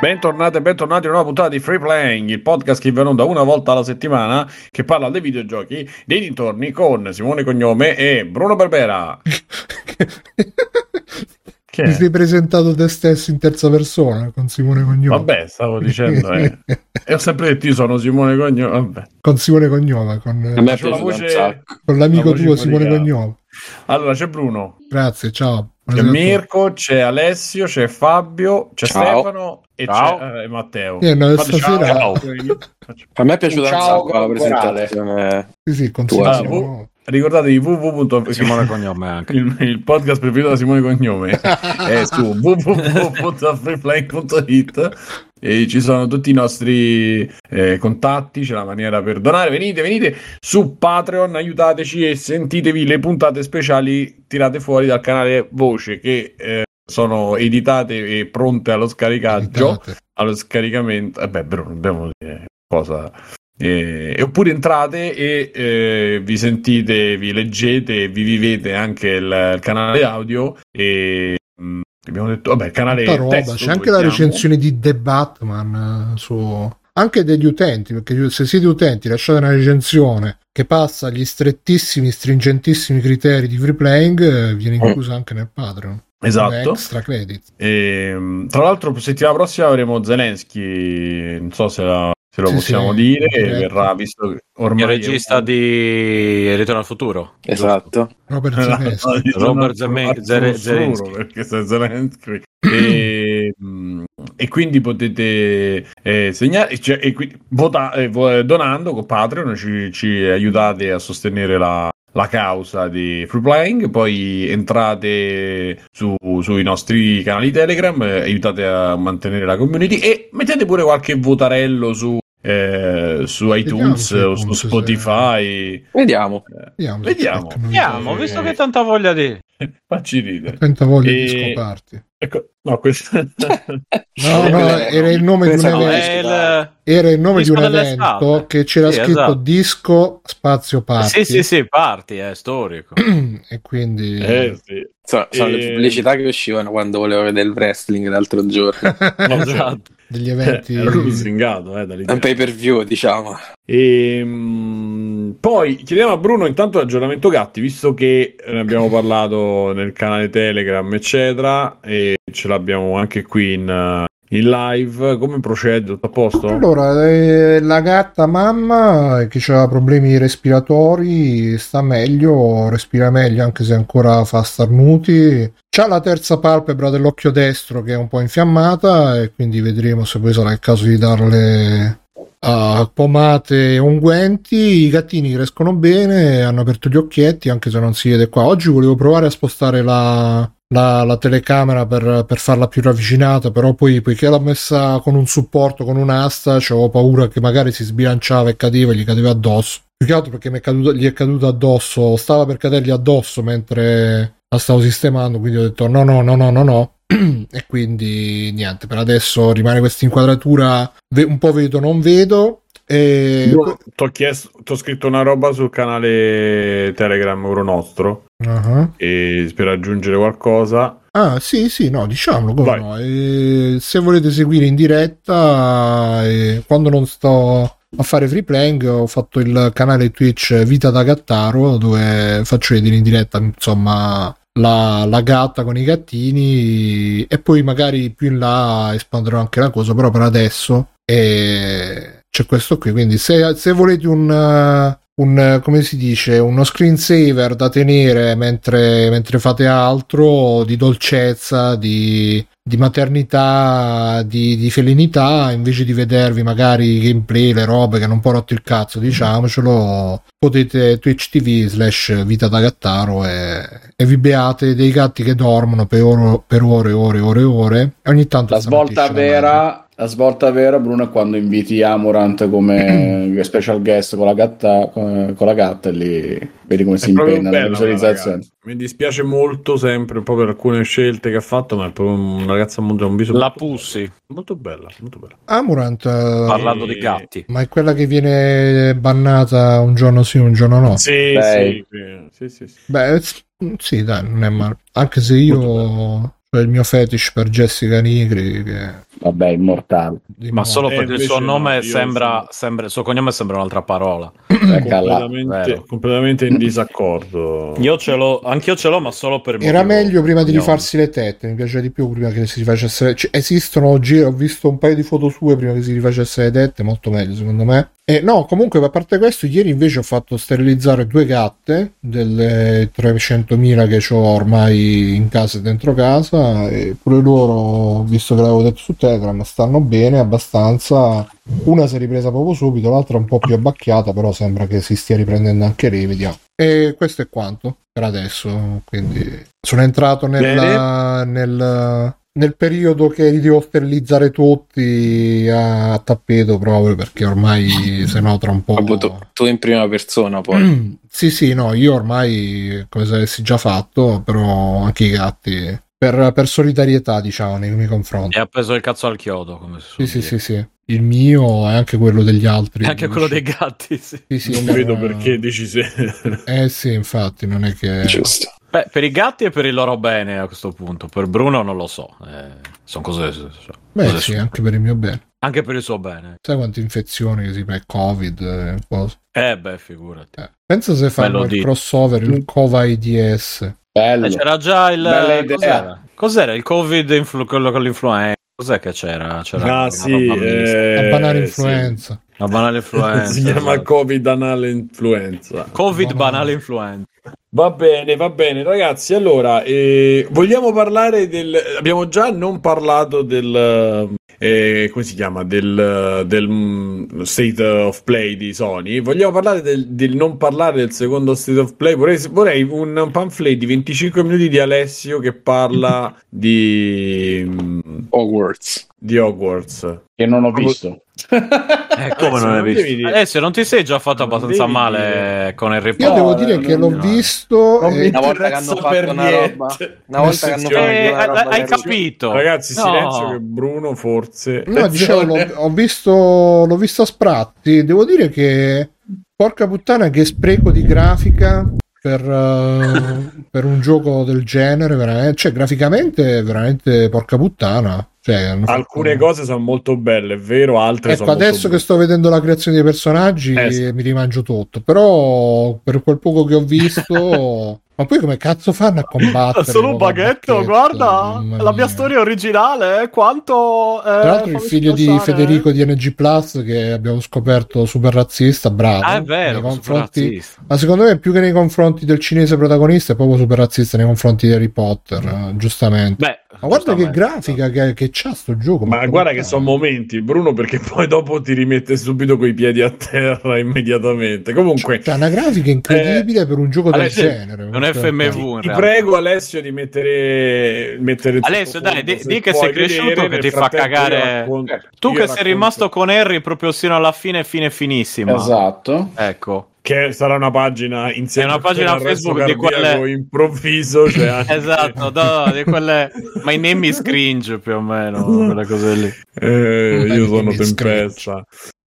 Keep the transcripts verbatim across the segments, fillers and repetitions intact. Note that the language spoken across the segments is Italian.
Bentornate e bentornati a una nuova puntata di Free Playing, il podcast che vi va in onda una volta alla settimana, che parla dei videogiochi, dei dintorni, con Simone Cognome e Bruno Barbera. Che Ti sei presentato te stesso in terza persona con Simone Cognome. Vabbè, stavo dicendo, eh. E ho sempre detto io sono Simone Cognome. Vabbè. Con Simone Cognome, con, a me la voce, con l'amico la tuo Simone Cognome. Allora c'è Bruno. Grazie, ciao. C'è Mirko, c'è Alessio, c'è Fabio, c'è ciao. Stefano e ciao. c'è eh, Matteo. Eh, no, stasera... ciao. A me è piaciuta un sacco la presentazione. Sì, sì, ah, v- ricordatevi www punto Simone Cognome anche. il, il podcast preferito da Simone Cognome è su www punto freeplaying punto it e ci sono tutti i nostri eh, contatti, c'è la maniera per donare. Venite, venite su Patreon, aiutateci e sentitevi le puntate speciali tirate fuori dal canale Voce, che eh, sono editate e pronte allo scaricaggio, editate. allo scaricamento. Eh beh, però non dobbiamo dire cosa. Eh, oppure entrate e eh, vi sentite, vi leggete, vi vivete anche il, il canale audio e mh, abbiamo detto vabbè, il canale roba, testo, c'è anche la recensione di The Batman su anche degli utenti, perché se siete utenti lasciate una recensione che passa agli strettissimi, stringentissimi criteri di free playing, viene inclusa anche nel Patreon. Esatto. Extra credit. E, tra l'altro settimana prossima avremo Zelensky, non so se la se lo sì, possiamo sì, dire, e verrà, visto che ormai il regista un... di Ritorno al futuro. Esatto. Robert Zemeckis. Robert Zemeckis, perché sei Zelensky. e, e quindi potete eh, segnare, cioè, e quindi vota, eh, donando con Patreon ci, ci aiutate a sostenere la la causa di Free Playing, poi entrate su, sui nostri canali Telegram, eh, aiutate a mantenere la community e mettete pure qualche votarello su eh, su iTunes o su Spotify. Se... Vediamo. Eh, vediamo. Vediamo, vediamo visto che tanta voglia di facci ridere. Tanta voglia e... di scoparti. Ecco, no, questo no, no, era il nome di un evento. Il... Era il nome di un evento che c'era sì, scritto esatto. Disco spazio party. Sì, sì, sì, party, è storico. E quindi eh, sì. sono, sono e... le pubblicità che uscivano quando volevo vedere il wrestling l'altro giorno. Esatto. Degli eventi eh, lusingato, eh, un pay per view, diciamo. E mh, poi chiediamo a Bruno intanto l'aggiornamento gatti, visto che ne abbiamo parlato nel canale Telegram eccetera e ce l'abbiamo anche qui in, in live. Come procede? Tutto a posto? Allora, eh, la gatta mamma che aveva problemi respiratori sta meglio, respira meglio anche se ancora fa starnuti. C'ha la terza palpebra dell'occhio destro che è un po' infiammata e quindi vedremo se poi sarà il caso di darle uh, pomate e unguenti. I gattini crescono bene, hanno aperto gli occhietti anche se non si vede qua. Oggi volevo provare a spostare la, la, la telecamera per, per farla più ravvicinata, però poi poiché l'ha messa con un supporto, con un'asta, avevo paura che magari si sbilanciava e cadeva e gli cadeva addosso. Più che altro perché mi è caduto, gli è caduto addosso, stava per cadergli addosso mentre la stavo sistemando, quindi ho detto no no no no no no e quindi niente, per adesso rimane questa inquadratura un po' vedo non vedo. E no, ti ho chiesto, ti ho scritto una roba sul canale Telegram Euro nostro uh-huh. e per aggiungere qualcosa. Ah sì sì no diciamolo come no. E se volete seguire in diretta e quando non sto a fare free playing ho fatto il canale Twitch Vita da Gattaro dove faccio vedere in diretta insomma la, la gatta con i gattini e poi magari più in là espanderò anche la cosa, però per adesso e c'è questo qui, quindi se, se volete un, un come si dice uno screensaver da tenere mentre, mentre fate altro di dolcezza, di di maternità, di, di felinità, invece di vedervi magari gameplay, le robe che non può rotto il cazzo, diciamocelo, potete Twitch T V slash Vita da Gattaro e, e vi beate dei gatti che dormono per, oro, per ore e ore e ore e ore e ogni tanto la svolta vera la svolta vera Bruno è quando inviti Amorant come special guest con la gatta con, con la gatta e lì vedi come si impegna nella visualizzazione. Mi dispiace molto sempre un po' per alcune scelte che ha fatto, ma è proprio una ragazza molto un viso la molto, Pussy molto bella, molto bella. Amorant parlando e... di gatti, ma è quella che viene bannata un giorno sì un giorno no. Sì, sì, sì, sì, sì. Beh sì dai non è male, anche se io il mio fetish per Jessica Nigri che... Vabbè, immortale. Ma solo Eh, perché il suo invece nome no, io sembra, sono- sembra, il suo cognome sembra un'altra parola. Ecco là. completamente, Vero. completamente in disaccordo. Io ce l'ho, anch'io ce l'ho, ma solo per Era motivo meglio prima di cognome. rifarsi le tette, mi piace di più prima che si rifacesse. Cioè, esistono oggi, ho visto un paio di foto sue prima che si rifacesse le tette, molto meglio secondo me. E no, comunque a parte questo, ieri invece ho fatto sterilizzare due gatte delle trecentomila che ho ormai in casa e dentro casa, e pure loro, visto che l'avevo detto su Telegram, stanno bene abbastanza. Una si è ripresa proprio subito, l'altra un po' più abbacchiata, però sembra che si stia riprendendo anche lei, vediamo. E questo è quanto per adesso, quindi sono entrato nella, nel, nel periodo che li devo sterilizzare tutti a tappeto, proprio perché ormai se no tra un po'... Vabbè, tu, tu in prima persona poi. Sì, sì, no, io ormai come se avessi già fatto, però anche i gatti per, per solidarietà, diciamo, nei miei confronti. E ha preso il cazzo al chiodo, come si Sì, suol sì, dire. sì, sì. Il mio e anche quello degli altri. E anche quello dei gatti, sì. Sì, sì, Non per- vedo perché dici se... Eh sì, infatti, non è che... Giusto. Beh, per i gatti e per il loro bene a questo punto. Per Bruno non lo so. Eh, sono cose... Beh cose sì, sue. anche per il mio bene. Anche per il suo bene. Sai quante infezioni che si fa, Covid, eh, cose. Eh beh, figurati. Eh. Pensa se fanno Bello il dito. crossover, il Covid-S. Bello. Eh, c'era già il... Bella idea. Cos'era? Cos'era il Covid, influ- quello con l'influenza? Cos'è che c'era? C'era Ah una sì, roba mista. eh, La banale sì. influenza. La banale influenza. Si chiama esatto. Covid anale influenza. Covid Banale. banale influenza. Va bene, va bene, ragazzi. Allora, eh, vogliamo parlare del. Abbiamo già non parlato del. Eh, come si chiama? Del, del mm, State of Play di Sony. Vogliamo parlare del, del non parlare del secondo State of Play. Vorrei, vorrei un pamphlet di venticinque minuti di Alessio che parla di. mm, Hogwarts. di Hogwarts. Che non ho visto. Eh, come non hai devi visto? dire- Adesso non ti sei già fatto Non abbastanza devi male dire. con Harry Io Potter? devo No, dire no, che l'ho no. visto Non e- mi Una volta che hanno interessa fatto per una niente. roba, una volta che hanno fatto Eh, una roba hai che- capito? Ragazzi, No. silenzio che Bruno forse. No, dicevo, l'ho, ho visto, l'ho visto a sprazzi. Devo dire che, porca puttana, che spreco di grafica per, eh, per un gioco del genere. Veramente. Cioè, graficamente, veramente, porca puttana. Cioè, hanno fatto- Alcune cose sono molto belle, è vero, altre Ecco, sono adesso molto che sto vedendo la creazione dei personaggi Eh, sì. mi rimangio tutto. Però, per quel poco che ho visto. Ma poi come cazzo fanno a combattere? Solo un con la baghetto, bacchetta? guarda, Mamma la mia mia. storia originale, quanto... Eh, Tra l'altro il fammi figlio di sposare. Federico di N G Plus, che abbiamo scoperto super razzista, bravo. Ah, è vero, nei super confronti... razzista. Ma secondo me più che nei confronti del cinese protagonista è proprio super razzista nei confronti di Harry Potter, eh, giustamente. Beh, Ma guarda che giustamente. grafica che, che c'ha sto gioco. Ma porca guarda che puttana. sono momenti, Bruno, perché poi dopo ti rimette subito coi piedi a terra immediatamente. Comunque, C'ha una grafica incredibile per un gioco del Alessio, genere. è un F M V in ti realtà. prego Alessio di mettere, mettere il Alessio, dai, sottofondo, di, se di che puoi sei cresciuto, vedere. che Nel ti fa frattempo io cagare. racconto- Tu io che sei racconto- rimasto con Harry proprio sino alla fine, fine finissima. Esatto. Ecco. Che sarà una pagina insieme È una pagina al resto Facebook di cardiaco quelle- improvviso, cioè anche- Esatto, no, di quelle My name is cringe più o meno, quelle cose lì. Eh, io sono Mi tempesta.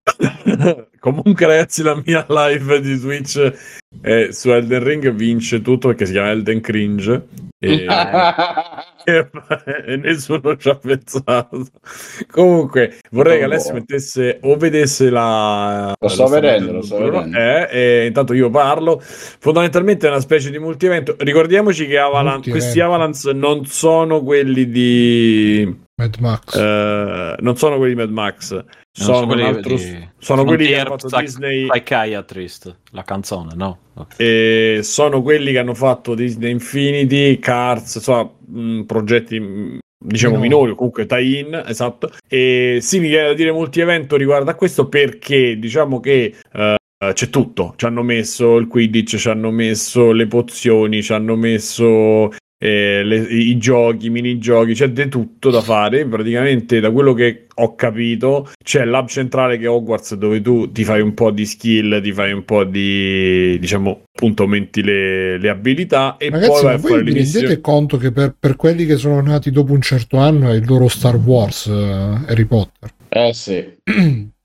Comunque, ragazzi, la mia live di Twitch eh, su Elden Ring vince tutto perché si chiama Elden Cringe e, e, e nessuno ci ha pensato. Comunque, vorrei che Oh, Alessio boh. mettesse o vedesse la. Lo sto la sta vedendo, mettendo lo sto Bruno, vedendo. eh, e intanto io parlo. Fondamentalmente è una specie di multievento. Ricordiamoci che Avalan- Multievento. questi Avalance non sono quelli di. Mad Max. Eh, non sono quelli di Mad Max, Non sono, so quelli un altro, di- sono quelli che Frontier hanno fatto Psych- Disney Psychiatrist, la canzone, no? e sono quelli che hanno fatto Disney Infinity, Cars, insomma, mh, progetti mh, diciamo Minori. minori o comunque tie-in, esatto. E sì, mi viene da dire multi-evento riguardo a questo perché diciamo che eh, c'è tutto, ci hanno messo il Quidditch, ci hanno messo le pozioni, ci hanno messo eh, le- i giochi, i minigiochi, c'è di tutto da fare. Praticamente, da quello che ho capito, c'è l'hub centrale che è Hogwarts, dove tu ti fai un po' di skill, ti fai un po' di, diciamo, appunto, aumenti le, le abilità e poi Ragazzi, vai ma a fare voi le vi rendete missioni. conto che per, per quelli che sono nati dopo un certo anno è il loro Star Wars, eh, Harry Potter? Eh sì.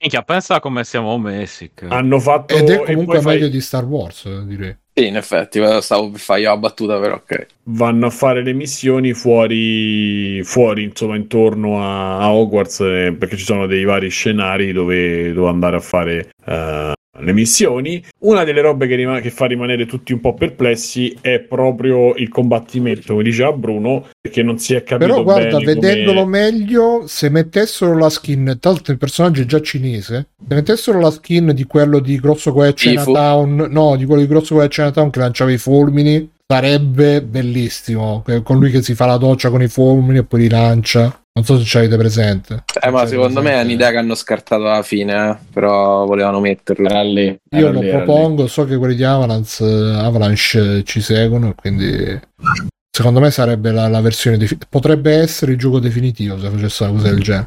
Minchia, pensa come siamo messi. Che... Hanno fatto... Ed è comunque meglio fai... di Star Wars, direi. Sì, in effetti, stavo per fare io la battuta, però ok. Vanno a fare le missioni fuori, fuori insomma, intorno a, a Hogwarts, eh, perché ci sono dei vari scenari dove, dove andare a fare uh, le missioni. Una delle robe che, rim- che fa rimanere tutti un po' perplessi è proprio il combattimento, come diceva Bruno, perché non si è capito però guarda, bene vedendolo come... meglio, se mettessero la skin, tanto il personaggio è già cinese, se mettessero la skin di quello di Grosso Guai Chinatown, no, di quello di Grosso Guai Chinatown che lanciava i fulmini, sarebbe bellissimo, con lui che si fa la doccia con i fulmini e poi li lancia. Non so se ci avete presente. Eh, ma secondo presente. me è un'idea che hanno scartato alla fine, eh? Però volevano metterla. Era lì. Era Io lo lì, propongo, so che quelli di Avalanche, Avalanche ci seguono, quindi secondo me sarebbe la, la versione defi- potrebbe essere il gioco definitivo se facesse una cosa del genere.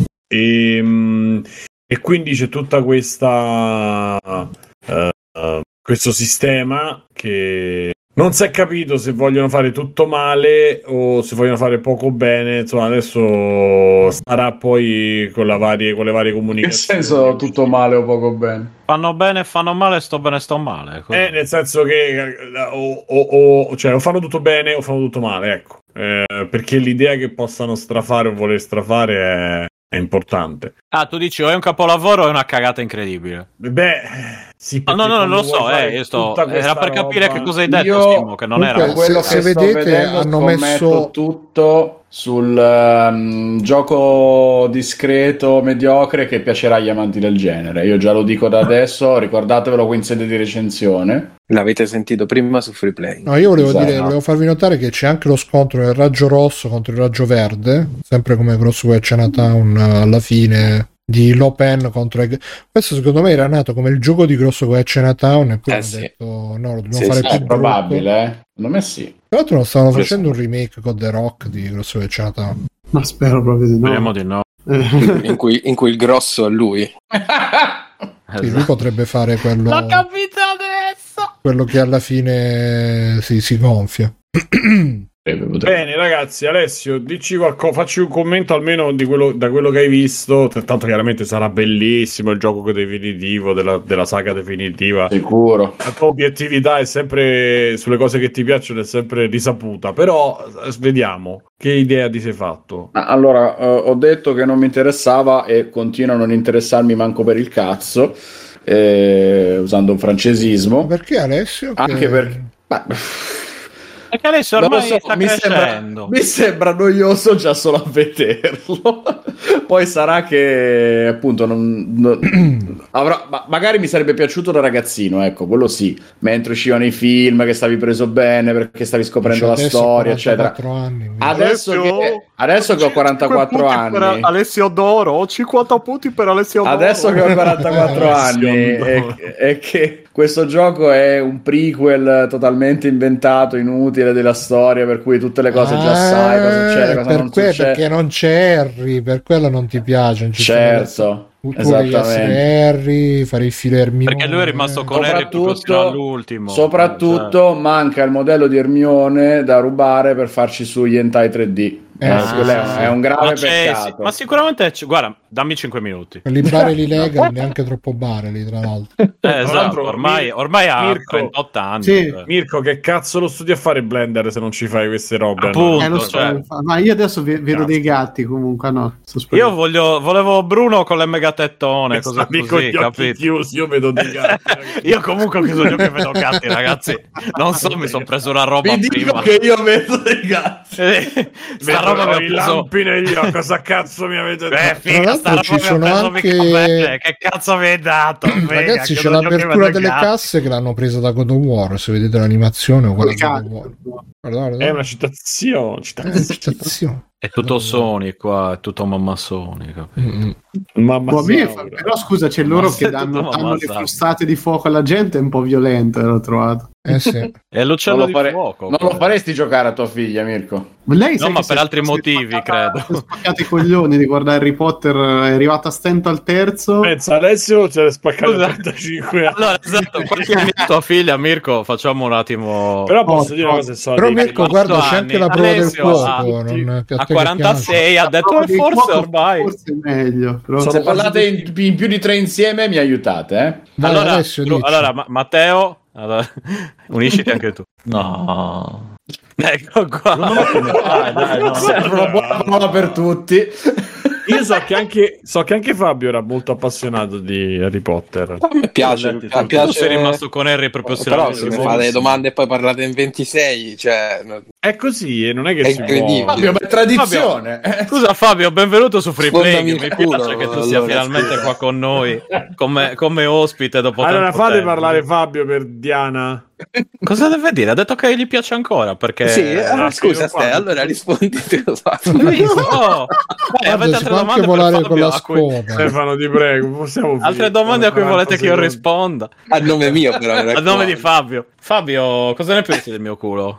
E, e quindi c'è tutta questa uh, uh, questo sistema che non si è capito se vogliono fare tutto male o se vogliono fare poco bene. Insomma, adesso starà poi con, la varie, con le varie comunicazioni. Che senso tutto male o poco bene? Fanno bene, fanno male, sto bene, sto male. Eh, nel senso che o, o, o, cioè, o fanno tutto bene o fanno tutto male, ecco. Eh, perché l'idea che possano strafare o voler strafare è, è importante. Ah, tu dici o è un capolavoro o è una cagata incredibile? Beh, sì, no, no, no, non lo so, eh, io sto... era per capire roba... che cosa hai detto, io, Simo, che non comunque, era... Quello se, che se vedete vedendo, hanno messo tutto sul um, gioco discreto, mediocre, che piacerà agli amanti del genere. Io già lo dico da adesso, ricordatevelo qui in sede di recensione. L'avete sentito prima su Free Play. No, io volevo Esatto. dire, volevo farvi notare che c'è anche lo scontro del raggio rosso contro il raggio verde, sempre come Grosso Guai Chinatown alla fine di Lopen contro questo secondo me era nato come il gioco di Grosso Guai Chinatown e poi eh hanno sì. detto no, lo dobbiamo Sì, fare sì, più è probabile, eh? Secondo me sì. Tra l'altro non stavano Sì, facendo sì. un remake con The Rock di Grosso Guai Chinatown. Ma spero proprio di no. Speriamo di no. in, cui, in cui il grosso è lui. Sì, lui potrebbe fare quello L'ho capito adesso! quello che alla fine si, si gonfia. Bene ragazzi, Alessio, dici qualcosa, facci un commento almeno di quello, da quello che hai visto. Tanto chiaramente sarà bellissimo il gioco definitivo della, della saga definitiva. Sicuro. La tua obiettività è sempre sulle cose che ti piacciono, è sempre risaputa. Però vediamo che idea ti sei fatto. Allora, eh, ho detto che non mi interessava e continua a non interessarmi manco per il cazzo, eh, usando un francesismo. Perché Alessio? Che... Anche perché... Beh, perché adesso non lo ormai so, sta mi crescendo. sembra, mi sembra noioso già solo a vederlo. Poi sarà che appunto non, non avrà, ma magari mi sarebbe piaciuto da ragazzino, ecco, quello sì, mentre uscivano i film che stavi preso bene perché stavi scoprendo la storia, eccetera. Anni, adesso Alessio, che, adesso che ho quarantaquattro anni, per Alessio Doro, cinquanta punti per Alessio Doro. adesso che ho quarantaquattro anni e, e che questo gioco è un prequel totalmente inventato, inutile della storia, per cui tutte le cose già sai cosa succede, cosa per non que- succede. perché non c'è Harry, per quello non ti piace. Non ci Certo, tu devi essere Harry, fare il filo Hermione. Perché lui è rimasto con Harry proprio fino all'ultimo. Soprattutto cioè. manca il modello di Hermione da rubare per farci su gli hentai tre D. Eh, Eh, sì, quello è, sì. è un grave ma, c'è, peccato. sì, ma sicuramente c'è, guarda, dammi cinque minuti. Quelli bareli legali, neanche troppo bareli, tra l'altro. Eh, Tra esatto, l'altro, ormai, Mir- ormai ha Mirko- trentotto anni. Sì. cioè. Mirko, che cazzo lo studi a fare Blender se non ci fai queste robe? Appunto. Eh, lo so, cioè. ma io adesso ve- vedo Cazzo. dei gatti comunque, no. Io voglio, volevo Bruno con le megatettone, cose Stavi così, con gli occhi capito? chiusi, io vedo dei gatti. ragazzi. Io comunque ho chiuso gli occhi e vedo gatti, ragazzi. Non so, mi sono preso una roba Vi dico prima. che io vedo dei gatti. Eh, sta Vedo roba mi ha i preso... lampi negli occhi, cosa cazzo mi avete Eh, detto? figa, sta l'altro roba ci mi ha sono preso anche- mica bene. Che cazzo mi hai dato? Figa, Ragazzi, c'è chiudo gli occhi e l'apertura vedo i delle gatti. casse che l'hanno presa da God of War. Se vedete l'animazione, guarda God of Cazzo. War. Guarda, guarda, È una citazione. Eh, citazione. citazione. È tutto Sony qua, è tutto mamma Sony, capito? Mm. Mamma Boh, a me fa- Saura. però scusa, c'è loro Ma che sei danno, tutto danno le ammazzato. frustate di fuoco alla gente, è un po' violento, l'ho trovato. Eh sì. È l'uccello Non, di lo, fare- fuoco. non lo faresti giocare a tua figlia, Mirko? Ma lei No, sai ma che per si è- altri si è motivi, spaccata- credo. Si è spaccato i coglioni di guardare Harry Potter, è arrivata a stento al terzo. Pensa, Alessio ce l'ha spaccato Scusa. trentacinque anni. Allora, esatto, quanti anni ha tua figlia, Mirko? Facciamo un attimo... Però posso Oh, dire oh. una cosa, sono Però dei Mirko, otto guarda, c'è anni. anche la prova del Alessio fuoco. ha- non- a gente quarantasei ha detto e forse ormai forse è meglio. Però se parlate in, in più di tre insieme mi aiutate, eh? Vai, allora, Alessio, Bru- dici. allora Ma- Matteo, allora, unisciti anche tu. No. Ecco qua. Dai, dai, no. Serve una buona parola per tutti. Io so che anche so che anche Fabio era molto appassionato di Harry Potter. A me piace, mi Tu piace. sei rimasto con Harry proprio Però se mi fate le domande e poi parlate in ventisei, cioè È così, e non è che È si incredibile. può. Fabio, è tradizione. Eh. Scusa Fabio, benvenuto su Free Play. Sfondami Mi il piace culo, che tu sia allora, finalmente scusa. qua con noi come, come ospite dopo Allora tanto fate tempo. parlare Fabio per Diana. Cosa deve dire? Ha detto che gli piace ancora perché Sì, eh, ah, scusa, fino Ste, quando? allora rispondi tu. Oh, vai, avete si altre può anche domande per volare Fabio con la a cui- scopa. Stefano, ti prego, possiamo Altre finire? domande a cui quaranta volete che io secondi. risponda? A nome mio, però. mi A nome di raccomando. Fabio. Fabio, cosa ne pensi del mio culo?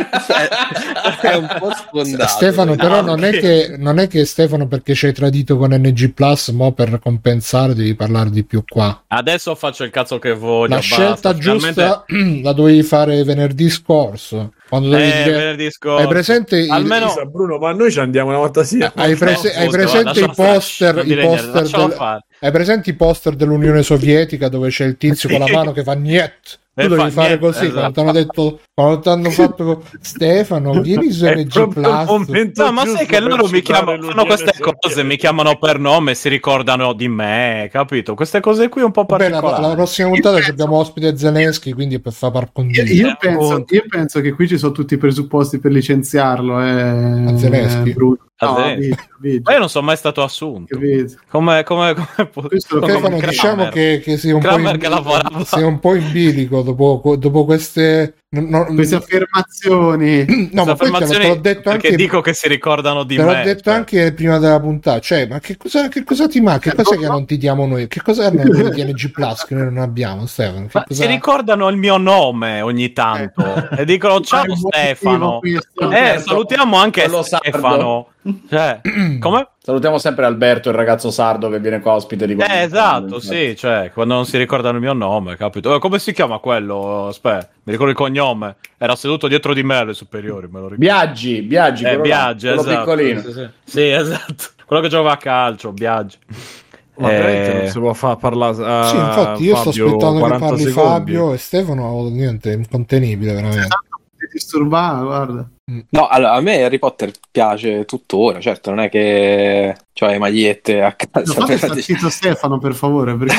È un po' sfondato. Stefano, però Ah, non, ok. è che, non è che Stefano, perché ci hai tradito con N G Plus, mo per compensare devi parlare di più qua. Adesso faccio il cazzo che voglio. La basta. scelta Finalmente- giusta la dovevi fare venerdì scorso. Quando dovevi Eh, dire, venerdì scorso. hai presente i- Almeno- Scusa, Bruno, ma noi ci andiamo una volta sì. hai, prese- No, hai scusa, presente i lascialo stare, poster, non i dire niente, poster lascialo del- fare. hai presente i poster dell'Unione Sovietica dove c'è il tizio con la mano che fa niet? Tu E devi fa fare niente, così, esatto. quando ti hanno detto, quando ti hanno fatto Stefano, vieni su È N G proprio il Plus. momento No, ma sai giusto che per loro mi citare chiamano, fanno l'Unione queste Sovietica. cose, mi chiamano per nome e si ricordano di me, capito? Queste cose qui un po' Vabbè, la, particolari. la prossima puntata ci abbiamo ospite Zelensky, quindi per far par Io, condiviso. io penso, appunto. io penso che qui ci sono tutti i presupposti per licenziarlo. Eh, A Zelensky? Bruno. A No, Zelensky. Vito, Vito, Ma io non sono mai stato assunto. Vito. Come, come, come, come, Questo lo come Stefano, Kramer. diciamo che, che sei un po' Kramer in, che lavorava. sei un po' in bilico dopo, dopo queste no, no, Queste affermazioni. no, ma poi te l'ho- te l'ho detto perché anche dico che si ricordano di te l'ho me. detto cioè. anche prima della puntata, cioè, ma che cosa, che cosa ti manca? Che cosa che non ti diamo noi? Che cosa hanno quelli di N G Plus che noi non abbiamo, Stefano? Che Ma cosa... si ricordano il mio nome ogni tanto e dicono ciao Fare un buon Stefano. motivo questo. Eh, salutiamo anche Quello sardo. Stefano. Cioè, come? Salutiamo sempre Alberto, il ragazzo sardo che viene qua ospite di Eh, esatto, sì, cioè, quando non si ricordano il mio nome, capito? Eh, come si chiama quello? Aspetta, mi ricordo il cognome. Era seduto dietro di me alle superiori, me lo ricordo. Biaggi, Biaggi, Eh, quello, là, Biaggi, quello esatto. piccolino. Sì, sì. Sì, esatto. Quello che giocava a calcio, Biaggi. Ma veramente Eh, non si può far parlare a Sì, infatti io sto Fabio aspettando che quaranta parli secondi. Fabio e Stefano, oh, niente, è incontenibile veramente. Ti disturbava, guarda. No, allora a me Harry Potter piace tuttora, certo, non è che ho le magliette a No, casa. fate per sta zitto Stefano, per favore, perché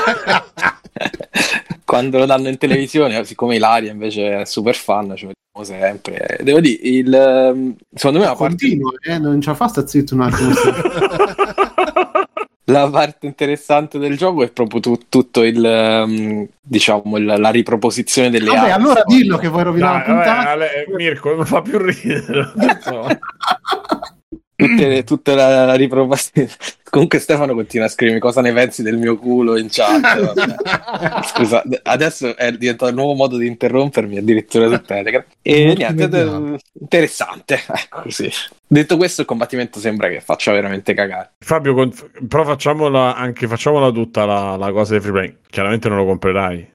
Quando lo danno in televisione, siccome Ilaria invece è super fan, ce lo diciamo sempre. Devo dire, il, ehm, secondo me la parte, continuo, eh, non ce la fa sta zitto un attimo. la parte interessante del gioco è proprio tu- tutto il, ehm, diciamo, il- la riproposizione delle Vabbè, armi. allora dillo che vuoi rovinare Dai, la vabbè, puntata. Ale- Mirko, non fa più ridere. Tutte, tutta la, la riproposizione. Comunque Stefano continua a scrivermi cosa ne pensi del mio culo in chat. Vabbè. Scusa, adesso è diventato il nuovo modo di interrompermi addirittura su Telegram. E Molto niente, immediato. d- interessante. Ecco, così. Detto questo, il combattimento sembra che faccia veramente cagare. Fabio, con- però facciamola anche facciamola tutta la, la cosa di free play. Chiaramente non lo comprerai.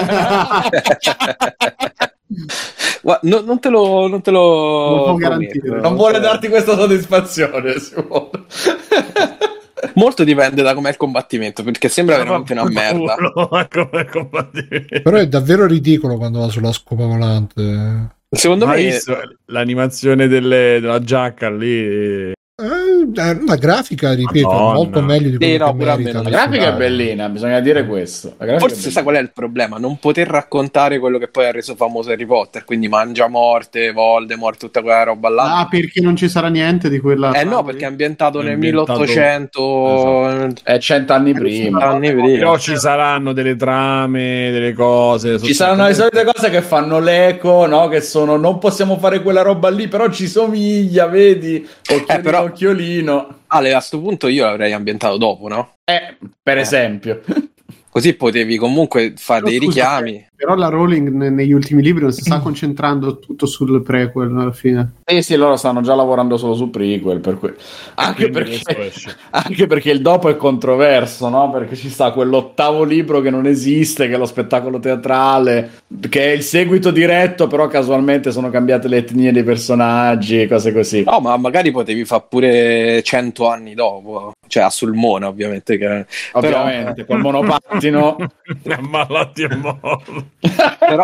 Guarda, no- non te lo non te lo Non può prometto. garantire. Non vuole darti questa soddisfazione, Simone. Molto dipende da com'è il combattimento, perché sembra veramente una merda. Ma come combattimento? Però è davvero ridicolo quando va sulla scopa volante. Secondo Ma me hai visto l'animazione delle- della giacca lì? Eh, la grafica, ripeto, è Madonna. molto meglio di quello Sì, no, che pure a me merita. non- La grafica è Scusate. bellina, bisogna dire questo. La grafica forse è sa bellina. qual è il problema? Non poter raccontare quello che poi ha reso famoso Harry Potter, quindi mangia morte, Voldemort, tutta quella roba là. Ah, perché non ci sarà niente di quella. Eh no, perché è ambientato È nel ambientato- milleottocento. È cent'anni prima. Anni prima. Però ci saranno delle trame, delle cose. Ci saranno le solite cose che fanno l'eco, no? Che sono non possiamo fare quella roba lì, però ci somiglia, vedi? Occhiolino, Eh, però- occhiolino. Ale, a sto punto io l'avrei ambientato dopo, no? Eh, per esempio. Così potevi comunque fare Però dei scusa, richiami. Però la Rowling ne- negli ultimi libri non si sta concentrando tutto sul prequel alla fine. Eh sì, loro stanno già lavorando solo su prequel, per cui... anche, quindi questo perché... esce. anche perché il dopo è controverso, no? Perché ci sta quell'ottavo libro che non esiste, che è lo spettacolo teatrale, che è il seguito diretto, però casualmente sono cambiate le etnie dei personaggi e cose così. No, ma magari potevi fare pure cento anni dopo, cioè a Sulmona ovviamente. Che... Ovviamente, col monopattino. Ammalati e morti. Però...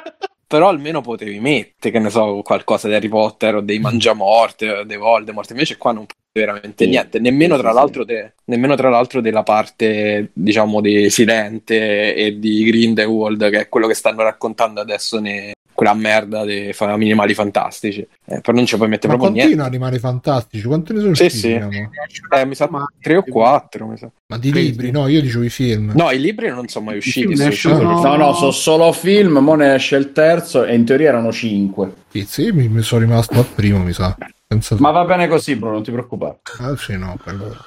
però almeno potevi mettere, che ne so, qualcosa di Harry Potter o dei Mangiamorte o dei Voldemort, invece qua non puoi veramente Sì. niente, nemmeno Sì, tra sì, l'altro de- nemmeno tra l'altro della parte, diciamo, di Silente e di Grindelwald, che è quello che stanno raccontando adesso ne- quella merda dei fa- animali fantastici. Eh, però non ci puoi mettere Ma proprio continua niente. Animali Fantastici, quanti ne sono Sì, usciti? sì. diciamo? Eh, mi sa tre o quattro, mi sa. Ma di Sì, libri, sì. no, io dicevo i film. No, i libri non sono mai I usciti. film sono ne usciti escono- solo- No, no, sono solo film, mo ne esce il terzo e in teoria erano cinque. Pizzi, io mi, mi sono rimasto al primo, mi sa. Senza... Ma va bene così, Bruno, non ti preoccupare. Ah, sì, no, per allora.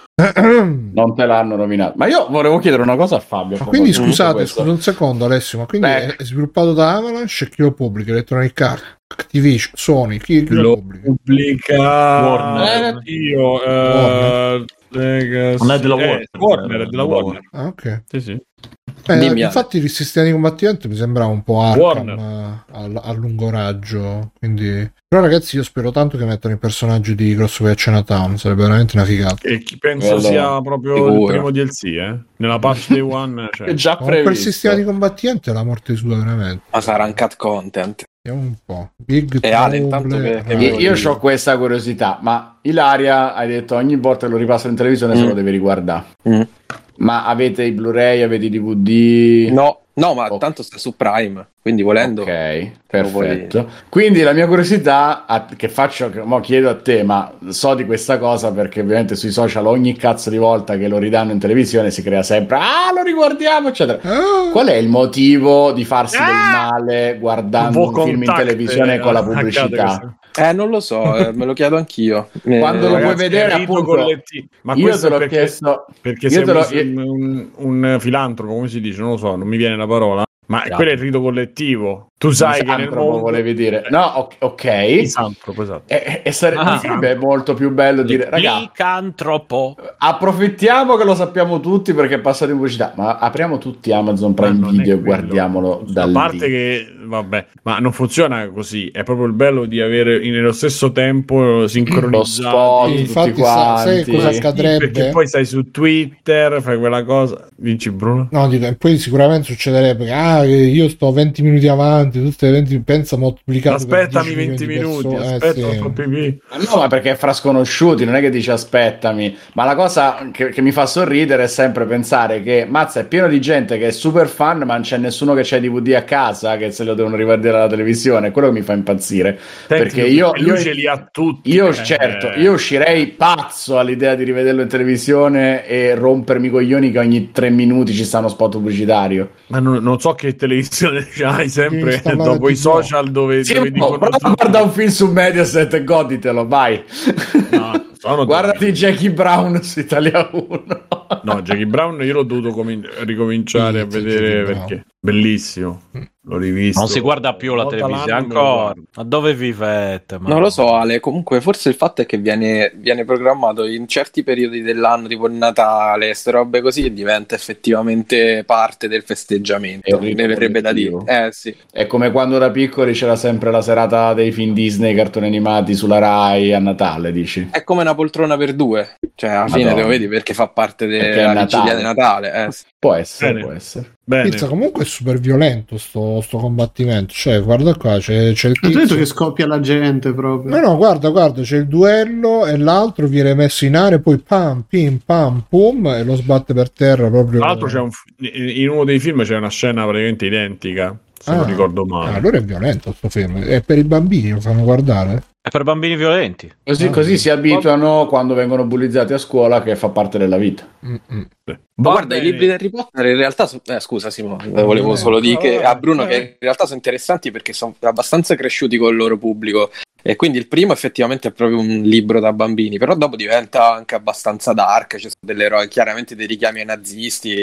Non te l'hanno nominato. Ma io volevo chiedere una cosa a Fabio. Ma quindi proposito di scusate, questo. scusa un secondo Alessio, ma quindi Beh. è, è sviluppato da Avalanche e chi lo pubblica? Electronic Arts, Activision, Sony, chi, chi lo, Lo pubblica? pubblica Warner. io eh, Warner. Legacy- Non è della eh, Warner, Warner, è della della Warner. Ah, ok. Sì, sì. Eh, Dimmi, infatti il sistema di combattimento mi sembrava un po' Arkham Warner. eh, a, a lungo raggio, quindi... Però ragazzi io spero tanto che mettano i personaggi di Crossway a Chinatown, sarebbe veramente una figata. E chi penso Quello- sia proprio sicuro. il primo D L C, eh? Nella patch day one, cioè. È già Ma quel previsto. sistema di combattimento è la morte sua veramente. Ma sarà un cut content. Vediamo un po'. Big E Ale, Trouble, intanto che- che ah, mi- Io, io ho questa curiosità, ma Ilaria hai detto ogni volta che lo ripasso in televisione se Mm. lo devi riguardare. Mm. Ma avete i Blu-ray, avete i D V D? No, no, ma Ok. tanto sta su Prime, quindi volendo. Ok, lo puoi- perfetto. Quindi la mia curiosità a- che faccio, che mo chiedo a te, ma so di questa cosa perché ovviamente sui social ogni cazzo di volta che lo ridanno in televisione si crea sempre ah lo riguardiamo eccetera. ah, Qual è il motivo di farsi del male guardando un Vo film in Contact, televisione con la eh, accade pubblicità? questo. Eh, non lo so, eh, me lo chiedo anch'io. Eh, Quando lo Ragazzi, puoi vedere, è rito appunto, collettivo. Ma io questo te l'ho è perché, chiesto perché io sei te l'ho- un, un, un filantropo, come si dice? Non lo so, non mi viene la parola. Ma Esatto. quello è il rito collettivo. Tu sai che nel Misantropo mondo... volevi dire. No, o- ok. Misantropo, esatto. E, e sare- Ah. sarebbe molto più bello dire, raga, Licantropo. approfittiamo che lo sappiamo tutti perché è passato in pubblicità, ma apriamo tutti Amazon Prime Ma non è Video e quello. guardiamolo A dal parte lì. che, vabbè, ma non funziona così. È proprio il bello di avere nello stesso tempo Lo sincronizzati. spot, sì, tutti infatti sa- sai quanti. cosa Sì, accadrebbe? perché poi stai su Twitter, fai quella cosa. Vinci, Bruno? No, dico, e poi sicuramente succederebbe che ah, che io sto venti minuti avanti, tutte le venti, pensa moltiplicato per Aspettami dieci venti milioni di minuti. persone. Aspetta, Eh, sì. ho fatto pipì. Ma no, ma perché è fra sconosciuti, non è che dici aspettami. Ma la cosa che, che mi fa sorridere è sempre pensare che, mazza, è pieno di gente che è super fan, ma non c'è nessuno che c'ha i D V D a casa, che se lo devono rivedere alla televisione. È quello che mi fa impazzire. Senti, perché io, lui io, ce li ha tutti. io, eh. certo, io uscirei pazzo all'idea di rivederlo in televisione e rompermi i coglioni che ogni tre minuti ci sta uno spot pubblicitario. Ma non, non so che televisione c'hai sempre Devi installare dopo i T V. social dove, Sì, dove no, dicono prova a tutti- guardare un film su Mediaset e goditelo, vai. No, sono Guardati Jackie Brown su Italia uno. No, Jackie Brown io l'ho dovuto comin- ricominciare a Sì, sì, vedere Jackie Brown. perché bellissimo. L'ho rivisto. Non si guarda più la Una volta televisione l'anno me lo ancora. guardo. Ma dove vivete? Ma Non lo so, Ale. Comunque, forse il fatto è che viene, viene programmato in certi periodi dell'anno, tipo il Natale, queste robe così, e diventa effettivamente parte del È festeggiamento. un rito Ne verrebbe da dire. collettivo. Eh sì. È come quando da piccoli c'era sempre la serata dei film Disney, cartoni animati sulla Rai a Natale, dici? È come una poltrona per due. Cioè, alla fine Madonna. te lo vedi perché fa parte Perché è della Natale. vigilia di Natale. Eh, sì. Può essere, Bene. può essere. Bene. Pizza, comunque è super violento sto, sto combattimento. Cioè, guarda qua, c'è, c'è il Ho detto tizio. che scoppia la gente proprio. No, no, guarda, guarda, c'è il duello e l'altro viene messo in aria, poi pam, pim, pam, pum, e lo sbatte per terra proprio. Tra l'altro c'è un f- in uno dei film c'è una scena praticamente identica, se Ah. non ricordo male. Ah, allora è violento sto film. È per i bambini, lo fanno guardare. è per bambini violenti. Così, Ah. così si abituano quando vengono bullizzati a scuola che fa parte della vita. Mm-mm. Ma Va guarda, bene. i libri di Harry Potter in realtà so- eh, scusa Simo, eh, volevo Eh, solo dire che eh, a Bruno eh. che in realtà sono interessanti perché sono abbastanza cresciuti con il loro pubblico e quindi il primo effettivamente è proprio un libro da bambini, però dopo diventa anche abbastanza dark, ci sono delle ero- chiaramente dei richiami ai nazisti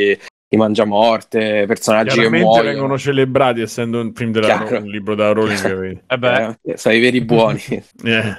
i mangiamorte, personaggi che Chiaramente muoiono. vengono celebrati essendo un film della Chiaro. un libro da Rowling. Eh beh, Eh, sai i veri buoni. Eh,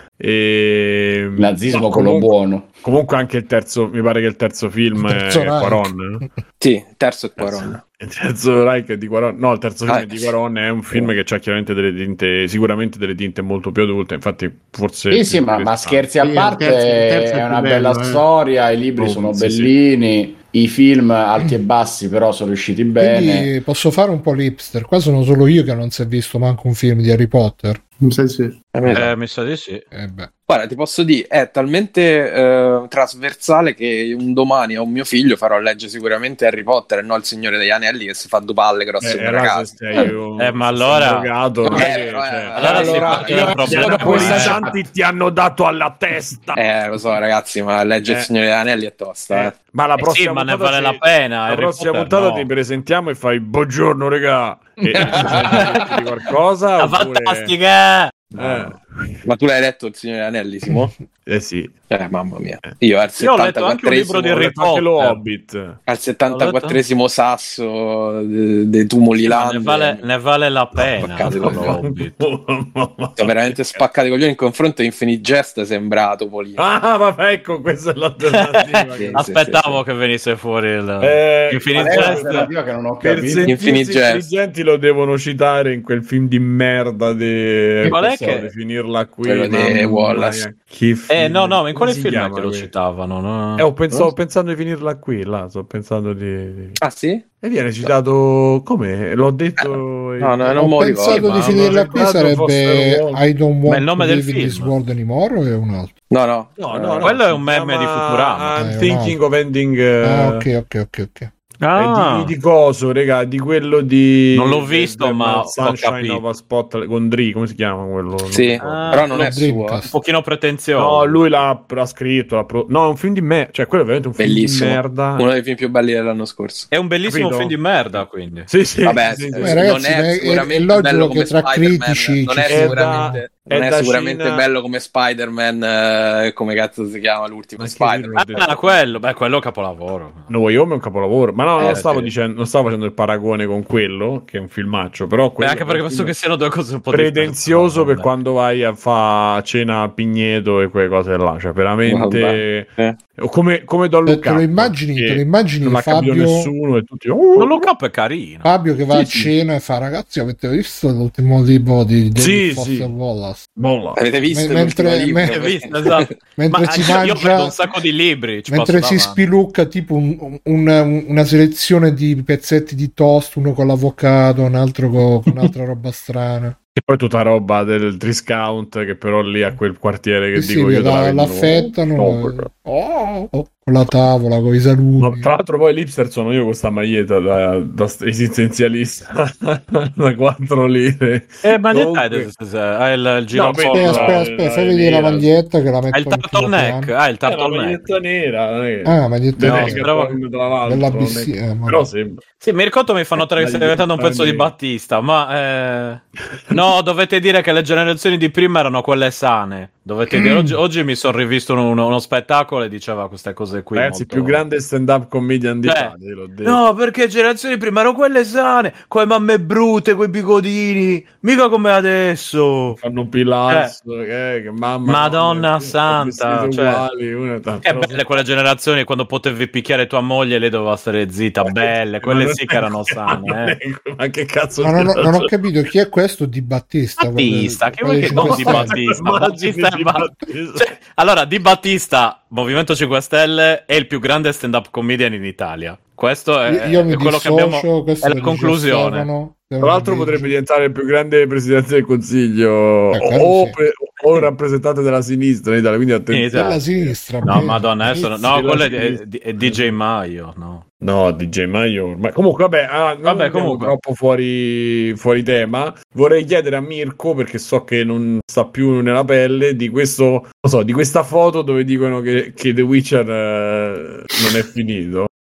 e... Il nazismo no, quello comunque, buono. comunque anche il terzo, mi pare che il terzo film Il terzo è Reich. Quaron. Sì, il terzo è Quaron. Il terzo Reich è di Quaron. No, il terzo film Ah, è di Quaron, è un film che ha chiaramente delle tinte, sicuramente delle tinte molto più adulte, infatti forse... Sì, sì, ma, ma scherzi a Sì, il parte, terzo- il terzo è è più una bello, bella eh. storia, i libri Oh, sono sì, sì. bellini, i film alti e bassi però sono riusciti bene. Quindi posso fare un po' l'hipster. Qua sono solo io che non si è visto manco un film di Harry Potter. Sì, sì. A me eh, mi sa di sì. Eh beh. Guarda, ti posso dire, è talmente eh, trasversale che un domani a un mio figlio farò leggere sicuramente Harry Potter e non il Signore degli Anelli che si fa due palle grosse Eh, come là, ragazzi. se sei un- Eh, ma se sei allora- drogato, non è Eh, che, però, cioè, eh, Allora, sì, allora, perché io- il problema i è napoletanti ti hanno dato alla testa. Eh, lo so ragazzi, ma leggere Eh. il Signore degli Anelli è tosta, eh. Eh, ma la Eh prossima sì, ma ne puntata vale ci- la pena. La Harry prossima Potter, puntata no. ti presentiamo e fai buongiorno regà e, e ci senti di qualcosa La oppure... fantastica! Eh, Ma tu l'hai letto il Signore degli Anelli, Simo? eh sì, Eh, mamma mia. Io al Io ho letto anche un libro di ho Harry letto anche lo Potter. Hobbit. al settantaquattresimo sasso de- dei tumuli Ma lande. ne vale, ne vale la pena. spaccate quello con- Hobbit. Sono veramente spaccati i coglioni in confronto a Infinite Jest, sembra Topolino. Ah, vabbè, ecco, questa è l'alternativa. Sì, Aspettavo sì, che venisse fuori il Eh, Infinite Ma è Jest. un'alternativa che non ho per capito. sentirsi Infinite Jest. intelligenti lo devono citare in quel film di merda di Qual è possiamo che- definirla qui, Quello di mamma Wallace. mia, che Eh film- no, no, ma in come quale si film è chiama che lo quello? citavano? No? Eh, ho pensato, sto pensando di finirla qui, là, sto pensando di... di- Ah sì? E viene citato come? L'ho detto... No, no, non Ho me lo pensato ricordo. di ma finirla non qui, ricordo fosse sarebbe un- I don't Ma want il nome to del live in this film? world anymore o è un altro? No, no. No, Eh, no, no, quello è si un meme di chiama Futurama. I'm Eh, è un thinking altro. of ending... eh, Ah, ok, ok, ok, ok. Ah, È di, di coso, raga, di quello di... Non l'ho visto, del- ma del ho Sunshine capito. of a Spot con Dri, come si chiama quello? Non Sì, mi ricordo. Ah, però non lo è suo. Dreamcast. un pochino pretenzioso. No, lui l'ha, l'ha scritto, l'ha pro- no, è un film di me, cioè quello è veramente un film Bellissimo. di merda. Uno dei film più belli dell'anno scorso. È un bellissimo Capito? film di merda, quindi. Sì, sì, Vabbè, sì, sì, sì. Beh, ragazzi, non è- è è- sicuramente è logico bello che come tra Spider-Man, critici non ci è sia- sicuramente, È non è da sicuramente Cina- bello come Spider-Man, eh, come cazzo si chiama l'ultimo Ma che Spider-Man. dirlo? Ah, quello, beh, quello è capolavoro. No Way Home è un capolavoro, ma no, non Eh, stavo sì. dicendo, non stavo facendo il paragone con quello, che è un filmaccio, però Beh, quello anche è perché un penso film che siano due cose un po' pretenzioso per diverse. quando vai a fa cena a Pigneto e quelle cose là, cioè veramente Vabbè. come, come Don Te, Luca te lo immagini, te lo immagini non l'ha capito Fabio, nessuno e tutti uh, Non lo capo è carino. Fabio che va Sì, a sì. cena e fa: ragazzi, avete visto l'ultimo libro di David Sì, Foster sì. Wallace? molla. Avete visto Me- l'ultimo mentre- libro? me- Hai visto, esatto. Mentre Ma si anche io mangia, prendo un sacco di libri. Ci mentre passo si davanti. spilucca tipo un- un- una selezione di pezzetti di toast, uno con l'avocado, un altro co- con un'altra roba strana. E poi tutta roba del Triscount che però lì a quel quartiere che Sì, dico sì, io te la, vendono- l'affettano no, perché- oh, oh, con la tavola, con i saluti. No, tra l'altro poi l'hipster sono io con sta maglietta da, da esistenzialista da quattro lire. Eh, ma gli Comunque- dai, se- se- hai il, il giro No, al vedi, collo. Aspetta, aspetta, aspetta, la- fai la vedere la nera. maglietta che la metto Hai il in primo turtleneck. piano. Ah, il È una turtleneck. maglietta nera, non è- Ah, maglietta Del nera. No, reggaeton, tra l'altro, Della non è- B C, eh, vabbè. però sembra. Sì, mi ricordo mi fanno tre che stai diventando un pezzo di Battista, ma eh... no, dovete dire che le generazioni di prima erano quelle sane. Dovete dire, oggi, oggi mi sono rivisto uno, uno spettacolo e diceva queste cose qui. Ragazzi, il molto- più grande stand-up comedian Cioè, d'Italia, l'ho detto. no, perché generazioni prima erano quelle sane, con le mamme brutte, quei bigodini, mica come adesso. Fanno un pilazzo, eh, che mamma Madonna mia, santa, vestiti cioè- uguali, una tanto- Che belle quelle generazioni quando potevi picchiare tua moglie e lei doveva stare zitta, belle, quelle Ma sì non che è- erano sane, eh. Ma che cazzo Ma non, ho- di- non ho capito chi è questo di Battista. Battista, che vuoi quello- che quello no, dei di cinque Stelle. Battista, Immagini Battista di è Ba- Battista. Cioè, allora, Di Battista, Movimento cinque Stelle, è il più grande stand-up comedian in Italia. Questo è, Io, io mi è quello che dissocio, abbiamo. questo È lo la dice conclusione. Stefano. Tra l'altro potrebbe diventare il più grande presidente del consiglio Eh, quello o, sì. pre- o rappresentante della sinistra in Italia, quindi attenzione. Esatto. della sinistra. No, bene. madonna, adesso no, Inizia- no, quello è, della è- sinistra. è D J Maio, no. No, D J Maio ormai. Comunque, vabbè, ah, non Vabbè, andiamo comunque. troppo fuori, fuori tema. Vorrei chiedere a Mirko, perché so che non sta più nella pelle, di questo, non so, di questa foto dove dicono che, che The Witcher eh, non è finito.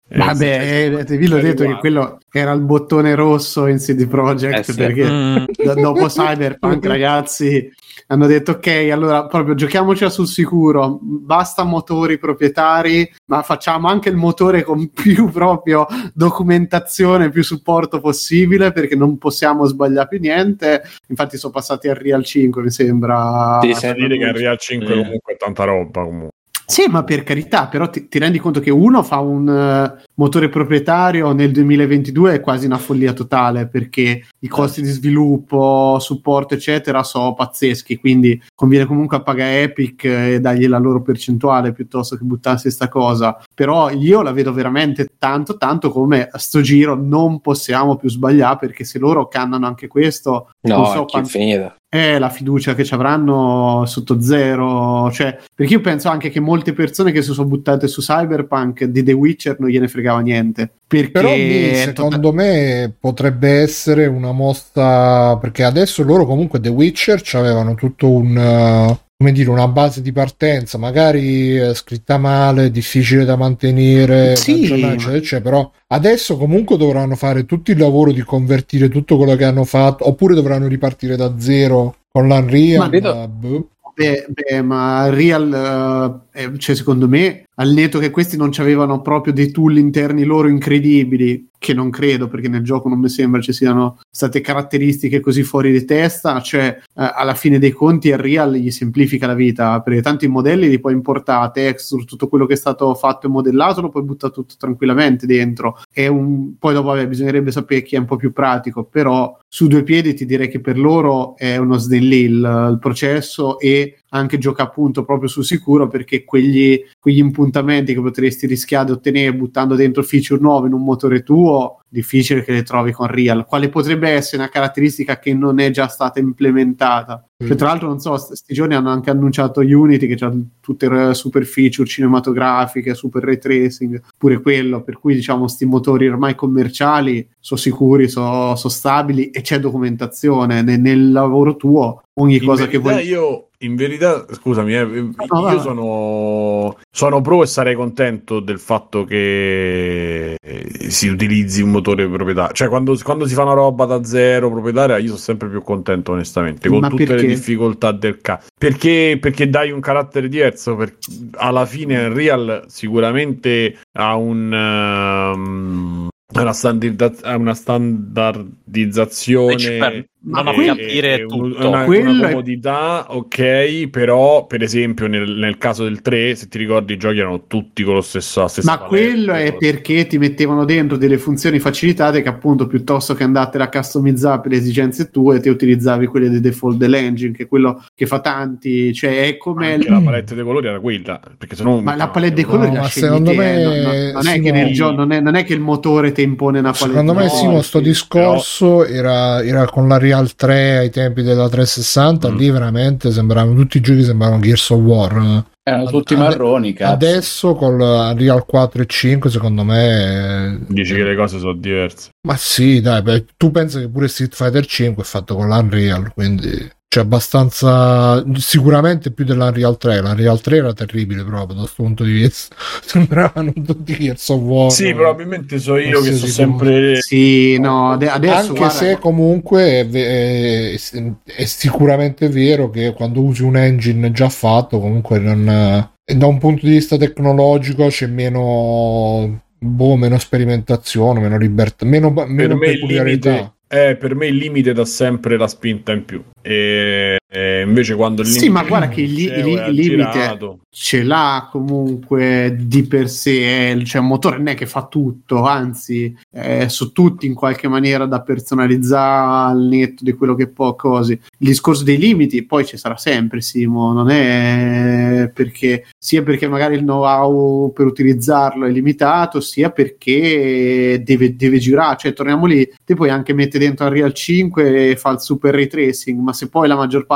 Eh, Vabbè, eh, vi l'ho detto che quello era il bottone rosso in C D Projekt, eh sì. perché Mm. d- dopo Cyberpunk, ragazzi, hanno detto ok, allora proprio giochiamocela sul sicuro, basta motori proprietari, ma facciamo anche il motore con più proprio documentazione, più supporto possibile, perché non possiamo sbagliare più niente. Infatti sono passati al Real cinque, mi sembra. Sì, C'è da dire che Unreal cinque Sì. comunque è tanta roba comunque. Sì, ma per carità, però ti, ti rendi conto che uno fa un uh, motore proprietario nel duemilaventidue è quasi una follia totale, perché i costi di sviluppo, supporto eccetera sono pazzeschi, quindi conviene comunque a pagare Epic e dargli la loro percentuale piuttosto che buttarsi sta cosa. Però io la vedo veramente tanto tanto come a sto giro non possiamo più sbagliare, perché se loro cannano anche questo, No, non so è quanto finita. è la fiducia che ci avranno sotto zero, cioè, perché io penso anche che molte persone che si sono buttate su Cyberpunk di The Witcher non gliene fregava niente, perché Però lì secondo me potrebbe essere una mossa, perché adesso loro comunque The Witcher avevano tutto un uh, come dire, una base di partenza magari eh, scritta male, difficile da mantenere, Sì. da aggiornare, eccetera, eccetera, però adesso comunque dovranno fare tutto il lavoro di convertire tutto quello che hanno fatto, oppure dovranno ripartire da zero con l'Unreal. Ma vedo- ma boh. Beh, beh, ma Real, uh, eh, cioè secondo me, al netto che questi non c'avevano proprio dei tool interni loro incredibili, che non credo, perché nel gioco non mi sembra ci siano state caratteristiche così fuori di testa, cioè uh, alla fine dei conti il Real gli semplifica la vita, perché tanto i modelli li puoi importare, texture, tutto quello che è stato fatto e modellato lo puoi buttare tutto tranquillamente dentro. È un... Poi dopo vabbè, bisognerebbe sapere chi è un po' più pratico, però su due piedi ti direi che per loro è uno snellì il, il processo, e anche gioca appunto proprio sul sicuro, perché quegli, quegli impuntamenti che potresti rischiare di ottenere buttando dentro feature nuove in un motore tuo, difficile che le trovi con Real. Quale potrebbe essere una caratteristica che non è già stata implementata? Mm. Cioè, tra l'altro non so, sti giorni hanno anche annunciato Unity che ha tutte le super feature cinematografiche, super ray tracing, pure quello, per cui diciamo sti motori ormai commerciali sono sicuri, sono so stabili, e c'è documentazione nel, nel lavoro tuo. Ogni In cosa che verità vuoi. io, in verità, scusami, eh, no, io vai. sono, sono pro e sarei contento del fatto che eh, si utilizzi un motore proprietario. Cioè, quando, quando si fa una roba da zero proprietaria, io sono sempre più contento, onestamente, con Ma tutte perché? le difficoltà del caso. Perché, perché dai un carattere diverso. Per, alla fine, il Real sicuramente ha un. Um, una, standardizza- una standardizzazione Per non Ma a quel- capire e un- tutto. una, Quello una è- comodità, ok, però per esempio nel, nel caso del tre, se ti ricordi, i giochi erano tutti con lo stesso la stessa Ma palette, quello è con- perché ti mettevano dentro delle funzioni facilitate che appunto piuttosto che andartela a customizzare per le esigenze tue, ti utilizzavi quelle di default dell'engine, che è quello che fa tanti, cioè è come anche il- la palette dei colori era quella, perché sennò ma la mettevano palette dei anche colori No, la ma scegli secondo te, me, eh, non, non- non è che Simo- nel gioco non è, non è che il motore ti impone una palette. Secondo me di Simo colori. sto discorso era, era con la Real tre ai tempi della trecentosessanta, Mm. lì veramente sembravano tutti i giochi, sembravano Gears of War. Erano tutti Ade- marroni, cazzo. Adesso con la Real quattro e cinque secondo me dici eh, che le cose sono diverse. ma sì dai, beh, tu pensi che pure Street Fighter cinque è fatto con l'Unreal, quindi c'è abbastanza, sicuramente più dell'Unreal tre. L'Unreal tre era terribile proprio da questo punto di vista. Sembravano tutti Gears of War. Sì, probabilmente so io che Qualsiasi sono cosa. sempre Sì, no, ade- adesso Anche guarda, se comunque è, ve- è- è sicuramente vero che quando usi un engine già fatto, comunque non, da un punto di vista tecnologico c'è meno, boh, meno sperimentazione, meno libertà, meno, per meno me il peculiarità. limite eh, per me il limite dà sempre la spinta in più, e, e invece quando il sì, limite ma guarda che il, li- c'è il o li- è il limite aggirato, ce l'ha comunque di per sé, eh, cioè il motore non è che fa tutto, anzi eh, su tutti in qualche maniera da personalizzare al netto di quello che può, così. Il discorso dei limiti poi ci sarà sempre, Simo, non è perché sia perché magari il know-how per utilizzarlo è limitato, sia perché deve, deve girare, cioè torniamo lì, te puoi anche mettere dentro Unreal cinque e fa il super ray tracing, ma se poi la maggior parte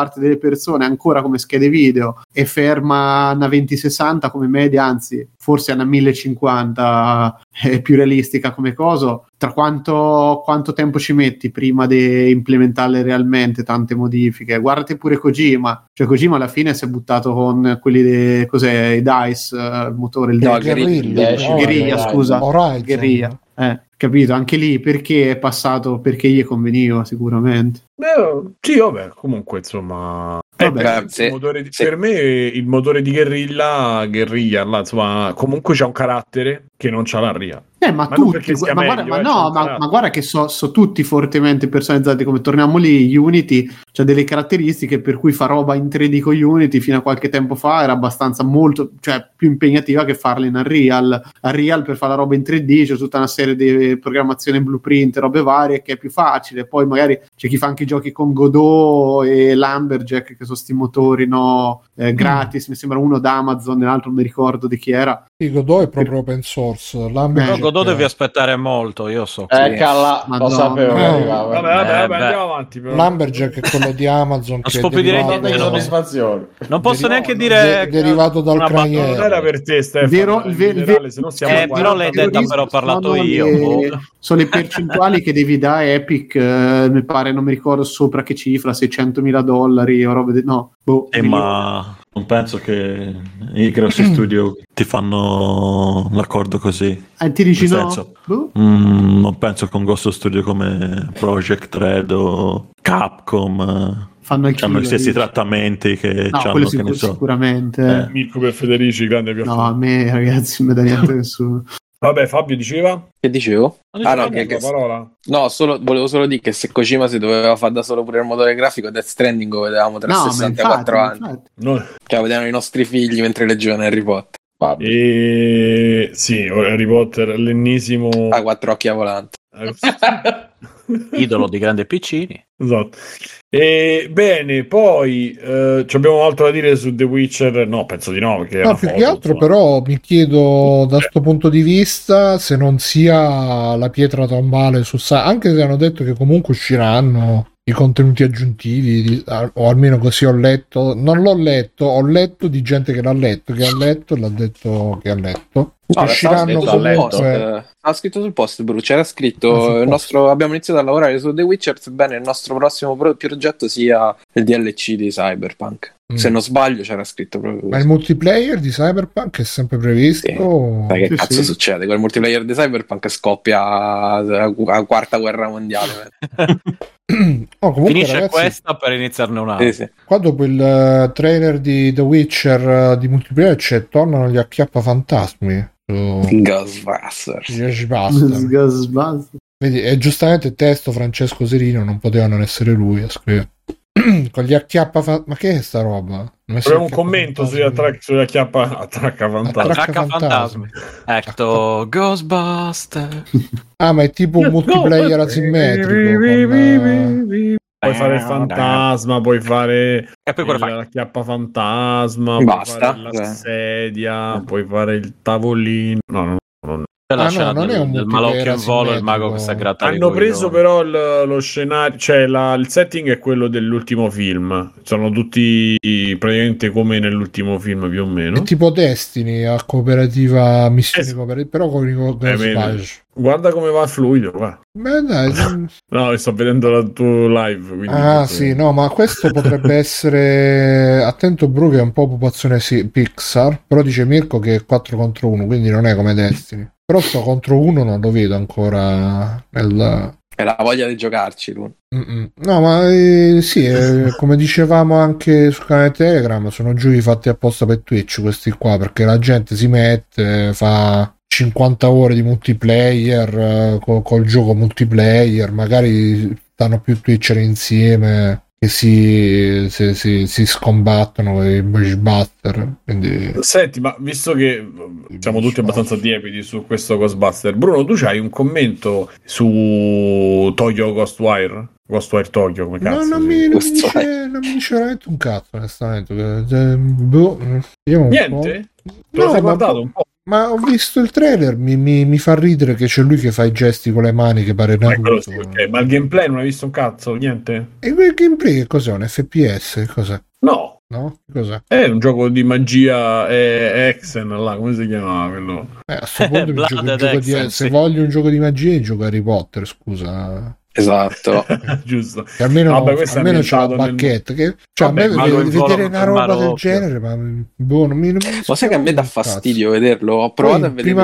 parte delle persone ancora come schede video e ferma una venti sessanta come media, anzi forse una mille cinquanta è più realistica come coso, tra quanto, quanto tempo ci metti prima di implementarle realmente tante modifiche? Guardate pure Kojima, cioè Kojima alla fine si è buttato con quelli di cos'è, i DICE, il motore, il no, Guerrilla, Guerrilla, scusa, Horizon. Guerrilla, eh, capito, anche lì perché è passato, perché gli conveniva sicuramente. Beh, sì, vabbè, comunque insomma eh, Vabbè, per, se, il motore di, se... per me il motore di Guerrilla Guerrilla là, insomma, comunque c'ha un carattere che non c'ha la Ria. Eh, ma, Ma non tutti, perché sia ma, meglio, guarda, ma eh, no, c'ha un ma, carattere. ma guarda che so, so tutti fortemente personalizzati, come torniamo lì, Unity c'ha delle caratteristiche per cui fa roba in tre D con Unity fino a qualche tempo fa era abbastanza molto, cioè più impegnativa che farla in Unreal. Unreal per fare la roba in tre D c'è tutta una serie di programmazione blueprint, robe varie che è più facile, poi magari c'è chi fa anche i giochi con Godot e Lumberjack che sono sti motori no eh, gratis, mm. mi sembra uno da Amazon e l'altro non mi ricordo di chi era. Sì, Godot è proprio open source. Però Godot devi aspettare molto, io so. Eccola, sì. Lo sapevo che arrivava. Vabbè, vabbè, Eh, vabbè, andiamo avanti. Però. Lumberjack è quello di Amazon. Non si può più dire niente. Soddisfazione. Non posso Deriva- neanche dire. de- derivato dal una craniere. Non era per te, Stefano. Vero- in ve- generale, ve- se no siamo Eh, qua. però l'hai detta, però ho parlato sono io. Le, boh. sono le percentuali che devi dare Epic, eh, mi pare, non mi ricordo sopra che cifra, seicentomila dollari o robe di... no, boh, Eh, ma non penso che i grossi studio ti fanno l'accordo così. Eh, ti dici Nel no? senso, Boh. mm, non penso che un grosso studio come Project Red o Capcom eh, Fanno il hanno gli chilo, stessi dici. trattamenti che No, hanno, quello che sicur- ne so. sicuramente. Eh. Mirko per Federici, grande più. No, a me ragazzi non mi dà niente nessuno. Vabbè, Fabio diceva? Che dicevo? Ah no, che, la che, parola? no solo, volevo solo dire che se Kojima si doveva fare da solo pure il motore grafico, Death Stranding lo vedevamo tra No, ma sessantaquattro infatti, anni. infatti. No. Cioè, vedevano i nostri figli mentre leggevano Harry Potter. E... Sì, Harry Potter, l'ennesimo... A quattro occhi a volante. Idolo di grandi e piccini. Esatto. E, bene, poi eh, ci abbiamo altro da dire su The Witcher? No, penso di no, perché è No, una più foto, che altro insomma. però mi chiedo da questo punto di vista se non sia la pietra tombale su Sa- anche se hanno detto che comunque usciranno i contenuti aggiuntivi di- o almeno così ho letto, non l'ho letto, ho letto di gente che l'ha letto, che ha letto e l'ha detto che ha letto. No, Usciranno stava scritto sul post, comunque eh, ha scritto sul post, Bru, c'era scritto Ah, sul il post. nostro, abbiamo iniziato a lavorare su The Witcher, sebbene il nostro prossimo pro- progetto sia il D L C di Cyberpunk. Mm. Se non sbaglio c'era scritto proprio Ma il così. multiplayer di Cyberpunk è sempre previsto? Sì. Sai che Sì, cazzo sì. succede? Quel multiplayer di Cyberpunk scoppia la quarta guerra mondiale. Oh, comunque, Finisce ragazzi, questa per iniziarne un'altra. Sì, sì. qua dopo il uh, trailer di The Witcher uh, di multiplayer c'è tornano gli acchiappa fantasmi su Ghostbusters. Ghostbusters. Ghostbusters. Vedi, e giustamente il testo Francesco Serino non poteva non essere lui a scrivere con gli acchiappa fa- ma che è sta roba? Abbiamo un commento sugli attrac- sugli acchiappa attracca fantasma. Attracca H fantasmi. Ecco, Ghostbuster. Ah, ma è tipo un multiplayer asimmetrico con, uh, Puoi fare il fantasma, puoi fare E poi quello il- fai. l'acchiappa fantasma, Basta. puoi fare la sedia, puoi fare il tavolino. No, no, no. C'è la Ah, no, scena non del, è un del multiplayer malocchio in volo e il mago asimmetrico. che sta grattando. Hanno preso però il- lo scenario, cioè la- il setting è quello dell'ultimo film. Sono tutti praticamente come nell'ultimo film più o meno. è tipo Destiny a cooperativa missione Eh, cooperativa però con i Ghostbusters. Guarda come va fluido, guarda. Beh, dai. No, sto vedendo la tuo live. Quindi Ah sì, no, ma questo potrebbe essere attento Bru che è un po' popolazione sì, Pixar, però dice Mirko che è quattro contro uno, quindi non è come Destiny. Però sto contro uno non lo vedo ancora nel... È la voglia di giocarci, lui. Mm-mm. No, ma eh, sì, eh, come dicevamo anche sul canale Telegram, sono giochi fatti apposta per Twitch questi qua, perché la gente si mette, fa cinquanta ore di multiplayer eh, col, col gioco multiplayer, magari stanno più Twitcher insieme che si, si, si, si scombattono con i Ghostbuster, quindi... Senti, ma visto che siamo tutti abbastanza tiepidi su questo Ghostbuster, Bruno, tu c'hai un commento su Tokyo Ghostwire? Ghostwire Tokyo, come cazzo? No, non mi, non, mi dice, non mi dice veramente un cazzo, onestamente. Eh, boh, vediamo un Niente? po'. Te lo No, sei ma- guardato un po'? Ma ho visto il trailer, mi, mi, mi fa ridere che c'è lui che fa i gesti con le mani che pare Naruto. Sì, okay. Ma il gameplay non hai visto un cazzo? Niente? E quel gameplay che cos'è? Un F P S? Cos'è? No. No? Cos'è? È un gioco di magia è Exen là, come si chiamava quello? Eh, a sto punto mi gioco, un gioco di, se sì. voglio un gioco di magia gioco Harry Potter, scusa. Esatto. Giusto. Che almeno, Vabbè, almeno c'è la bacchetta nel... che... cioè, Vabbè, a me vedere una roba del genere, ma boh, non mi, non mi ma sai che a me dà fastidio cazzo. vederlo? Ho provato Poi, a vedere prima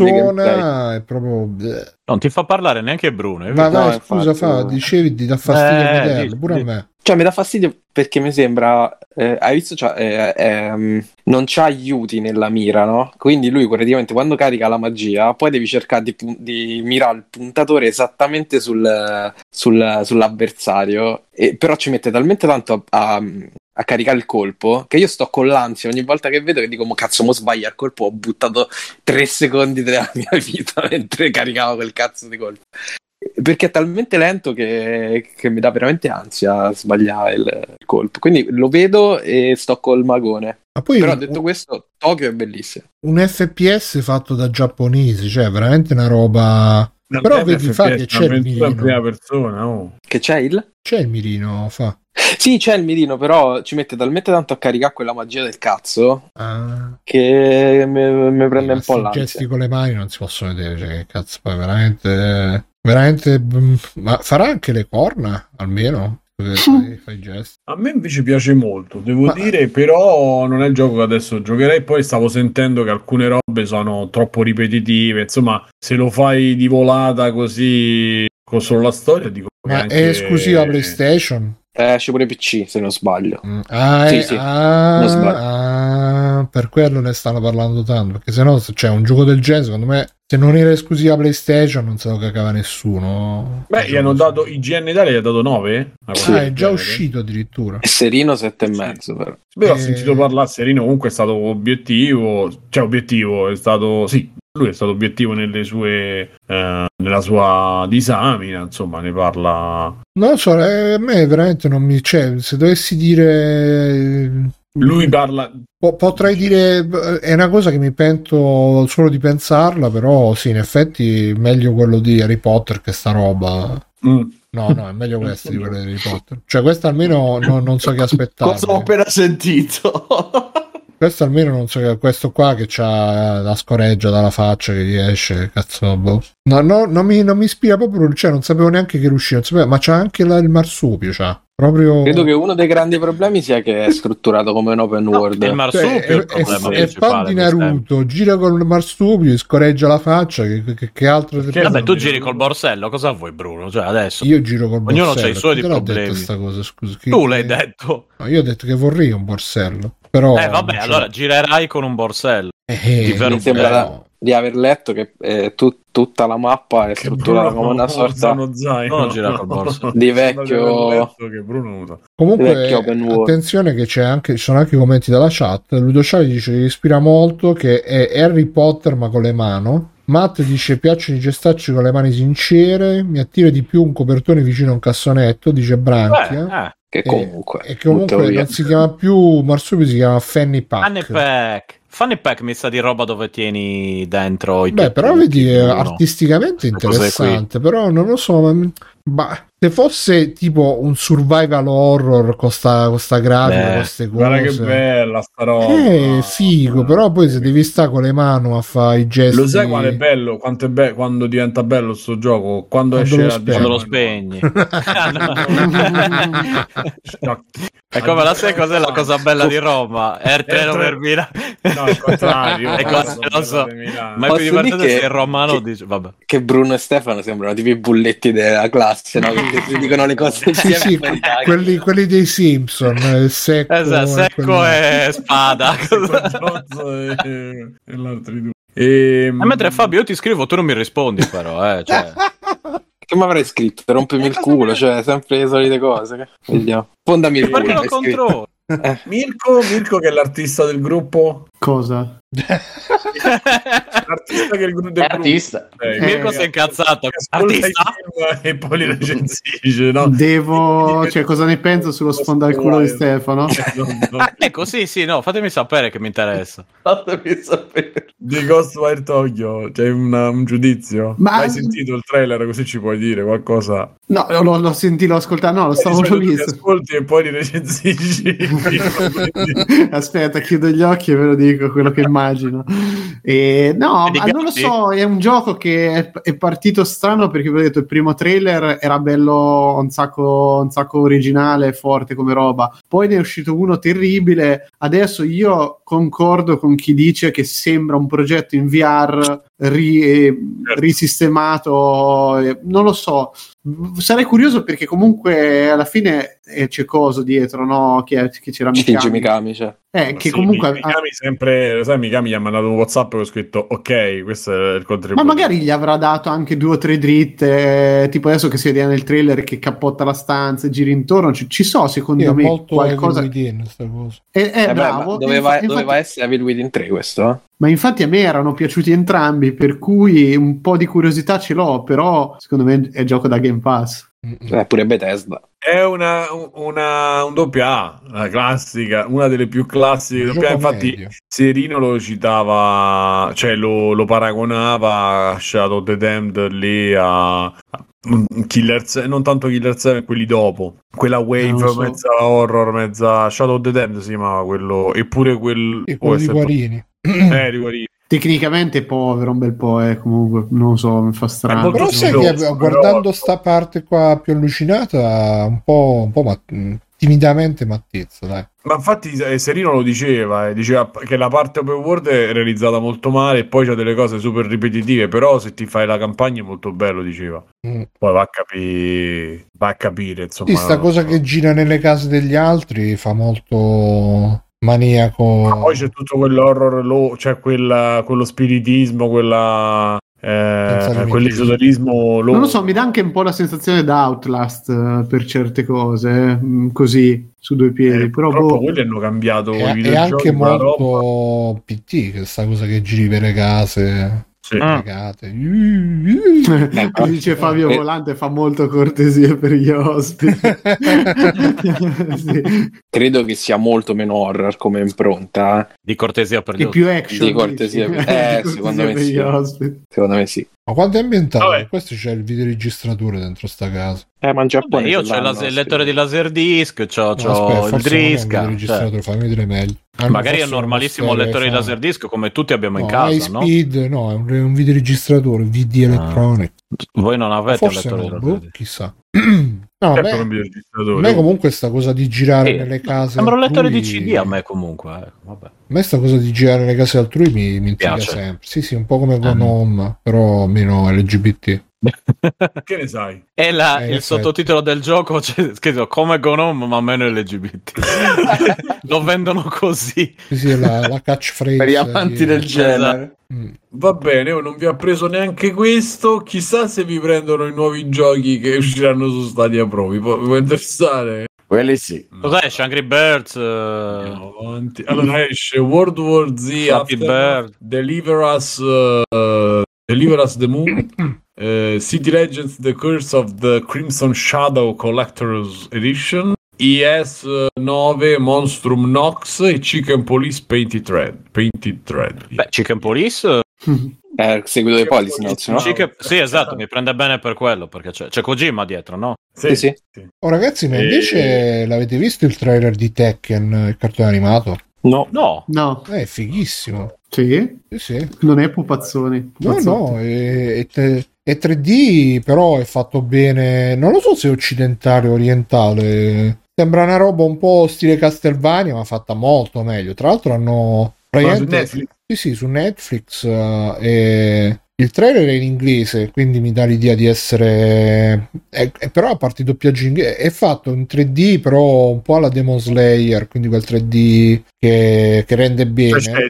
persona è proprio non ti fa parlare neanche Bruno. Ma vai, no, scusa, fa, dicevi di dà fastidio eh, a vederlo, pure di... a me. Cioè mi dà fastidio perché mi sembra eh, hai visto cioè, eh, eh, non c'ha aiuti nella mira, no? Quindi lui praticamente quando carica la magia poi devi cercare di, di mirare il puntatore esattamente sul, sul, sull'avversario e, però ci mette talmente tanto a, a, a caricare il colpo che io sto con l'ansia ogni volta che vedo che dico ma cazzo mo sbaglia il colpo, ho buttato tre secondi della mia vita mentre caricavo quel cazzo di colpo. Perché è talmente lento che, che mi dà veramente ansia sbagliare il, il colpo. Quindi lo vedo e sto col magone. Ma poi Però detto un, questo, Tokyo è bellissimo. Un F P S fatto da giapponesi, cioè veramente una roba. Non Però vedi F P S, fa che c'è il mirino. In prima persona, oh. Che c'è il? C'è il mirino, fa. Sì, c'è il mirino, però ci mette talmente tanto a caricare quella magia del cazzo ah. che mi, mi prende un po' l'ansia. I gesti con le mani non si possono vedere, cioè che cazzo, poi veramente... Veramente, ma farà anche le corna almeno? Fai, fai gesti. A me invece piace molto, devo ma... dire, però non è il gioco che adesso giocherei. Poi stavo sentendo che alcune robe sono troppo ripetitive. Insomma, se lo fai di volata così con solo la storia, dico. Ma anche... è esclusiva PlayStation? Eh, esce pure P C se non sbaglio. Mm. Ah, sì, è... sì. Ah, non sbaglio. Ah, per quello ne stanno parlando tanto. Perché se no, c'è cioè, un gioco del genere, secondo me. Se non era esclusiva PlayStation non se lo cagava nessuno. Beh, gli hanno dato I G N Italia gli ha dato nove? Ah, sì, è già uscito addirittura. E Serino sette e mezzo però. Beh, e... ho sentito parlare Serino, comunque è stato obiettivo, cioè obiettivo, è stato sì, lui è stato obiettivo nelle sue eh, nella sua disamina, insomma, ne parla. Non lo so, eh, a me veramente non mi c'è, se dovessi dire lui parla po- potrei dire è una cosa che mi pento solo di pensarla, però sì, in effetti meglio quello di Harry Potter che sta roba. Mm. No, no, è meglio questo di quello di Harry Potter. Cioè questo almeno no, non so che aspettare. Cosa ho appena sentito? Questo almeno non so che questo qua che c'ha la scoreggia dalla faccia che gli esce, cazzo, boh. No, no, non mi, non mi ispira proprio, cioè non sapevo neanche che riusciva, non sapevo, ma c'ha anche la, il marsupio, c'ha. Proprio... Credo che uno dei grandi problemi sia che è strutturato come un open no, world. Il marsupio cioè, è, è, è fan di Naruto, gira con il marsupio, scorreggia la faccia. Che, che, che altro? Che, vabbè, tu giri col borsello, cosa vuoi, Bruno? Cioè, adesso io giro col borsello. Ognuno ha i suoi Chi problemi. Sta cosa, scusa, chi... Tu che... l'hai detto. No, io ho detto che vorrei un borsello. Però eh, vabbè, allora girerai con un borsello. Eh, mi sembra da, di aver letto che eh, tu, tutta la mappa è che strutturata Bruno, come una sorta uno zaino. Non gira col borsello. Di vecchio che Bruno usa. Comunque vecchio attenzione che c'è anche, ci sono anche i commenti dalla chat. Ludo Ciali dice che ispira molto, che è Harry Potter ma con le mani. Matt dice piacciono i gestacci con le mani sincere, mi attira di più un copertone vicino a un cassonetto, dice Branchia. Beh, eh. Che comunque, e, e comunque non si chiama più marsupio, si chiama Fanny Pack. Fanny Pack. Fanny Pack mi sa di roba dove tieni dentro i beh, però vedi è artisticamente interessante, però non lo so, ma, ma se fosse tipo un survival horror con sta, con sta grafica, con queste cose, guarda che bella sta roba, eh figo, però poi se devi stare con le mani a fare i gesti, lo sai qual è bello, quanto è be- quando diventa bello sto gioco, quando, quando esce lo la spegni. Quando lo spegni. È come la sai cos'è la cosa bella di Roma? È treno per Milano. No, al contrario. È cosa, non so. Ma è più divertente se il romano che, dice vabbè. Che Bruno e Stefano sembrano tipo i bulletti della classe, no? Che si dicono le cose insieme. Sì, sì, quelli, quelli dei Simpson, il secco, esatto, secco e, e spada. e, e l'altro di due. E, e mentre Fabio io ti scrivo, tu non mi rispondi però, eh, cioè. Che mi avrei scritto? Rompimi il culo, cioè sempre le solite cose. Vediamo. Fondami il culo. Perché lo controllo? Eh. Mirko, Mirko che è l'artista del gruppo. Cosa? L'artista che è il gruppo del artista. gruppo. Mirko eh, si è incazzato. Artista e poi li recensisce, no? Devo, cioè, cosa ne penso sullo sfondo al culo di Stefano? Ah, ecco, sì, sì, no, fatemi sapere che mi interessa. Fatemi sapere. Di Ghostwire Tokyo, c'è una, un giudizio? Ma... Hai sentito il trailer, così ci puoi dire qualcosa? No, l'ho, l'ho sentito, l'ho ascoltato, no, lo stavo già visto. Ascolti e poi li recensisci. Aspetta, chiudo gli occhi e ve lo dico quello che immagino. E, no, ma non lo so, è un gioco che è, è partito strano perché vi ho detto il primo trailer era bello, un sacco, un sacco originale, forte come roba. Poi ne è uscito uno terribile. Adesso io concordo con chi dice che sembra un progetto in V R ri, risistemato, non lo so. Sarei curioso perché comunque alla fine eh, c'è coso dietro, no? Che, che c'era Mikami. Shinji Mikami, cioè. Eh, che sì, comunque Mikami sempre, lo sai, Mikami gli ha mandato un WhatsApp con scritto ok, questo è il contributo. Ma magari gli avrà dato anche due o tre dritte, tipo adesso che si vede nel trailer che cappotta la stanza e gira intorno, ci, ci so secondo sì, me molto qualcosa within, sta cosa. è, è eh bravo. Beh, doveva, infatti, doveva essere Evil Within tre questo, eh? Ma infatti a me erano piaciuti entrambi, per cui un po' di curiosità ce l'ho, però secondo me è gioco da Game Pass. Eh, pure Bethesda. È una, una un doppia A, una classica, una delle più classiche doppia A. Infatti medio. Serino lo citava, cioè lo, lo paragonava a Shadow of the Damned lì a, a Killer sette, non tanto Killer sette, quelli dopo, quella wave so. mezza horror, mezza Shadow of the Damned si chiamava quello, eppure quel e quello di Guarini. Eh, di Guarini. Tecnicamente è povero un bel po', eh, comunque non so, mi fa strano. Però sai che guardando sta parte qua più allucinata un po', un po' ma, timidamente mattezza, dai. Ma infatti eh, Serino lo diceva, eh, diceva che la parte open world è realizzata molto male e poi c'ha delle cose super ripetitive, però se ti fai la campagna è molto bello, diceva. Mm. Poi va a capire, va a capire, insomma. Sì, sta cosa so. Che gira nelle case degli altri fa molto maniaco. Ma poi c'è tutto quell'horror, lo, cioè quella, quello spiritismo, quella eh, quell'esoterismo. Lo... Non lo so, mi dà anche un po' la sensazione da Outlast uh, per certe cose, eh, così su due piedi. Eh, però boh, boh. quelli hanno cambiato è, i videogiochi. È anche molto P T, questa cosa che giri per le case. Sì. Ah. Dice Fabio eh. Volante, fa molto cortesia per gli ospiti. Sì. Credo che sia molto meno horror come impronta di cortesia per gli e ospiti. Più action di cortesia, per... eh, di secondo, me per sì. gli ospiti. Secondo me sì. Ma quanto è ambientato? Vabbè. Questo c'è il videoregistratore dentro sta casa. Eh, ma in Giappone io c'ho la, il lettore di Laserdisc, c'ho, c'ho no, aspetta, il Drisca. Cioè. Fammi vedere meglio. Hanno magari è un normalissimo lettore di Laserdisc come tutti abbiamo no, in casa, high speed, no? no, è un, un videoregistratore, V D Electronic. Ah. Voi non avete un lettore no, di Laserdisc? Boh, chissà. No, certo, a me, a me comunque sta cosa di girare sì, nelle case sembra un lettore altrui... di C D a me comunque eh. Vabbè. A me sta cosa di girare nelle case altrui mi, mi intriga sempre. Sì sì, un po' come Gnome, ah, però meno L G B T. Che ne sai? E la, eh, il effetti. sottotitolo del gioco c'è scritto come Gnome ma meno L G B T. Lo vendono così. Sì sì, la, la catchphrase per gli amanti di... del genere. Mm. Va bene, io non vi ho preso neanche questo. Chissà se vi prendono i nuovi giochi che usciranno su Stadia Pro. Vi può, vi può interessare? Quelli sì. No. Cos'è? Esce Angry Birds? Uh... avanti. Allora esce World War Z Happy Bird, Deliver Us uh, Deliver Us the Moon, uh, City Legends The Curse of the Crimson Shadow Collector's Edition, I S nove Monstrum Nox e Chicken Police Painted Red. Painted Red. Beh, Chicken Police è seguito dei Police Notes, no? Chicken... Sì, esatto, mi prende bene per quello, perché c'è, c'è Kojima dietro, no? Sì, sì. sì. Oh ragazzi, ma invece e... l'avete visto il trailer di Tekken, il cartone animato? No. No. No. È fighissimo. Sì? Sì, sì. Non è pupazzoni. No, no, è, è, è tre D, però è fatto bene. Non lo so se è occidentale o orientale. Sembra una roba un po' stile Castlevania, ma fatta molto meglio. Tra l'altro hanno... Su Netflix? Sì, sì, su Netflix. Uh, e... Il trailer è in inglese, quindi mi dà l'idea di essere... È, è però a parte i doppiaggi in inglese. È fatto in tre D, però un po' alla Demon Slayer, quindi quel tre D che, che rende bene.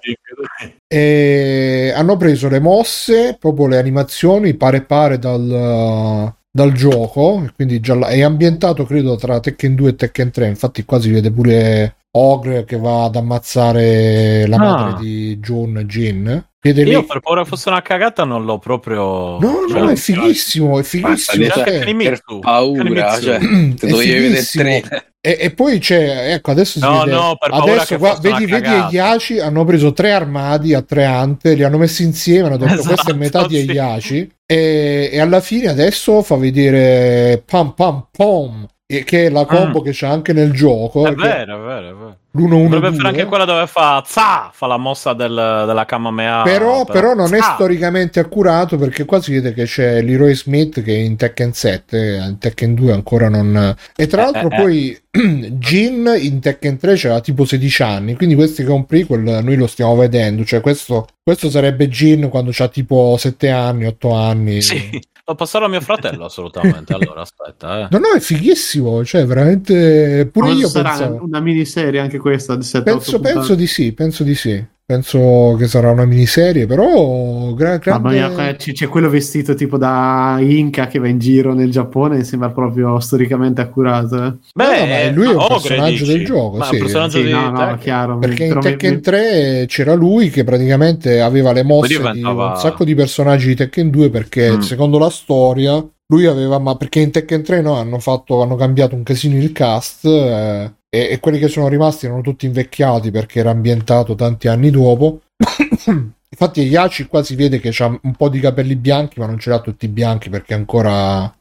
E hanno preso le mosse, proprio le animazioni, pare pare dal... dal gioco, quindi già là, è ambientato credo tra Tekken due e Tekken tre, infatti qua si vede pure Ogre che va ad ammazzare la Ah. madre di Jun Jin. Vede lì- Io per paura fosse una cagata non l'ho proprio... No, no, cioè, è fighissimo, è fighissimo. Basta, cioè, per Kenimitsu. paura, Kenimitsu. cioè, è te dovevi vedere il fighissimo. trailer. E, e poi c'è, ecco, adesso si No, vede, no, per paura adesso che qua, fosse una vedi, vedi cagata. Heihachi hanno preso tre armadi a tre ante, li hanno messi insieme, hanno detto Esatto, questa è metà di sì. Heihachi e, e alla fine adesso fa vedere pam pam pom, e che è la combo Mm. che c'è anche nel gioco, È che vero, è vero, è vero. l'uno uno Dovrebbe fare anche due. quella dove fa za, fa la mossa del, della Kamehameha. Però, per- però non è za. storicamente accurato, perché qua si vede che c'è Leroy Smith che in Tekken sette, in Tekken due ancora non... E tra l'altro Eh, eh, poi Jin in Tekken tre c'era tipo sedici anni, quindi questi che è un prequel noi lo stiamo vedendo, cioè questo, questo sarebbe Jin quando c'ha tipo sette anni, otto anni. Sì, lo passerò a mio fratello assolutamente. Allora, aspetta, eh. No, no, è fighissimo, cioè veramente... Pure Cosa io sarà pensavo... una miniserie anche questa di sette Penso, otto penso di sì, penso di sì. Penso che sarà una miniserie, però gra- Mamma grande... mia, qua c'è, c'è quello vestito tipo da Inca che va in giro nel Giappone, sembra proprio storicamente accurato. Eh. No, no, ma lui è un Ogre, personaggio dici? del gioco, Ma sì. è un personaggio Sì, di no, no, Tekken. chiaro. Perché in però mi- Tekken mi- tre c'era lui che praticamente aveva le mosse Poi diventava- di un sacco di personaggi di Tekken due, perché Mm. secondo la storia lui aveva, ma perché in Tekken tre no, hanno fatto, hanno cambiato un casino il cast, eh, e, e quelli che sono rimasti erano tutti invecchiati perché era ambientato tanti anni dopo. Infatti Heihachi qua si vede che ha un po' di capelli bianchi, ma non ce l'ha tutti bianchi perché ancora...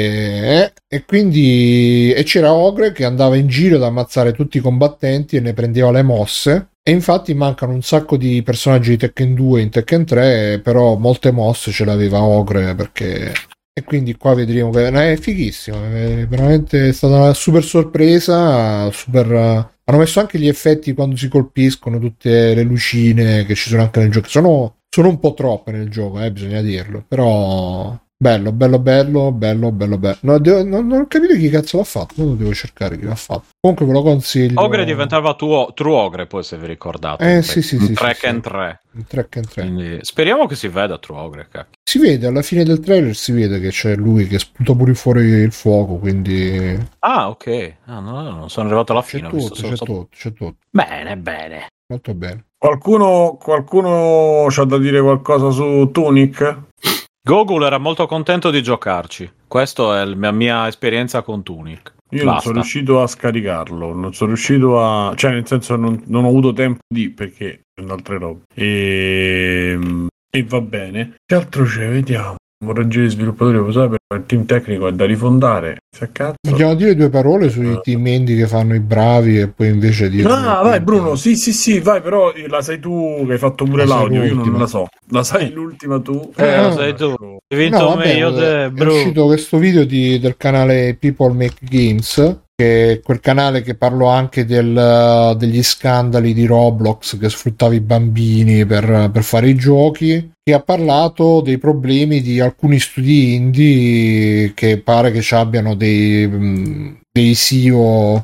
E, e quindi e c'era Ogre che andava in giro ad ammazzare tutti i combattenti e ne prendeva le mosse. E infatti mancano un sacco di personaggi di Tekken due in Tekken tre, però molte mosse ce l'aveva Ogre perché... E quindi qua vedremo che è fighissimo, è veramente stata una super sorpresa, super... Hanno messo anche gli effetti quando si colpiscono, tutte le lucine che ci sono anche nel gioco. Sono, sono un po' troppe nel gioco, eh, bisogna dirlo. Però bello, bello, bello, bello, bello, bello. No, devo- non, non ho capito chi cazzo l'ha fatto, non lo devo cercare chi l'ha fatto. Comunque ve lo consiglio. Ogre diventava tuo, True Ogre, poi se vi ricordate. Eh, in sì, sì, in sì, Tekken sì, sì. tre. In Tekken tre. Quindi speriamo che si veda True Ogre, cacchio. Si vede alla fine del trailer, si vede che c'è lui che sputa pure fuori il fuoco, quindi Ah, ok. Ah, no, no, non sono arrivato alla c'è fine. ho visto tutto, solo c'è so- tutto, c'è tutto. Bene, bene. Molto bene. Qualcuno, qualcuno c'ha da dire qualcosa su Tunic? Gogol era molto contento di giocarci. Questa è la mia esperienza con Tunic. Io non Basta. sono riuscito a scaricarlo, non sono riuscito a... cioè nel senso non, non ho avuto tempo di... perché in altre robe. E... e va bene. Che altro c'è? Vediamo. Vorrei gli sviluppatori lo sapere, il team tecnico è da rifondare. Se a cazzo. Vogliamo dire due parole sui team indie che fanno i bravi e poi invece di... Ah, vai Bruno, sì sì sì, vai, però la sai tu che hai fatto pure La sai l'audio, io l'ultima. non la so. La sai l'ultima tu? Eh, Ah. lo sai tu. Hai vinto No, vabbè, meglio è de bro. uscito questo video di- del canale People Make Games, che è quel canale che parlò anche del- degli scandali di Roblox che sfruttava i bambini per, per fare i giochi, che ha parlato dei problemi di alcuni studi indie che pare che ci abbiano dei, mh, dei C E O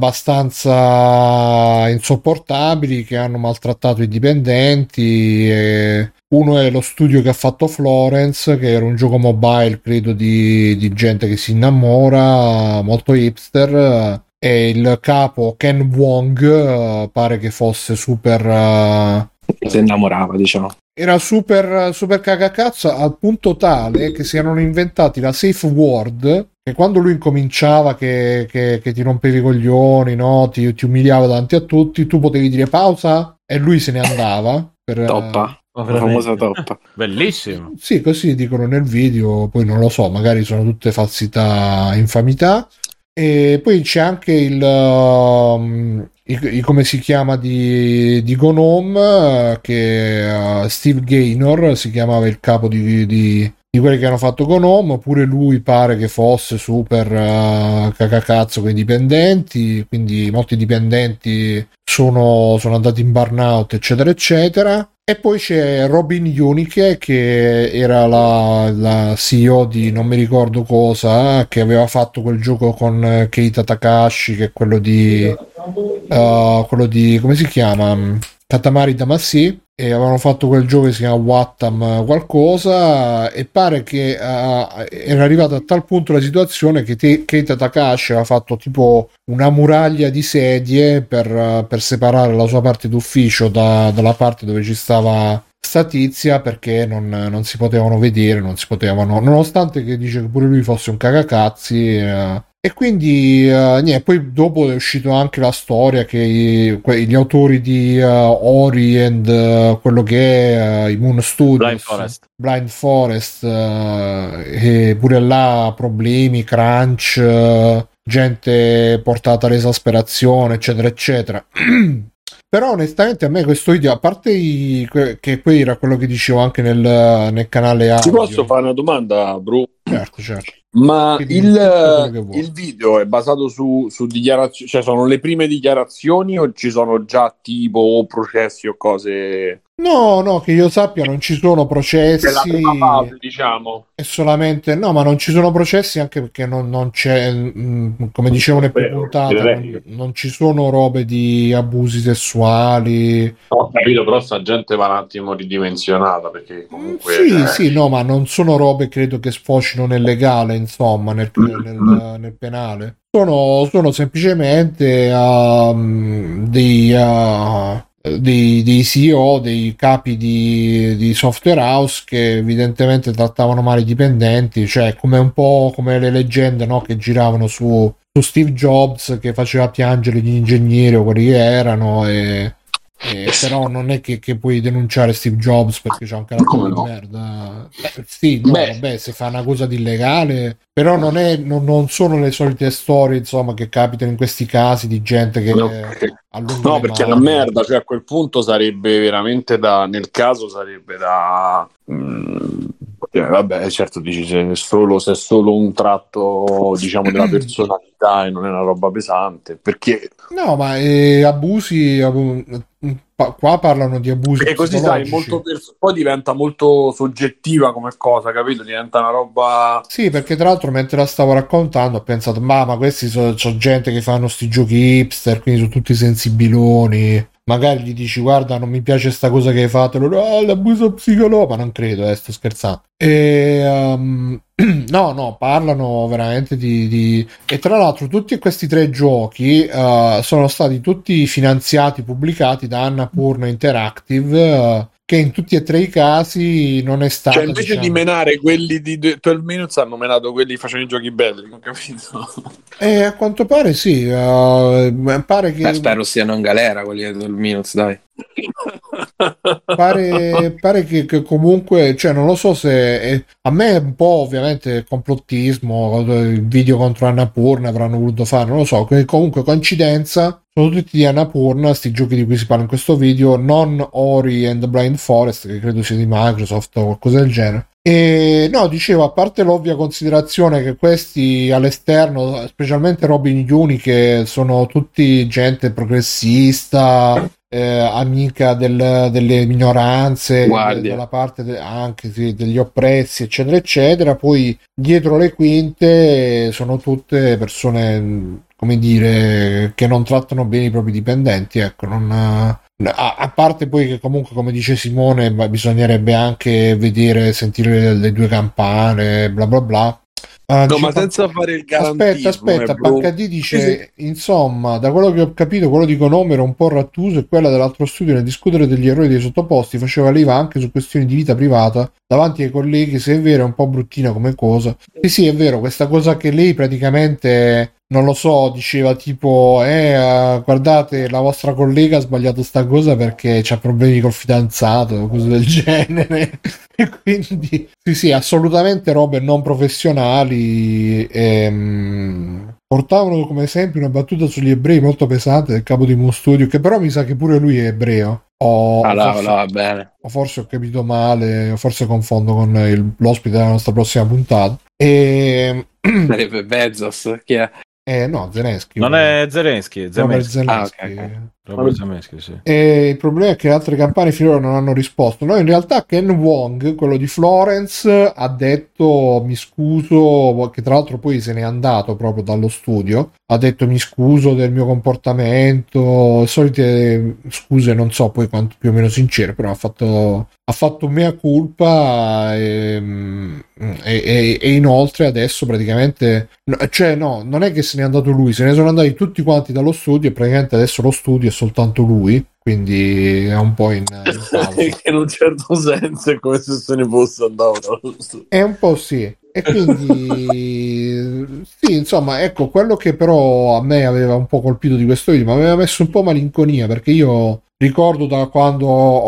abbastanza insopportabili, che hanno maltrattato i dipendenti. E uno è lo studio che ha fatto Florence, che era un gioco mobile, credo, di, di gente che si innamora, molto hipster. E il capo Ken Wong eh, pare che fosse super... eh, Si innamorava, diciamo. era super, super cagacazzo, al punto tale che si erano inventati la safe word, che quando lui incominciava che, che, che ti rompevi i coglioni, no? ti, ti umiliava davanti a tutti, tu potevi dire pausa e lui se ne andava. Per, Toppa. Ma La famosa veramente. toppa. Bellissimo. Sì, così dicono nel video, poi non lo so, magari sono tutte falsità, infamità. E poi c'è anche il, um, i, i- come si chiama di, di Gnome, eh, che uh, Steve Gaynor si chiamava il capo di, di, di quelli che hanno fatto Gnome, pure lui pare che fosse super uh, cacacazzo con i dipendenti, quindi molti dipendenti sono, sono andati in burnout, eccetera eccetera. E poi c'è Robin Uniche, che era la, la C E O di non mi ricordo cosa, che aveva fatto quel gioco con eh, Keita Takahashi, che è quello di uh, quello di come si chiama? Katamari Damacy, e avevano fatto quel gioco che si chiama Wattam qualcosa, e pare che uh, era arrivata a tal punto la situazione che te- Keita Takahashi aveva fatto tipo una muraglia di sedie per, uh, per separare la sua parte d'ufficio da, dalla parte dove ci stava sta tizia, perché non, non si potevano vedere, non si potevano, nonostante che dice che pure lui fosse un cagacazzi. Uh, E quindi uh, niente, poi dopo è uscito anche la storia che i, que- gli autori di uh, Ori and uh, quello che è uh, i Moon Studios, Blind Forest, Blind Forest uh, e pure là problemi, crunch, uh, gente portata all'esasperazione, eccetera, eccetera. Però onestamente a me questo video, a parte i, che poi era quello che dicevo anche nel, nel canale audio. Ti posso fare una domanda, bro? Certo, certo. Ma il, il video è basato su, su dichiarazioni, cioè sono le prime dichiarazioni o ci sono già tipo processi o cose? No, no, che io sappia non ci sono processi. È la prima fase, diciamo. È solamente, no, ma non ci sono processi anche perché non, non c'è, mh, come dicevo nelle prime puntate, non, non ci sono robe di abusi sessuali. Ho capito, però sta gente va un attimo ridimensionata perché comunque... Sì, eh... sì, no, ma non sono robe, credo, che sfocino nel legale, insomma, nel, nel, nel penale. Sono, sono semplicemente uh, dei... Uh, Dei, dei C E O, dei capi di, di software house che evidentemente trattavano male i dipendenti, cioè come un po' come le leggende, no, che giravano su, su Steve Jobs, che faceva piangere gli ingegneri o quelli che erano, e, e però non è che, che puoi denunciare Steve Jobs perché c'ha un carattere di merda. Eh, sì, no, Beh. vabbè, se fa una cosa di illegale, però non, è, non, non sono le solite storie, insomma, che capitano in questi casi di gente che... No, no, perché è una merda, cioè a quel punto sarebbe veramente da, nel caso sarebbe da mh, eh, vabbè, certo, dici se è solo, se è solo un tratto, diciamo, della personalità e non è una roba pesante, perché no, ma eh, abusi abu- qua parlano di abusi perché così sai, molto pers- poi diventa molto soggettiva come cosa, capito? Diventa una roba, sì, perché tra l'altro mentre la stavo raccontando ho pensato ma, ma questi sono c'ho gente che fanno sti giochi hipster, quindi sono tutti sensibiloni, magari gli dici guarda non mi piace sta cosa che hai fatto, loro oh, l'abuso psicologico, ma non credo, eh, sto scherzando. E um, no, no, parlano veramente di, di... E tra l'altro tutti questi tre giochi uh, sono stati tutti finanziati, pubblicati da Annapurna Interactive, uh, che in tutti e tre i casi non è stato, cioè invece diciamo... di menare quelli di dodici Minutes hanno menato quelli che facevano i giochi belli, ho capito? E a quanto pare sì, uh, pare che... Beh, spero siano in galera quelli di dodici Minutes, dai. Pare, pare che, che comunque, cioè non lo so se è, a me è un po' ovviamente complottismo, il video contro Annapurna avranno voluto fare, non lo so, che comunque coincidenza, sono tutti di Annapurna sti giochi di cui si parla in questo video, non Ori and the Blind Forest, che credo sia di Microsoft o qualcosa del genere. E no, dicevo, a parte l'ovvia considerazione che questi all'esterno, specialmente Robin Juni, che sono tutti gente progressista, eh, amica del, delle minoranze, de, dalla parte de, anche sì, degli oppressi, eccetera, eccetera, poi dietro le quinte sono tutte persone, come dire, che non trattano bene i propri dipendenti, ecco, non... A, a parte poi che comunque, come dice Simone, bisognerebbe anche vedere, sentire le, le due campane, bla bla bla. Uh, no, ma senza fare il garantismo. Aspetta, aspetta, P H D dice, insomma, da quello che ho capito, quello di Konami era un po' rattuso e quella dell'altro studio nel discutere degli errori dei sottoposti faceva leva anche su questioni di vita privata davanti ai colleghi, se è vero è un po' bruttina come cosa. Sì, sì, è vero, questa cosa che lei praticamente... non lo so, diceva tipo eh, uh, guardate la vostra collega ha sbagliato sta cosa perché c'ha problemi col fidanzato o cose del genere e quindi sì sì, assolutamente robe non professionali. Ehm, portavano come esempio una battuta sugli ebrei molto pesante del capo di Moon Studio, che però mi sa che pure lui è ebreo. O, allora, forse, allora, bene. o forse ho capito male, o forse confondo con il, l'ospite della nostra prossima puntata. E sarebbe Bezos, chi è? Eh no, Zelensky. Non è Zelensky, Zelensky. Zelensky. Ah, okay, okay. Robert Zemeckis, sì. E il problema è che altre campane finora non hanno risposto. No, in realtà Ken Wong, quello di Florence, ha detto mi scuso, che tra l'altro poi se n'è andato proprio dallo studio, ha detto mi scuso del mio comportamento, solite scuse non so poi quanto più o meno sincere, però ha fatto ha fatto mea culpa e, e, e, e inoltre adesso praticamente, cioè no, non è che se n'è andato lui, se ne sono andati tutti quanti dallo studio e praticamente adesso lo studio è soltanto lui, quindi è un po' in, in pausa. In un certo senso è come se se ne fosse andato dallo studio. È un po' sì. E quindi sì, insomma, ecco, quello che però a me aveva un po' colpito di questo video, mi aveva messo un po' malinconia, perché io ricordo da quando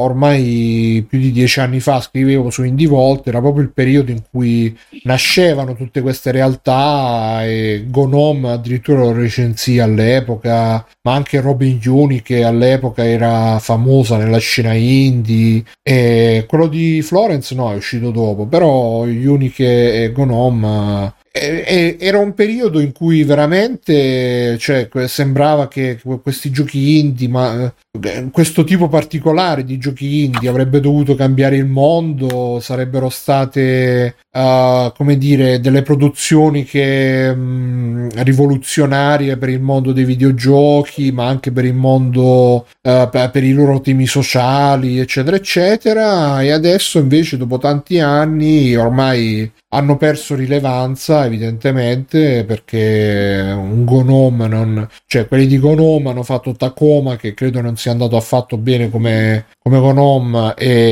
ormai più di dieci anni fa scrivevo su Indie Vault, era proprio il periodo in cui nascevano tutte queste realtà e Gnome addirittura lo recensì all'epoca, ma anche Robin Juni che all'epoca era famosa nella scena indie, e quello di Florence no, è uscito dopo, però Juni e Gnome era un periodo in cui veramente, cioè, sembrava che questi giochi indie, ma questo tipo particolare di giochi indie avrebbe dovuto cambiare il mondo, sarebbero state uh, come dire delle produzioni che um, rivoluzionarie per il mondo dei videogiochi, ma anche per il mondo uh, per, per i loro temi sociali, eccetera eccetera, e adesso invece dopo tanti anni ormai hanno perso rilevanza evidentemente, perché un Gnome non, cioè quelli di Gnome hanno fatto Tacoma, che credo non sia andato affatto bene come, come Gnome,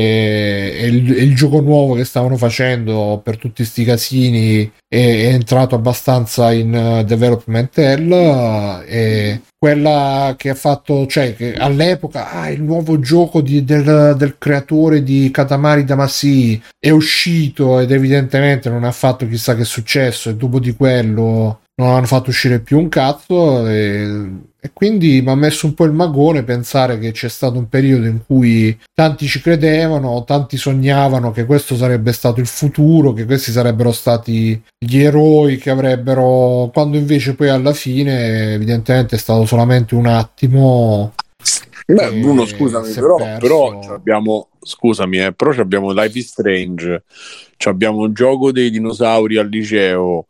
e, e, il, e il gioco nuovo che stavano facendo per tutti sti casini è, è entrato abbastanza in uh, development hell, e quella che ha fatto, cioè che all'epoca ah, il nuovo gioco di, del, del creatore di Katamari Damacy è uscito ed evidentemente non ha fatto chissà che successo, e dopo di quello non hanno fatto uscire più un cazzo, e, e quindi mi ha messo un po' il magone pensare che c'è stato un periodo in cui tanti ci credevano, tanti sognavano che questo sarebbe stato il futuro, che questi sarebbero stati gli eroi che avrebbero, quando invece poi alla fine evidentemente è stato solamente un attimo. Beh, Bruno, scusami, però, però abbiamo, scusami, eh, però abbiamo Life is Strange, abbiamo un gioco dei dinosauri al liceo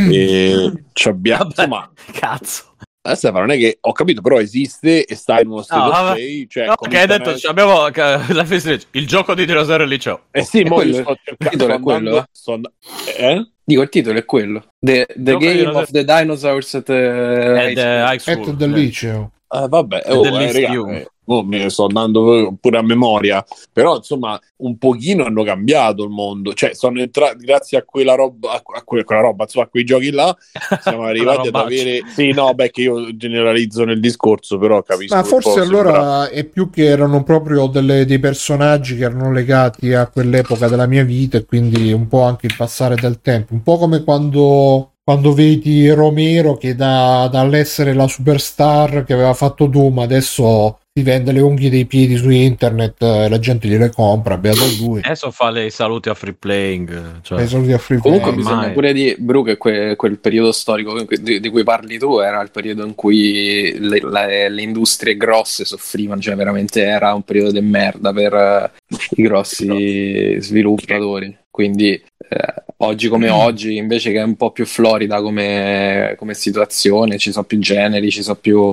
e abbiamo, insomma, cazzo. Eh, Stefano, non è che ho capito, però esiste e sta in uno state no, of play. Cioè, no, che hai detto, è... abbiamo Life is Strange, il gioco di dinosauri al liceo. Eh sì, mo quello, io sto cercando, il titolo è quello, andando, sto and... eh? Dico, il titolo è quello. The, the Game of the Dinosaurs at, uh, high high school. Del liceo. Eh, vabbè, oh, eh, regà, eh, oh, mi sto andando pure a memoria, però insomma un pochino hanno cambiato il mondo, cioè sono entrati grazie a quella roba, a, a quella, quella roba, insomma a quei giochi là siamo arrivati ad avere, sì no beh che io generalizzo nel discorso, però capisco. Ma forse allora sembra... è più che erano proprio delle, dei personaggi che erano legati a quell'epoca della mia vita, e quindi un po' anche il passare del tempo, un po' come quando quando vedi Romero che da, dall'essere la superstar che aveva fatto Doom adesso si vende le unghie dei piedi su internet e la gente gliele compra, beato lui. Adesso fa le saluti a free playing, cioè. Le saluti a free comunque playing. bisogna pure di Bru che que, quel periodo storico di, di cui parli tu era il periodo in cui le, le, le industrie grosse soffrivano, cioè veramente era un periodo di merda per uh, i grossi sviluppatori, quindi eh, oggi come oggi invece che è un po' più florida come, come situazione, ci sono più generi, ci sono più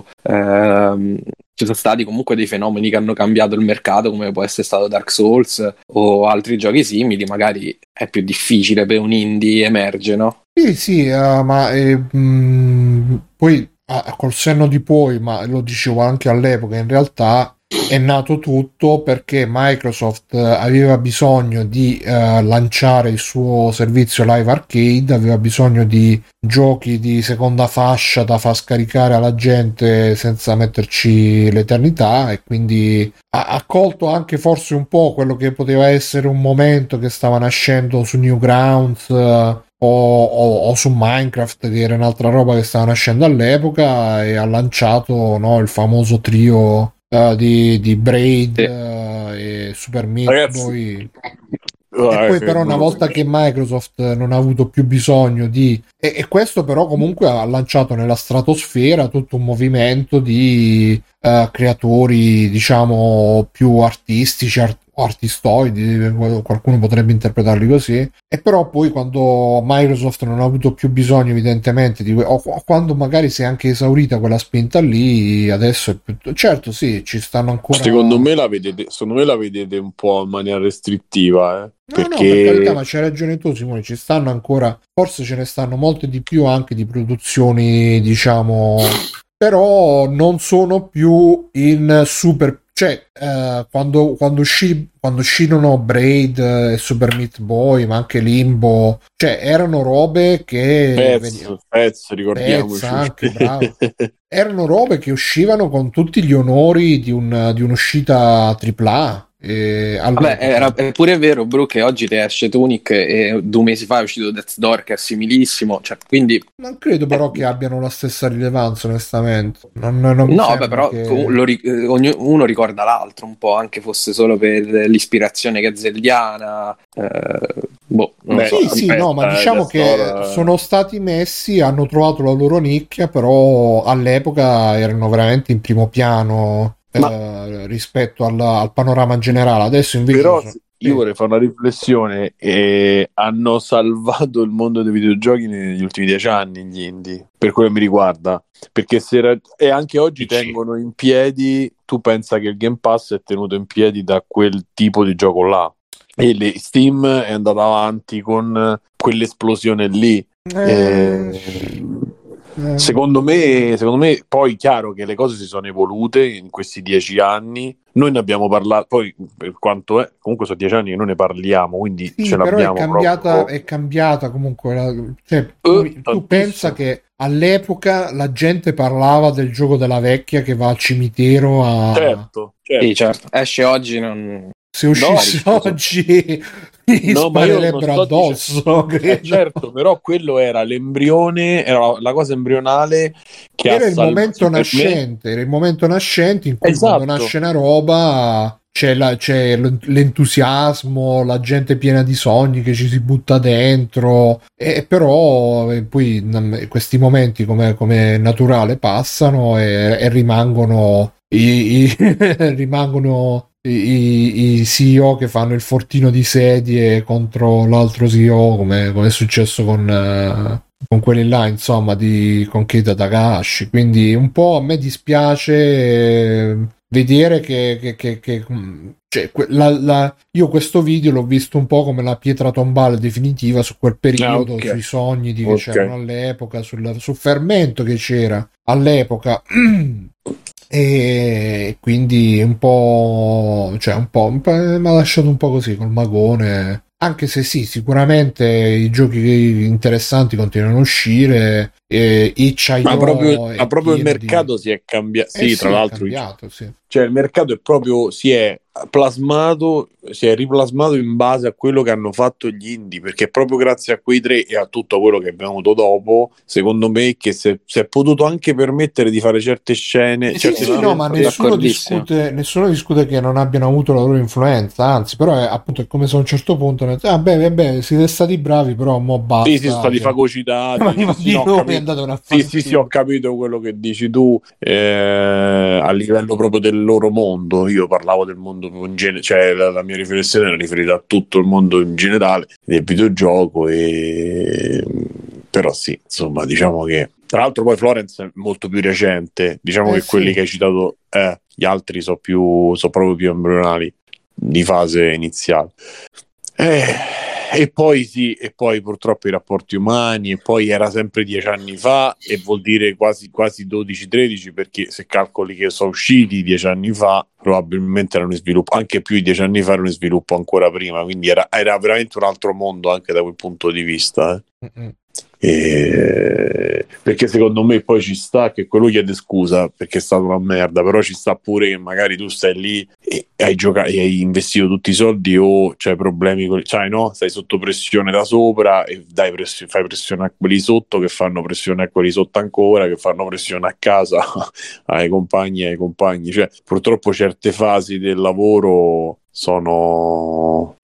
ehm, ci sono stati comunque dei fenomeni che hanno cambiato il mercato, come può essere stato Dark Souls o altri giochi simili. Magari è più difficile per un indie emergere, no? Sì, sì, uh, ma eh, mh, poi uh, col senno di poi, ma lo dicevo anche all'epoca, in realtà è nato tutto perché Microsoft aveva bisogno di uh, lanciare il suo servizio Live Arcade, aveva bisogno di giochi di seconda fascia da far scaricare alla gente senza metterci l'eternità, e quindi ha, ha colto anche forse un po' quello che poteva essere un momento che stava nascendo su Newgrounds uh, o, o, o su Minecraft, che era un'altra roba che stava nascendo all'epoca, e ha lanciato, no, il famoso trio Uh, di, di Braid, sì. uh, e Super Meat Boy. e poi però una volta che Microsoft non ha avuto più bisogno di e, e questo però comunque ha lanciato nella stratosfera tutto un movimento di uh, creatori diciamo più artistici art- artistoidi, qualcuno potrebbe interpretarli così, e però poi quando Microsoft non ha avuto più bisogno evidentemente di o quando magari si è anche esaurita quella spinta lì, adesso è più... certo sì, ci stanno ancora, secondo me la vedete secondo me la vedete un po' in maniera restrittiva, eh? No, perché... no, per carità, ma c'hai ragione tu, Simone, ci stanno ancora, forse ce ne stanno molte di più anche di produzioni, diciamo, però non sono più in super, cioè, eh, quando, quando, uscì, quando uscirono Braid e Super Meat Boy, ma anche Limbo, cioè, erano robe che... Pezzo, pezzo, ricordiamoci. Pezzo anche, bravo. Erano robe che uscivano con tutti gli onori di, un, di un'uscita tripla A. E Vabbè, era, è pure vero, Bru, che oggi ti esce Tunic e due mesi fa è uscito Death's Door che è similissimo, cioè, quindi... Non credo però che abbiano la stessa rilevanza, onestamente. Non, non mi no, vabbè, però che... lo, ognuno, uno ricorda l'altro un po', anche fosse solo per l'ispirazione gazelliana. Eh, boh, non Beh, so. sì, sì, no, ma diciamo che Store... sono stati messi, hanno trovato la loro nicchia, però all'epoca erano veramente in primo piano. Ma... Eh, rispetto al, al panorama generale. Adesso invece però sono... io vorrei fare una riflessione, e hanno salvato il mondo dei videogiochi negli ultimi dieci anni gli indie, per quello che mi riguarda, perché se era... e anche oggi tengono in piedi, tu pensa che il Game Pass è tenuto in piedi da quel tipo di gioco là, e le... Steam è andato avanti con quell'esplosione lì. eh... E... Secondo me, secondo me, poi chiaro che le cose si sono evolute in questi dieci anni. Noi ne abbiamo parlato, poi per quanto è, comunque sono dieci anni che noi ne parliamo, quindi sì, ce però l'abbiamo è cambiata, proprio... è cambiata comunque. La, cioè, uh, tu, tu pensa che all'epoca la gente parlava del gioco della vecchia che va al cimitero a... Certo, certo. Sì, certo. Esce oggi, non... Se uscisse no, oggi mi no, sparerebbero addosso. Dicendo... Eh, certo, però quello era l'embrione, era la cosa embrionale che era ha il salvato... momento nascente, me... era il momento nascente in cui esatto. quando nasce una roba c'è, la, c'è l'entusiasmo, la gente piena di sogni che ci si butta dentro, e però e poi questi momenti come, come naturale passano e, e rimangono i, i rimangono I, i C E O che fanno il fortino di sedie contro l'altro C E O, come, come è successo con, uh, con quelli là, insomma, di, con Keita Takahashi. Quindi un po' a me dispiace eh, vedere che, che, che, che cioè, la, la, io questo video l'ho visto un po' come la pietra tombale definitiva su quel periodo, ah, okay. Sui sogni di che okay. c'erano all'epoca, sul, sul fermento che c'era all'epoca. E quindi un po', cioè un po', po' mi ha lasciato un po' così col magone, anche se sì, sicuramente i giochi interessanti continuano a uscire, e ma proprio, ma proprio il mercato di... si è cambiato, sì, eh tra sì, l'altro cambiato, sì. Cioè il mercato è proprio, si è plasmato, si è riplasmato in base a quello che hanno fatto gli indie, perché proprio grazie a quei tre e a tutto quello che è venuto dopo, secondo me, che si è, si è potuto anche permettere di fare certe scene. Sì, certe sì, sì, no, ma nessuno discute, nessuno discute che non abbiano avuto la loro influenza, anzi, però è appunto è come se a un certo punto hanno detto, ah beh, beh, siete stati bravi, però mo basta. Sì, sì, sono stati fagocitati. Ma sì, sì, sì, no, è andato una sì, sì, sì, ho capito quello che dici tu, eh, a livello proprio del loro mondo. Io parlavo del mondo in genere, cioè la, la mia riflessione era riferita a tutto il mondo in generale del videogioco, e però sì, insomma, diciamo che tra l'altro poi Florence è molto più recente, diciamo eh che sì. quelli che hai citato, eh, gli altri sono più sono proprio più embrionali di fase iniziale. Eh, e poi sì, e poi purtroppo i rapporti umani, e poi era sempre dieci anni fa, e vuol dire quasi quasi dodici tredici, perché se calcoli che sono usciti dieci anni fa, probabilmente erano in sviluppo, anche più di dieci anni fa erano in sviluppo ancora prima, quindi era, era veramente un altro mondo anche da quel punto di vista, eh. E... perché secondo me poi ci sta che quello chiede scusa perché è stata una merda, però ci sta pure che magari tu stai lì e hai giocato e hai investito tutti i soldi, o c'hai problemi con... cioè no, stai sotto pressione da sopra e dai press... fai pressione a quelli sotto che fanno pressione a quelli sotto ancora, che fanno pressione a casa ai compagni e ai compagni, cioè purtroppo certe fasi del lavoro sono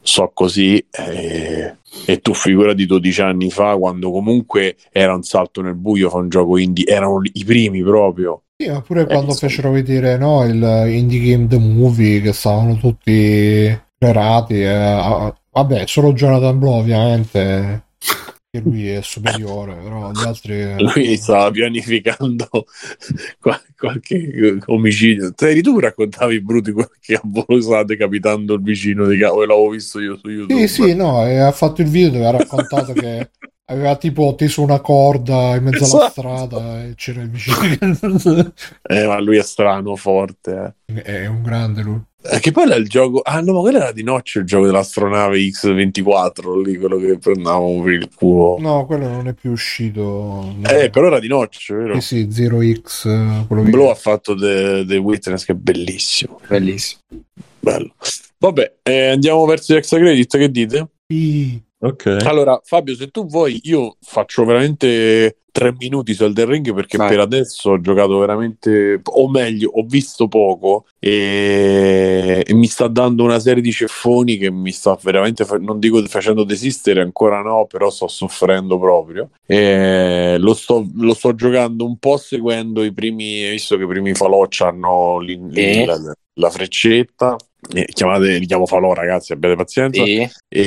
so così, e, e tu figurati dodici anni fa, quando comunque era un salto nel buio fa un gioco indie, erano i primi proprio. Sì, ma pure eh, quando insomma. fecero vedere, no, il Indie Game The Movie, che stavano tutti clerati, eh, vabbè, solo Jonathan Blow ovviamente, che lui è superiore, però gli altri... Lui stava pianificando qual- qualche omicidio. Te eri tu che raccontavi Bruti che a volo stava decapitando il vicino di casa, l'avevo visto io su YouTube. Sì, sì, no, e ha fatto il video dove ha raccontato che aveva tipo teso una corda in mezzo alla Esatto. strada e c'era il vicino. Eh, ma lui è strano, forte. Eh. È un grande lui. Eh, che poi era il gioco. Ah, no, ma quello era di Notch, il gioco dell'astronave X ventiquattro, lì, quello che prendevamo per il culo. No, quello non è più uscito. No. Eh, però era di Notch, vero? Sì, sì, Zero X. Quello che... Blow ha fatto The, The Witness, che è bellissimo. Bellissimo. Bello. Vabbè, eh, andiamo verso gli extra credit, che dite? Sì. Ok. Allora, Fabio, se tu vuoi, io faccio veramente tre minuti su Elden Ring, perché Vai. per adesso ho giocato veramente, o meglio, ho visto poco e... e mi sta dando una serie di ceffoni che mi sta veramente, fa... non dico facendo desistere, ancora no, però sto soffrendo proprio. E lo, sto, lo sto giocando un po' seguendo i primi, visto che i primi falò hanno l'in- E? la, la freccetta. Eh, chiamate, li chiamo falò, ragazzi, abbiate pazienza. Sì.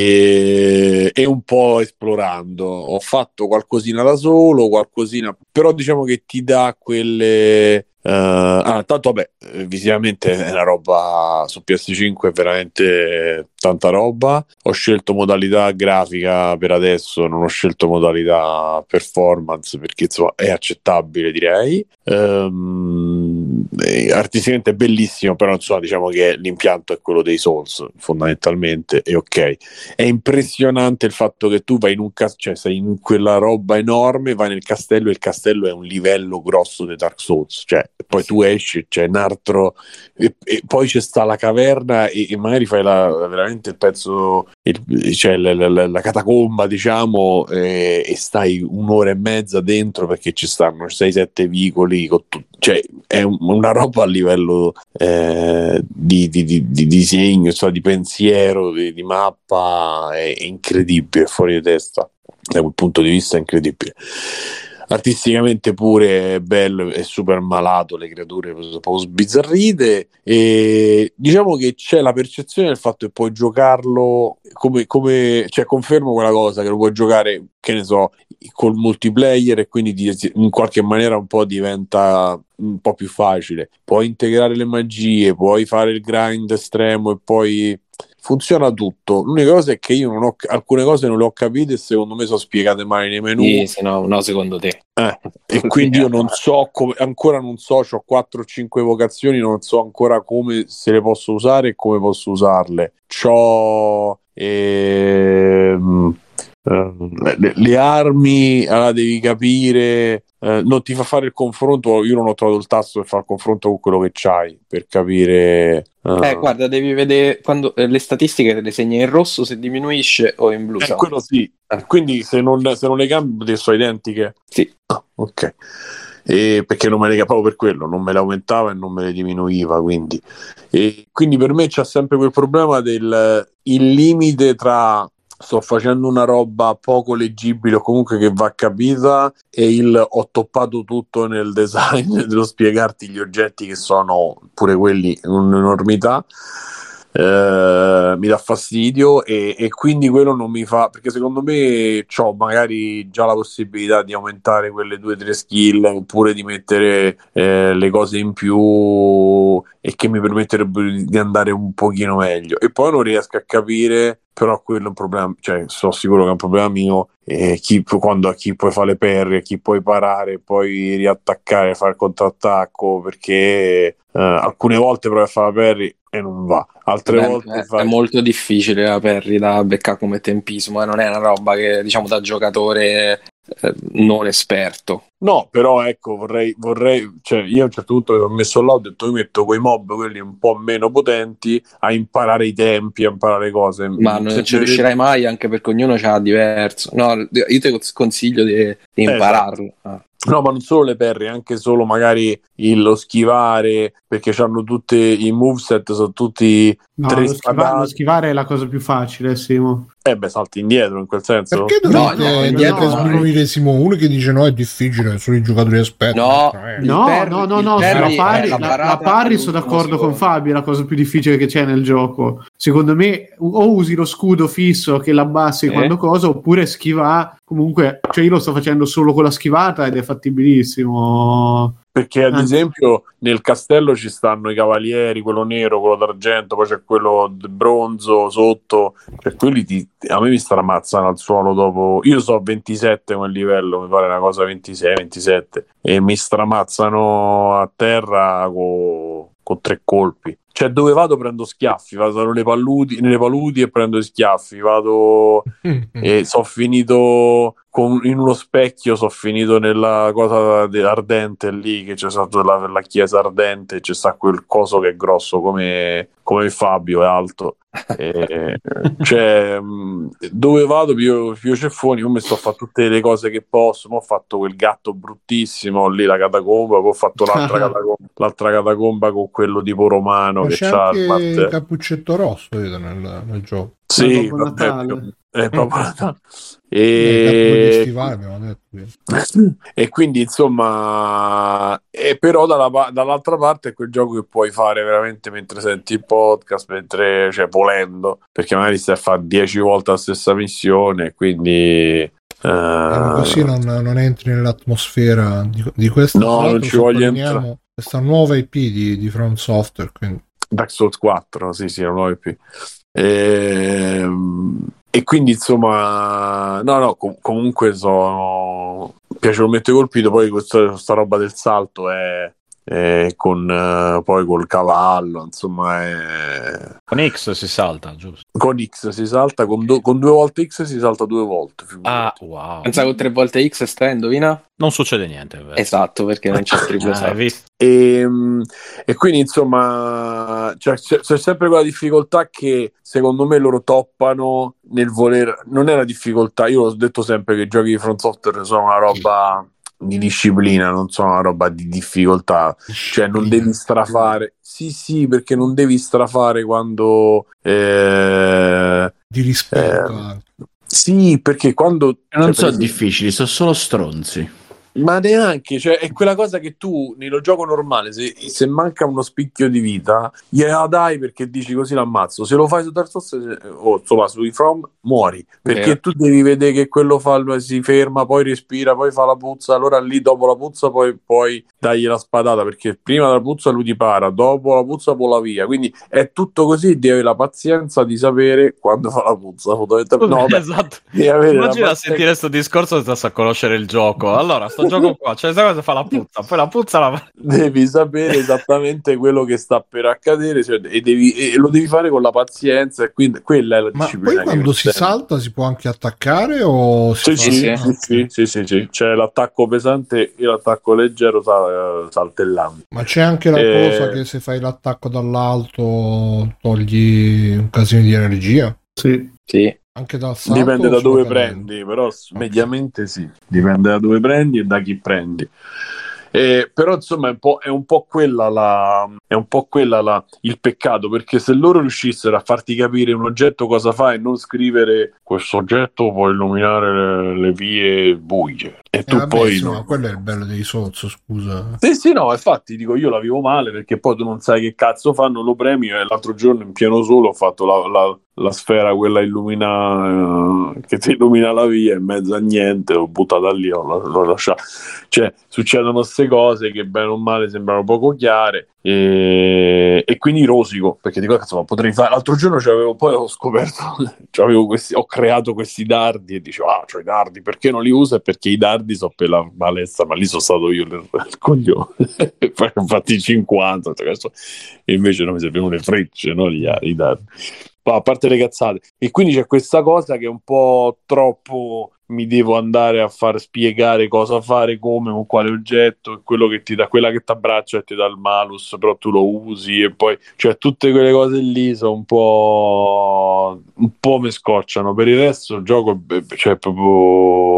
E, e un po' esplorando, ho fatto qualcosina da solo, qualcosina, però diciamo che ti dà quelle uh, ah, tanto vabbè, visivamente è una roba su P S cinque, è veramente tanta roba. Ho scelto modalità grafica per adesso, non ho scelto modalità performance perché insomma è accettabile, direi. Um, artisticamente è bellissimo, però insomma diciamo che l'impianto è quello dei Souls fondamentalmente, e ok, è impressionante il fatto che tu vai in un castello, cioè sei in quella roba enorme, vai nel castello e il castello è un livello grosso di Dark Souls, cioè poi tu esci, c'è un altro e, e poi c'è sta la caverna e, e magari fai la, veramente il pezzo il, cioè la, la, la catacomba diciamo e, e stai un'ora e mezza dentro perché ci stanno sei sette vicoli con tu, cioè è un, una roba a livello eh, di, di, di, di disegno, cioè di pensiero, di, di mappa, è, è incredibile, è fuori di testa, da quel punto di vista è incredibile. Artisticamente pure è bello, è super malato, le creature un po' sbizzarrite, e diciamo che c'è la percezione del fatto che puoi giocarlo come, come cioè confermo quella cosa, che lo puoi giocare, che ne so, col multiplayer e quindi di, in qualche maniera un po' diventa un po' più facile, puoi integrare le magie, puoi fare il grind estremo e poi funziona tutto. L'unica cosa è che io non ho alcune cose non le ho capite e secondo me sono spiegate male nei menu. Sì, se no, no, secondo te. Eh, e quindi io non so come, ancora non so, ho quattro o cinque vocazioni, non so ancora come se le posso usare e come posso usarle. C'ho ehm, eh, le, le armi, allora devi capire, eh, non ti fa fare il confronto, io non ho trovato il tasto per fare il confronto con quello che c'hai, per capire. Eh, uh. guarda, devi vedere quando eh, le statistiche te le segna in rosso se diminuisce o in blu. Eh, quello sì. Eh. Quindi se non, se non le cambi sono identiche? Sì. Ah, ok. E perché non me le proprio per quello, non me le aumentava e non me le diminuiva, quindi. E quindi per me c'è sempre quel problema del il limite tra sto facendo una roba poco leggibile o comunque che va capita e il ho toppato tutto nel design dello spiegarti gli oggetti che sono pure quelli un'enormità. Uh, mi dà fastidio e, e quindi quello non mi fa, perché secondo me c'ho magari già la possibilità di aumentare quelle due o tre skill oppure di mettere eh, le cose in più e che mi permetterebbero di andare un pochino meglio, e poi non riesco a capire, però quello è un problema, cioè sono sicuro che è un problema mio, e chi, quando a chi puoi fare le perre, a chi puoi parare, poi riattaccare, fare il contrattacco, perché uh, alcune volte provi a fare la perri e non va, altre Beh, volte è, fai... è molto difficile la perri da beccare come tempismo, eh? Non è una roba che diciamo da giocatore eh, non esperto. No, però ecco, vorrei, vorrei, cioè io a un certo punto ho messo là, ho detto io metto quei mob, quelli un po' meno potenti, a imparare i tempi, a imparare cose. Ma non Se ci riuscirai mai, anche perché ognuno c'ha diverso. No, io ti consiglio di, di impararlo. Esatto. No, ma non solo le parry, anche solo magari il, lo schivare, perché hanno tutti i moveset, sono tutti No, tre lo, schiva- lo spadate. schivare è la cosa più facile, Simo. Eh beh, salti indietro in quel senso. Perché No, dovete, no, dovete no, sminuire Simone che dice no, è difficile, solo i giocatori aspettano. No, Eh. il No, parry- no, no, il no, sulla parry parry, è la, la la parata parry sono all'ultimo d'accordo con secondo. Fabio, è la cosa più difficile che c'è nel gioco. Secondo me o usi lo scudo fisso che l'abbassi Sì. quando cosa, oppure schiva. Comunque, cioè io lo sto facendo solo con la schivata ed è fattibilissimo. Perché ad Anzi. esempio nel castello ci stanno i cavalieri, quello nero, quello d'argento, poi c'è quello d- bronzo sotto, cioè quelli ti, a me mi stramazzano al suolo dopo. Io so ventisette come livello, mi pare una cosa ventisei ventisette, e mi stramazzano a terra con con tre colpi. Cioè dove vado prendo schiaffi, vado nelle paludi, nelle paludi e prendo schiaffi, vado e sono finito con, in uno specchio, sono finito nella cosa de- ardente lì, che c'è stata la, la chiesa ardente, c'è sta quel coso che è grosso come, come Fabio, è alto. E, cioè mh, dove vado più, più ceffoni, io mi sto a fare tutte le cose che posso. Mo ho fatto quel gatto bruttissimo lì, la catacomba, poi ho fatto l'altra catacomba, l'altra catacomba con quello tipo romano Ma che c'è c'ha anche il martello. il cappuccetto rosso vedo, nel, nel gioco. Sì, Babbo vabbè, Natale. più- è Babbo Natale. Eh, il capo di E... stivale abbiamo detto. e quindi insomma, e però dalla pa- dall'altra parte è quel gioco che puoi fare veramente mentre senti il podcast, mentre, cioè volendo, perché magari stai a fare dieci volte la stessa missione, quindi Eh, ma eh, così non, non entri nell'atmosfera di, di questo. No, Tra non l'altro ci voglio sottolineiamo entrare. questa nuova I P di, di From Software, quindi Dark Souls quattro, sì, sì, non l'ho più. Ehm, E quindi insomma, no, no, com- comunque sono piacevolmente colpito. Poi questa, questa roba del salto è, è con eh, poi col cavallo, insomma, è... Con X si salta, giusto? con X si salta, con, do- con due volte X si salta due volte. Ah, figurati. wow. Pensa con tre volte X sta, indovina? Non succede niente, è vero. Esatto, perché non c'è il triplo Ah, hai salto. visto? E, e quindi insomma cioè, c'è, c'è sempre quella difficoltà che secondo me loro toppano nel voler. Non è la difficoltà, io ho detto sempre che i giochi di From Software sono una roba di disciplina, non sono una roba di difficoltà, cioè non devi strafare, sì sì, perché non devi strafare quando eh, di rispetto eh, anche. sì, perché quando Non cioè, per sono esempio- difficili, sono solo stronzi. ma neanche, cioè è quella cosa che tu nello gioco normale, se, se manca uno spicchio di vita, gliela dai perché dici così l'ammazzo. Se lo fai su Dark Souls eh, o insomma sui From, muori, perché Vero. tu devi vedere che quello fa, si ferma, poi respira, poi fa la puzza, allora lì dopo la puzza poi, poi dagli la spadata, perché prima della puzza lui ti para, dopo la puzza vola via, quindi è tutto così, devi avere la pazienza di sapere quando fa la puzza, fondamentalmente. No, vabbè, Esatto. devi avere la Immagina a pazienza. sentire questo discorso senza conoscere il gioco. Allora, sto gioco qua, cioè questa cosa fa la puzza, poi la puzza la... Devi sapere esattamente quello che sta per accadere, cioè, e, devi, e lo devi fare con la pazienza, e quindi quella è la Ma disciplina. poi quando che si serve. salta si può anche attaccare o si Sì, fa... sì, Ah, sì, ok. sì, sì, sì, sì. C'è l'attacco pesante e l'attacco leggero sal- saltellando. Ma c'è anche la Eh, cosa che se fai l'attacco dall'alto togli un casino di energia? Sì. Sì. Anche dal salto Dipende o da solo dove cadendo? prendi, però mediamente sì, dipende da dove prendi e da chi prendi. Eh, però insomma è un po', è un po' quella la, è un po' quella la, il peccato, perché se loro riuscissero a farti capire un oggetto cosa fa e non scrivere questo oggetto può illuminare le, le vie buie e Eh, tu vabbè, poi insomma, non... quello è il bello dei Souls, scusa. Sì, sì, no, infatti dico io la vivo male perché poi tu non sai che cazzo fanno, lo premio e l'altro giorno in pieno sole ho fatto la, la, la sfera quella illumina eh, che ti illumina la via in mezzo a niente, l'ho buttata lì, l'ho, l'ho lasciata. Cioè succedono queste cose che bene o male sembrano poco chiare e, e quindi rosico perché dico cazzo, ma potrei fare. L'altro giorno c'avevo, poi ho scoperto c'avevo questi, ho creato questi dardi e dicevo ah c'ho i dardi, perché non li uso? E perché i dardi sono per la palestra, ma lì sono stato io il, il coglione e poi ho fatti cinquanta e invece non mi servivano le frecce, no, gli, i dardi. A parte le cazzate, e quindi c'è questa cosa che è un po' troppo, mi devo andare a far spiegare cosa fare, come, con quale oggetto, e quello che ti dà, quella che ti abbraccia e ti dà il malus, però tu lo usi e poi, cioè tutte quelle cose lì sono un po' un po' mi scocciano. Per il resto il gioco, cioè proprio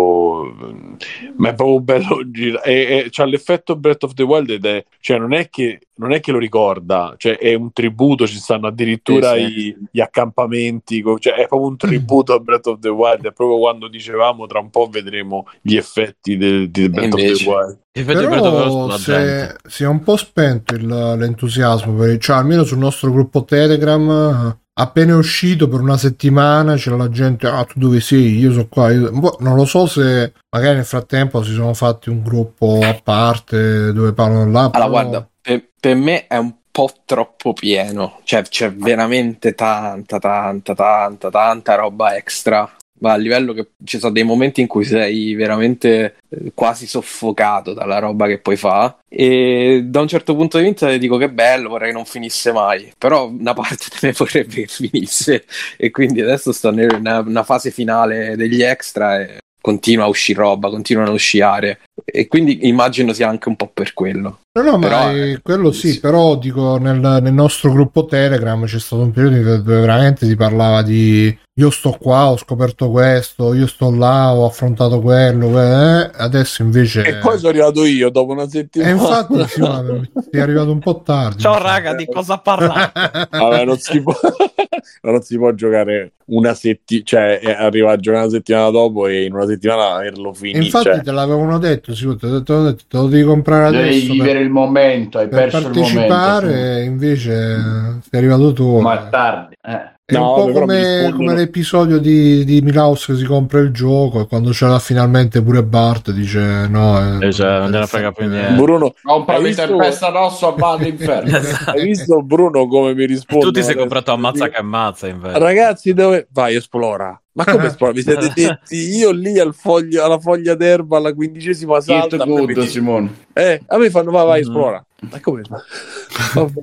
ma è proprio bello gira- e, e c'ha l'effetto Breath of the Wild ed è, cioè non è che non è che lo ricorda, cioè è un tributo, ci stanno addirittura Sì, sì. I, gli accampamenti, co- cioè è proprio un tributo a Breath of the Wild, è proprio quando dicevamo tra un po' vedremo gli effetti del, di Breath of invece. the Wild. Però se, si è un po' spento il, l'entusiasmo, per, cioè almeno sul nostro gruppo Telegram appena è uscito per una settimana c'era la gente, ah tu dove sei? Io so qua, io... non lo so se magari nel frattempo si sono fatti un gruppo a parte dove parlano là. Allora però... guarda, per, per me è un po' troppo pieno, cioè c'è veramente tanta tanta tanta tanta roba extra, ma a livello che ci sono dei momenti in cui sei veramente eh, quasi soffocato dalla roba che poi fa, e da un certo punto di vista ti dico che bello, vorrei che non finisse mai, però una parte te ne vorrebbe che finisse, e quindi adesso sto nella una fase finale degli extra e continua a uscire roba, continuano a uscire, e quindi immagino sia anche un po' per quello. No, no, Però, ma eh, eh, quello sì, però dico nel, nel nostro gruppo Telegram c'è stato un periodo dove veramente si parlava di io sto qua, ho scoperto questo, io sto là, ho affrontato quello, eh, adesso invece... E poi sono arrivato io dopo una settimana. E infatti sì, ma sei arrivato un po' tardi. Ciao raga, di cosa parlate? Vabbè, non si può non si può giocare una settimana, cioè arriva a giocare una settimana dopo e in una settimana averlo finito. Infatti cioè. te l'avevano detto, sì, te l'ho detto, te lo devi comprare Devi adesso vivere per, il momento, hai per perso il partecipare, momento. invece sei arrivato tu. Ma tardi. Eh. È No, un po' vabbè, però mi come, rispondono- come l'episodio di, di Milaus che si compra il gioco e quando ce l'ha finalmente pure Bart dice no, eh, Eh, cioè, non gliene frega più niente. Bruno, Compra hai mi visto, tempesta rosso a va all'inferno. hai visto Bruno come mi risponde? Tu ti sei comprato ammazza che ammazza invece. Ragazzi, dove vai? Esplora. Ma come esplora? Vi siete detti io lì al foglio, alla foglia d'erba alla quindicesima salta. It a me good, mi dice- Simone. Eh, a me fanno vai, vai, Mhm. esplora. Ma come? Vabbè.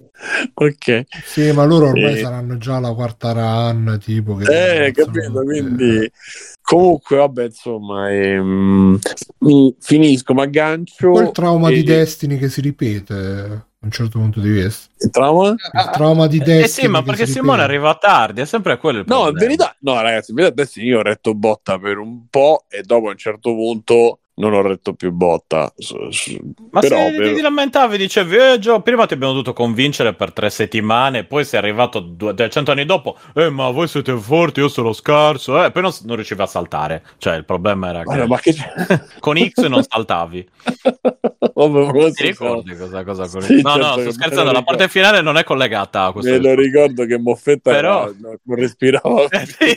Ok. sì, ma loro ormai Eh. saranno già alla quarta run, tipo che Eh, ammazzano capito, tutti. quindi comunque vabbè, insomma, ehm, mi finisco, ma aggancio Quel trauma e- di Destiny che si ripete a un certo punto di vista. il trauma? Il trauma di Destiny Eh sì, ma che perché si Simone ripete. arriva tardi, è sempre quello il No, problema. in verità, no, ragazzi, in verità adesso io ho retto botta per un po' e dopo a un certo punto non ho retto più botta. Su- su- Ma però, se però- ti lamentavi, dicevi, eh, Gio, prima ti abbiamo dovuto convincere per tre settimane, poi sei arrivato due, cento anni dopo, eh, ma voi siete forti, io sono scarso, eh, poi non, non riuscivi a saltare. Cioè, il problema era che Guarda, ma che c'è? con X non saltavi. Vabbè, ma questo Ti ricordi cosa, cosa con Sì, X? No, certo no, che sto me lo scherzando, la ricordo. parte finale non è collegata a questo. Me lo ricordo che Moffetta Però- era- no, non respirava. Eh, sì.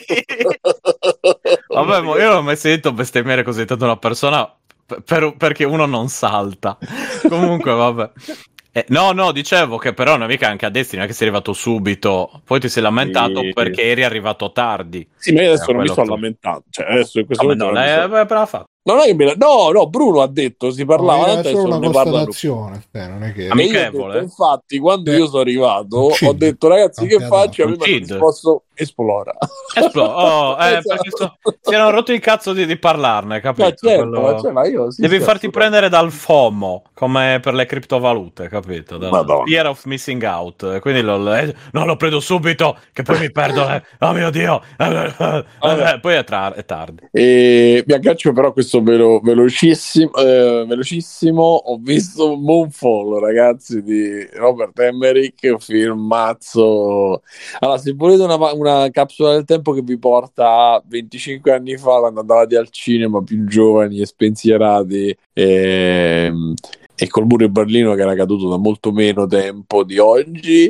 Vabbè, ma io non ho mai sentito bestemmiare così tanto una persona per- per- perché uno non salta. Comunque, vabbè. Eh, no, no, dicevo che però una mica anche a Destiny, non è che sei arrivato subito, poi ti sei lamentato Sì. perché eri arrivato tardi. Sì, ma io adesso Era non mi quello sto che- lamentando. Cioè, adesso in questo Vabbè, momento no, non mi l'hai sto- l'hai appena fatto. No, non è che me la- no, no, Bruno ha detto, si parlava No, tanto, era solo adesso una ne parlano. constatazione, eh, non è che... E io ho Amichevole. detto, infatti, quando Beh, io sono arrivato, un cid. ho detto, ragazzi, che Campeonato. faccio? A me Un mi hanno cid. risposto, esplora. Esplo- oh, eh, Esatto. perché so- si erano rotto il cazzo di, di parlarne, capito? Ma certo, Quello- ma, cioè, ma io sì, Devi sì, farti assolutamente. prendere dal FOMO, come per le criptovalute, capito? Dal Madonna. fear of missing out. Quindi lo, eh, no, lo prendo subito, che poi mi perdo. le- Oh mio Dio! Eh, eh, eh, poi è, tra- è tardi. E mi aggancio però a questo velo- velocissimo, eh, velocissimo. Ho visto Moonfall, ragazzi, di Robert Emmerich, un filmazzo. Allora, se volete una, una capsula del tempo che vi porta a venticinque anni fa, quando andavate al cinema più giovani e spensierati, ehm, e col muro di Berlino che era caduto da molto meno tempo di oggi,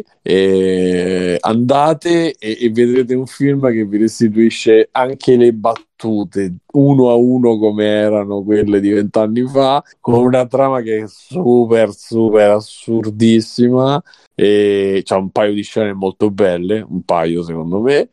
e andate e, e vedrete un film che vi restituisce anche le battute uno a uno come erano quelle di vent'anni fa, con una trama che è super super assurdissima, e c'ha un paio di scene molto belle, un paio secondo me,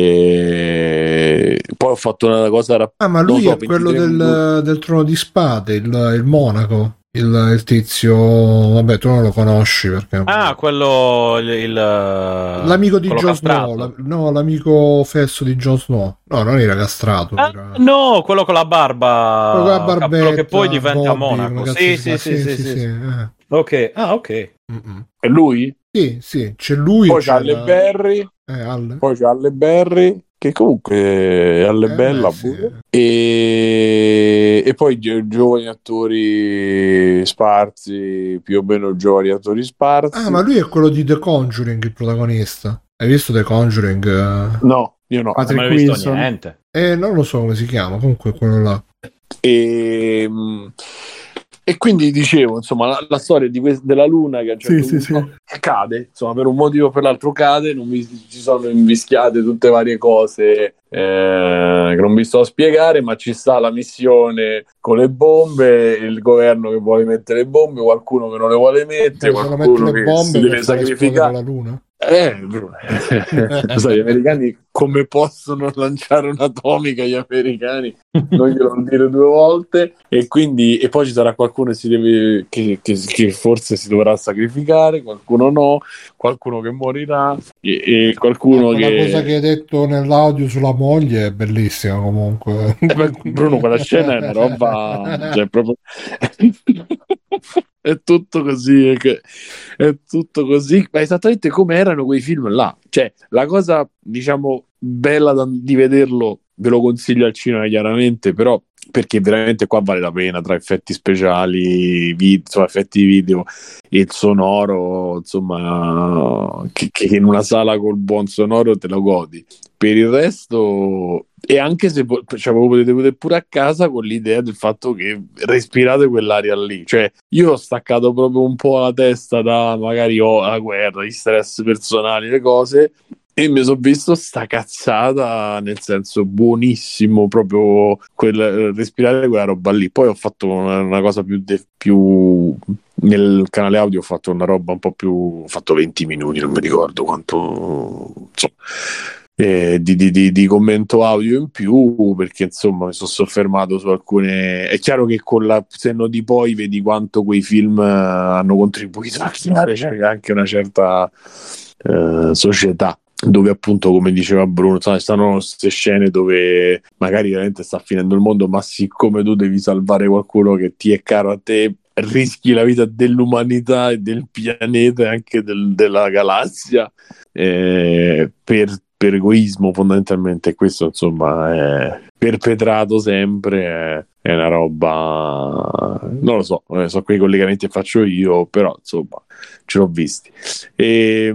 e poi ho fatto una cosa rap- Ah, ma non lui so, è quello ventitré del, minuti. del Trono di Spade, il, il monaco, il, il tizio, vabbè, tu non lo conosci perché... Ah, quello. Il, il- l'amico di quello Jon castrato. Snow, la- no, l'amico fesso di Jon Snow. No, non era castrato, Ah, era... no, quello con la barba. quello con la barbetta, quello che poi diventa Bobby, monaco. come cazzo Sì, si sì, chiama? sì, sì, sì, sì, sì. eh. Ok, ah, ok. Mm-mm. È lui? Sì, sì, c'è lui. Poi c'è c'ha le la- Berry, eh, Al- poi c'ha le Berry, che comunque è alle Eh, bella beh, sì. e... e poi gi- giovani attori sparsi, più o meno giovani attori sparsi. Ah, ma lui è quello di The Conjuring, il protagonista. Hai visto The Conjuring? Eh, No, io no. Patrick Non ho visto Wilson. niente. Eh, non lo so come si chiama, comunque è quello là. E, e quindi dicevo, insomma, la, la storia di que- della Luna che a un certo Sì, sì, punto cade, insomma, per un motivo o per l'altro cade, non mi, ci sono invischiate tutte varie cose eh, che non vi sto a spiegare, ma ci sta la missione con le bombe, il governo che vuole mettere le bombe, qualcuno che non le vuole mettere, Se lo qualcuno mettono le che bombe si per deve far esplodere sacrificare. la luna. Eh, Bruno, sai, gli americani come possono lanciare un'atomica gli americani non glielo dire due volte e quindi e poi ci sarà qualcuno che, si deve, che, che, che forse si dovrà sacrificare, qualcuno no, qualcuno che morirà e, e qualcuno Ah, che... la cosa che hai detto nell'audio sulla moglie è bellissima comunque. Eh, beh, Bruno, quella scena è una roba, cioè proprio è tutto così, è, che- è tutto così, ma esattamente come erano quei film là. Cioè, la cosa, diciamo, bella da- di vederlo, ve lo consiglio al cinema chiaramente, però perché veramente qua vale la pena tra effetti speciali, vid- insomma, effetti video e il sonoro, insomma, che, che in una sala col buon sonoro te lo godi. Per il resto, e anche se vo- cioè, voi potete vedere pure a casa con l'idea del fatto che respirate quell'aria lì, cioè io ho staccato proprio un po' la testa da magari oh, la guerra, gli stress personali, le cose, e mi sono visto sta cazzata nel senso buonissimo, proprio quel, respirare quella roba lì. Poi ho fatto una, una cosa più, de- più nel canale audio, ho fatto una roba un po' più, ho fatto venti minuti, non mi ricordo quanto, insomma, eh, di, di, di, di commento audio in più, perché insomma mi sono soffermato su alcune. È chiaro che con la senno di poi vedi quanto quei film eh, hanno contribuito a creare cioè, anche una certa eh, società, dove appunto, come diceva Bruno, sai, stanno queste scene dove magari veramente sta finendo il mondo, ma siccome tu devi salvare qualcuno che ti è caro a te, rischi la vita dell'umanità e del pianeta e anche del- della galassia eh, per, per egoismo fondamentalmente. Questo insomma è perpetrato sempre, è, è una roba, non lo so, eh, so quei collegamenti che faccio io, però insomma ce l'ho visti e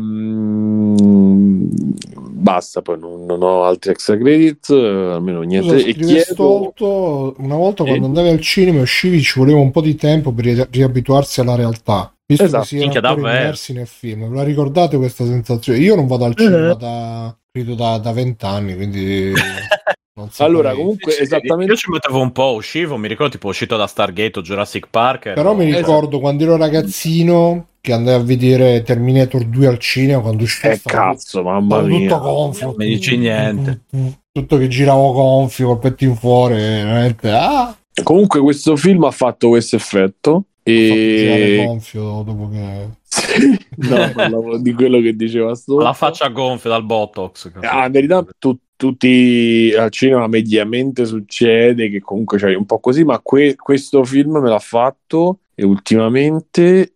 mm, basta, poi non, non ho altri extra credit, eh, almeno niente. Scusa, E scrive chiedo Stolto, una volta Sì. quando andavi al cinema e uscivi ci voleva un po' di tempo per ri- riabituarsi alla realtà, visto Esatto. che si era Minchia, ancora davvero. immersi nel film. Ve la ricordate questa sensazione? Io non vado al cinema Eh. da credo da, da vent'anni, quindi non saprei. allora comunque Sì, sì, esattamente Io ci mettevo un po', uscivo, mi ricordo tipo uscito da Stargate o Jurassic Park. Però mi Esatto. ricordo quando ero ragazzino che andai a vedere Terminator due al cinema, quando uscì eh stavo, cazzo mamma stavo mia tutto gonfio, Non mi dici niente. tutto che giravo gonfio col petto in fuori, veramente ah, ho comunque questo film ha fatto questo effetto fatto girare e gonfio dopo che no, parlavo di quello che diceva Stolto. La faccia gonfia dal Botox. Ah, in verità tu- tutti al cinema mediamente succede che comunque c'hai un po' così, ma que- questo film me l'ha fatto e ultimamente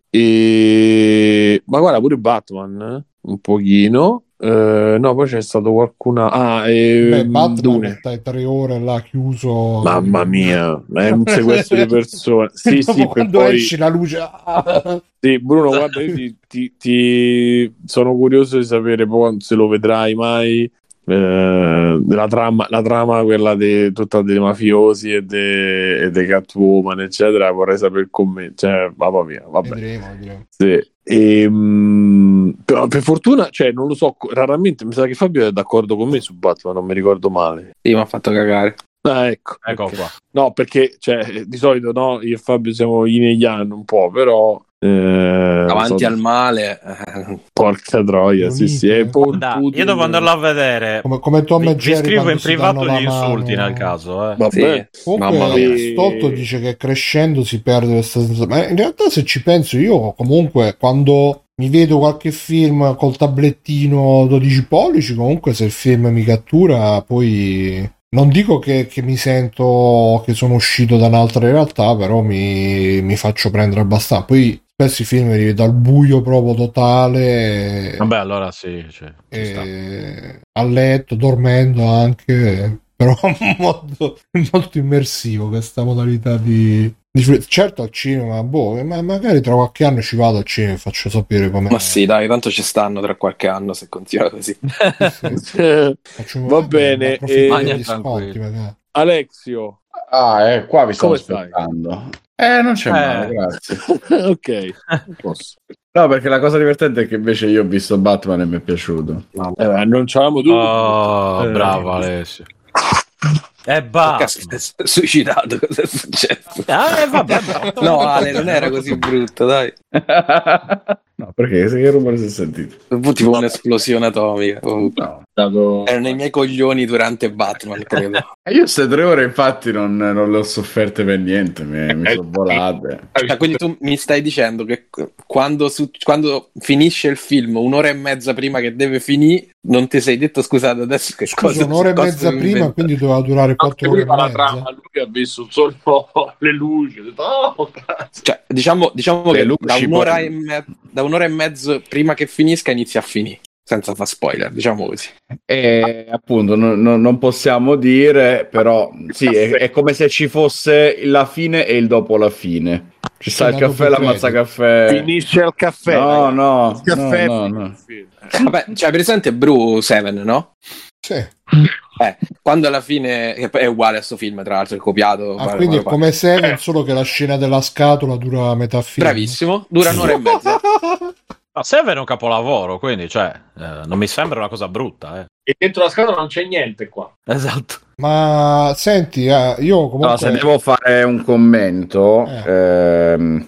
e... ma guarda pure Batman eh, un pochino eh, no, poi c'è stato qualcuna ah, e... beh, Batman Dune. stai tre ore là chiuso, Mamma mia, è un sequestro di persone. Sì, dopo sì, per quando poi esci la luce ah. sì, Bruno, guarda, io ti, ti- ti- sono curioso di sapere poi se lo vedrai mai. eh, la trama, la trama quella de, tutta dei mafiosi e dei e dei Catwoman, eccetera. Vorrei sapere il commento. Cioè, mamma mia, vabbè. vedremo, vedremo. Sì. E, mm, però per fortuna, cioè, non lo so, raramente mi sa che Fabio è d'accordo con me su Batman, non mi ricordo male. Sì, mi ha fatto cagare. Ah, ecco, Ecco ok. qua. No, perché cioè, di solito no, io e Fabio siamo yin e yang un po', però eh, Avanti so- al male. eh, porca troia, sì, sì, è Paul Da, Putin. io devo andarlo a vedere. come, come Tom Vi, e vi Jerry scrivo quando in si privato danno la gli insulti mano. nel caso. Eh. Vabbè. Sì. Comunque Mamma mia. Stolto dice che crescendo si perde questa sensazione, ma in realtà se ci penso io comunque quando mi vedo qualche film col tablettino dodici pollici, comunque se il film mi cattura poi non dico che, che mi sento che sono uscito da un'altra realtà, però mi, mi faccio prendere abbastanza. Poi questi film li vedo al buio proprio totale. Vabbè, allora sì, cioè, e... a letto, dormendo anche, però molto, molto immersivo questa modalità di, di... certo al cinema, boh, ma magari tra qualche anno ci vado al cinema e faccio sapere come. Ma sì, dai, tanto ci stanno tra qualche anno se continua così. Sì, sì. Faccio, Va bene, e... sconti, Alexio. Ah, eh, qua vi sto Come aspettando. Eh, non c'è Eh. male, grazie. Ok, posso. No, perché la cosa divertente è che invece io ho visto Batman e mi è piaciuto. Eh, non c'avevamo tutti. Oh, Eh. bravo Alessio. E basta. Si è suicidato, cosa è successo? Ah, eh, vabbè, no, Ale, non era così brutto, dai. No, perché? Che rumore si è sentito? Tipo un'esplosione atomica. No, stato... Erano i miei coglioni durante Batman, credo. E io queste tre ore infatti non, non le ho sofferte per niente, mi, mi sono volate. Cioè, quindi tu mi stai dicendo che quando, su, quando finisce il film, un'ora e mezza prima che deve finire, non ti sei detto scusate adesso che Scusa, cosa un'ora e cosa mezza prima, invento? quindi doveva durare quattro ore e la mezza. trama, lui ha visto solo le luci, ho detto, oh, cazzo. Cioè, diciamo, diciamo Le che luci da un'ora, poi- e me- da un'ora e mezzo prima che finisca inizia a finire, senza far spoiler, diciamo così. E appunto non, non- non possiamo dire, però sì, è, è come se ci fosse la fine e il dopo la fine. Ci sta C'è il la caffè, dopo l'ammazza credit. caffè. Finisce il caffè. No, ragazzi. no, il caffè no, no, finisce no. il film. Vabbè, cioè, presente Bru sette, no? Sì. Eh, quando alla fine che poi è uguale a sto film, tra l'altro, è copiato. Ah, guarda, quindi è guarda, come Seven, solo che la scena della scatola dura metà film. bravissimo, dura un'ora e mezza. Ma Seven è un capolavoro, quindi cioè, eh, non mi sembra una cosa brutta. Eh. E dentro la scatola non c'è niente qua. Esatto. Ma senti, eh, io comunque... No, se devo fare un commento, Eh. ehm,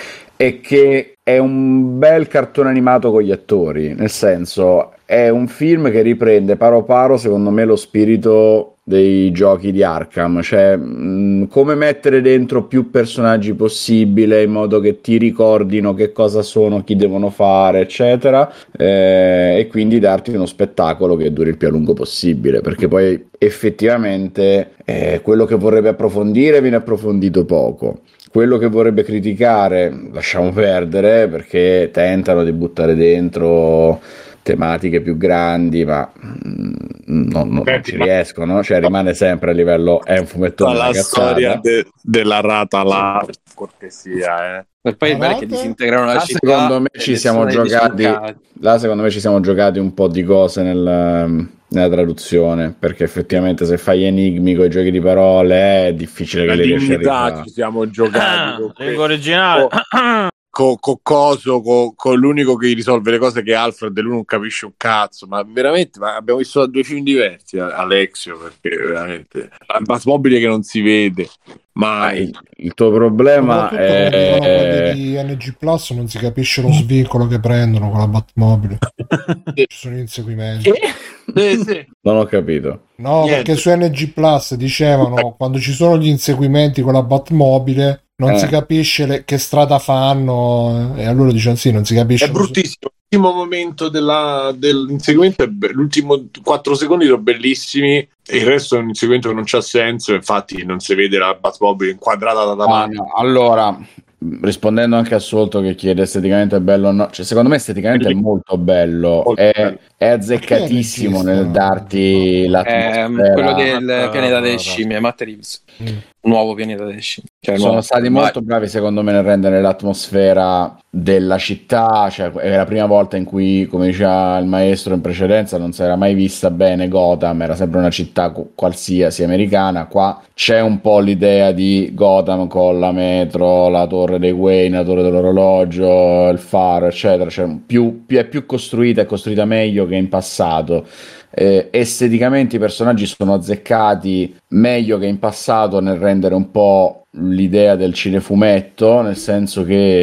è che è un bel cartone animato con gli attori, nel senso è un film che riprende paro paro, secondo me, lo spirito dei giochi di Arkham, cioè mh, come mettere dentro più personaggi possibile in modo che ti ricordino che cosa sono, chi devono fare, eccetera, eh, e quindi darti uno spettacolo che duri il più a lungo possibile, perché poi effettivamente eh, quello che vorrebbe approfondire viene approfondito poco. Quello che vorrebbe criticare lasciamo perdere, perché tentano di buttare dentro tematiche più grandi, ma mm, no, no, non ci riescono, cioè rimane sempre a livello è un fumettone la ragazzata. storia de- della rata là, per cortesia, eh. E poi il bello è che Guardate. disintegrano la Là città. secondo me e ci nessuno siamo dei giocati dislocati. là secondo me ci siamo giocati un po' di cose nel, nella traduzione, perché effettivamente se fai enigmi con i giochi di parole è difficile La che li riesci a dignità rifare. ci siamo giocati con, Lingua originale. con, con coso, con, con l'unico che risolve le cose che è Alfred, e lui non capisce un cazzo, ma veramente, ma abbiamo visto due film diversi, Alexio, perché veramente la Batmobile che non si vede Ma mai. il, il tuo problema Soprattutto come dicono quelli è di N G Plus, non si capisce lo svincolo che prendono con la Batmobile. Ci sono gli inseguimenti. Sì, sì. non ho capito. No, Niente. perché su N G Plus dicevano quando ci sono gli inseguimenti con la Batmobile non Eh. si capisce le- che strada fanno, eh, e allora dicevano sì, non si capisce. È bruttissimo. L'ultimo momento della, dell'inseguimento è be- l'ultimo quattro secondi sono bellissimi, e il resto è un inseguimento che non c'ha senso. Infatti non si vede la Batmobile inquadrata da Ah, davanti. no, allora, rispondendo anche a Solto che chiede esteticamente è bello o no, cioè, secondo me esteticamente è molto bello, Molto è, bello. è azzeccatissimo Perché il nel regista? darti Ehm, l'atmosfera. quello del Ah, pianeta delle ah, scimmie, Matt Reeves. Mm. Nuovo pianeta delle scimmie. Cioè, Sono nuovo. stati Ma- molto bravi secondo me nel rendere l'atmosfera della città, cioè è la prima volta in cui, come diceva il maestro in precedenza, non si era mai vista bene Gotham, era sempre una città co- qualsiasi americana. Qua c'è un po' l'idea di Gotham con la metro, la torre dei Wayne, la torre dell'orologio, il faro, eccetera, cioè più, più- è più costruita, è costruita meglio che in passato. Eh, esteticamente i personaggi sono azzeccati meglio che in passato nel rendere un po' l'idea del cinefumetto, nel senso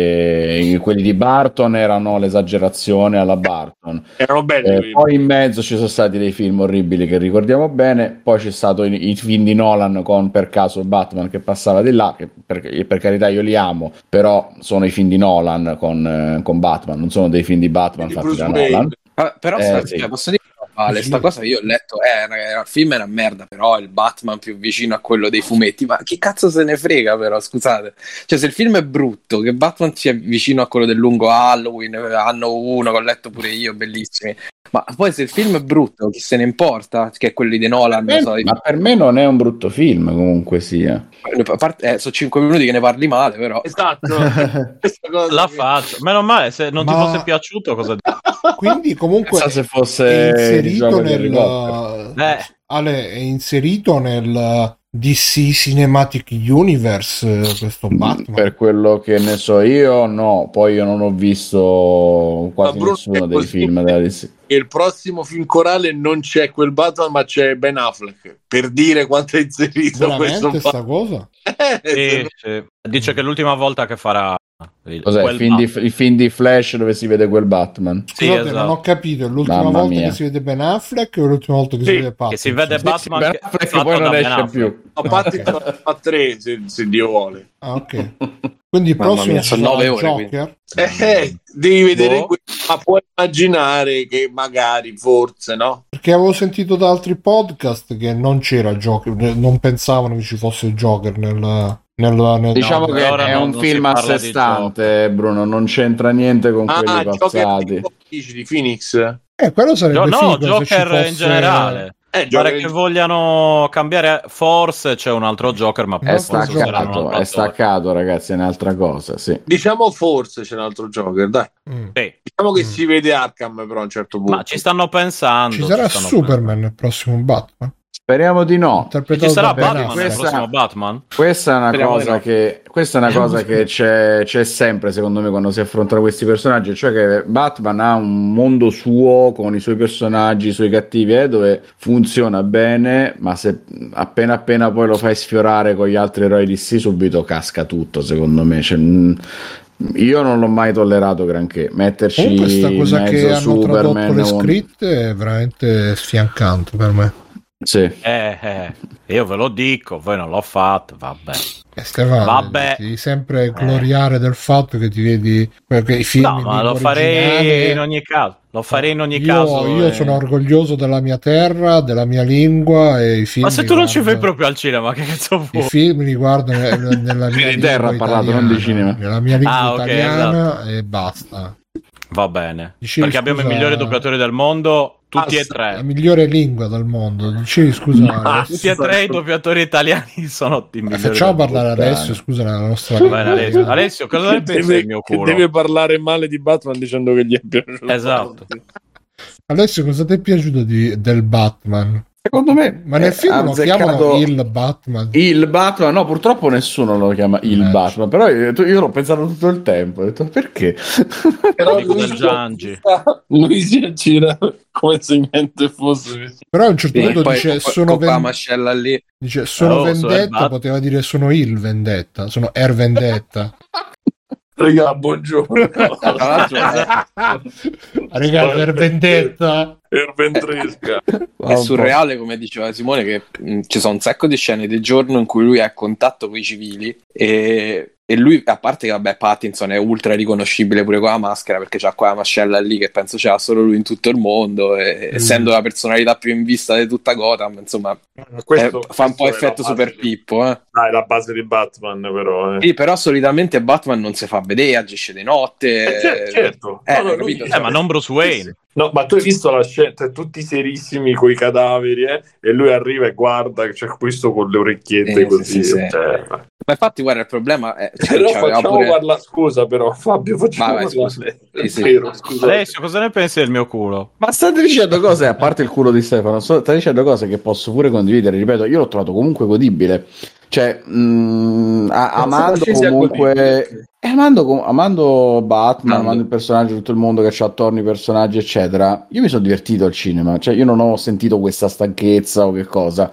che quelli di Barton erano l'esagerazione alla Barton. Erano belli Eh, quelli. poi in mezzo ci sono stati dei film orribili che ricordiamo bene, poi c'è stato i, i film di Nolan con per caso Batman che passava di là, che per, per carità io li amo, però sono i film di Nolan con, eh, con Batman, non sono dei film di Batman Di fatti Bruce da Wayne. Nolan. Ah, però Eh, sta- sì. cioè, posso dire, Vale, sta cosa io ho letto, eh, raga, il film è una merda, però è il Batman più vicino a quello dei fumetti, ma chi cazzo se ne frega però, scusate. Cioè se il film è brutto, che Batman sia vicino a quello del lungo Halloween, anno uno, che ho letto pure io, bellissimi. Ma poi se il film è brutto, chi se ne importa? Che è quelli di Nolan, Per me, so, ma per me non è un brutto film, comunque sia. A parte, eh, sono cinque minuti che ne parli male, però. Esatto. Questa cosa La che- faccio. Meno male, se non ti Ma- fosse piaciuto, cosa dici? Quindi comunque Pensa se è fosse il inserito gioco di Harry nel Potter. Eh. Ale, è inserito nel D C Cinematic Universe eh, questo Batman. Per quello che ne so io, no. Poi io non ho visto quasi Ma Bruno, nessuno è dei così. film della D C. E il prossimo film corale non c'è quel Batman, ma c'è Ben Affleck, per dire quanto è inserito questo Veramente sta cosa? Batman. Sì, sì. Dice che è l'ultima volta che farà il, Cos'è? Il quel film, di, Batman. il film di Flash dove si vede quel Batman? Sì, Scusate, esatto. non ho capito, è l'ultima Mamma volta mia. che si vede Ben Affleck o l'ultima volta che Sì, si vede Che Pattinson? si vede Batman Ben che- Affleck fatto poi non da Ben esce Affleck. più. No, Pattinson fa tre se, se Dio vuole. Ah, ok. Quindi il Mamma prossimo mia, ci sono sarà nove ore, Joker. Eh, eh, devi vedere Boh. que- ma puoi immaginare che magari, forse, no? Perché avevo sentito da altri podcast che non c'era Joker, non pensavano che ci fosse Joker nel... nel, nel Diciamo no, che ora è non- un non si film a parla sé di stante, Bruno, non c'entra niente con Ah, quelli Joker passati. dici di Phoenix? Eh, quello sarebbe Gio- no, figo se ci Joker fosse... in generale. Eh, Pare Joker che vogliano cambiare. Forse c'è un altro Joker, ma È È forse useranno un staccato, altro è attore. staccato, ragazzi, è un'altra cosa, sì. Diciamo forse c'è un altro Joker, dai. Mm. Sì. Diciamo che Mm. si vede Arkham però a un certo punto. Ma ci stanno pensando. Ci sarà stanno Superman nel prossimo Batman? Speriamo di no. pensando. Interpretato Ci sarà da Ben Batman Affleck. nel Questa- prossimo Batman? Questa è una Speriamo di cosa no. che questa è una cosa che c'è, c'è sempre, secondo me, quando si affrontano questi personaggi, cioè che Batman ha un mondo suo con i suoi personaggi, i suoi cattivi, eh, dove funziona bene, ma se appena appena poi lo fai sfiorare con gli altri eroi di sì, subito casca tutto, secondo me. Cioè, mh, io non l'ho mai tollerato granché. Metterci Comunque sta in cosa che mezzo hanno tradotto Superman, le Wonder- scritte è veramente sfiancante per me. Sì. Eh, eh, io ve lo dico, voi non l'ho fatto, vabbè. E Stefano, Vabbè. devi sempre gloriare del fatto che ti vedi perché i film No, ma in lo lingua farei originale- in ogni caso. Lo farei in ogni io, caso. io eh. sono orgoglioso della mia terra, della mia lingua e i film Ma se li tu non ci guardo- vai proprio al cinema, che cazzo i vuoi? film li guardo ne- nella mia Di lingua terra ha parlato, italiana, non di cinema. nella mia lingua Ah, ok, italiana e basta. Va bene. Dicevi, Perché abbiamo i scusa- migliori doppiatori del mondo, tutti Ah, e La tre. migliore lingua del mondo. Dicevi scusa, Alessio. Tutti e tre i doppiatori italiani sono i migliori. facciamo del parlare puttana. Alessio, scusa la nostra mondo. Va bene, Alessio. Alessio, cosa ne pensi del mio che culo? deve parlare male di Batman dicendo che gli è piaciuto. Esatto. Alessio, cosa ti è piaciuto di- del Batman? Secondo me Ma nel eh, film ha lo azzeccato chiamano il Batman. il Batman, no, purtroppo nessuno lo chiama il Eh. Batman, però io, io l'ho pensato tutto il tempo, ho detto perché? Però Dico lui, del Giangi. lui si aggira come se niente fosse. Però a un certo Sì, punto poi dice con- sono, con quella ven- mascella lì. dice, sono Oh, sono il vendetta, Bat- poteva dire sono il vendetta, sono Er vendetta. Raga, buongiorno. Tra l'altro, Raga, Er vendetta. Per ventresca. è surreale, come diceva Simone, che mh, ci sono un sacco di scene di giorno in cui lui è a contatto con i civili e, e lui, a parte che vabbè Pattinson è ultra riconoscibile pure con la maschera perché c'ha quella mascella lì che penso c'ha solo lui in tutto il mondo e, Mm. essendo la personalità più in vista di tutta Gotham, insomma, Questo, eh, fa un po' questo è effetto la super base di- Pippo, eh. Dai, la base di Batman, però. Eh. Sì, però solitamente Batman non si fa vedere, agisce di notte. Eh, cer- certo. Eh, No, no, capito? lui- Eh, ma non Bruce Wayne. No, ma tu hai visto la scena, cioè, tutti serissimi coi cadaveri, eh? E lui arriva e guarda che c'è questo con le orecchiette Sì, così. sì, sì, sì. Cioè, Ma infatti, guarda, il problema è. Cioè, però c'aveva facciamo pure- parlare, scusa, però Fabio, facciamo Vai, vai, parlare. scusa. È Sì, sì. vero, scusa. Alessio, cosa ne pensi del mio culo? Ma state dicendo cose, a parte il culo di Stefano, sto- state dicendo cose che posso pure condividere, ripeto, io l'ho trovato comunque godibile, cioè mh, a- amando scesi a comunque godibile. eh, amando, com- amando Batman, Amando. amando il personaggio, tutto il mondo che c'ha attorno i personaggi eccetera, io mi sono divertito al cinema, cioè io non ho sentito questa stanchezza o che cosa.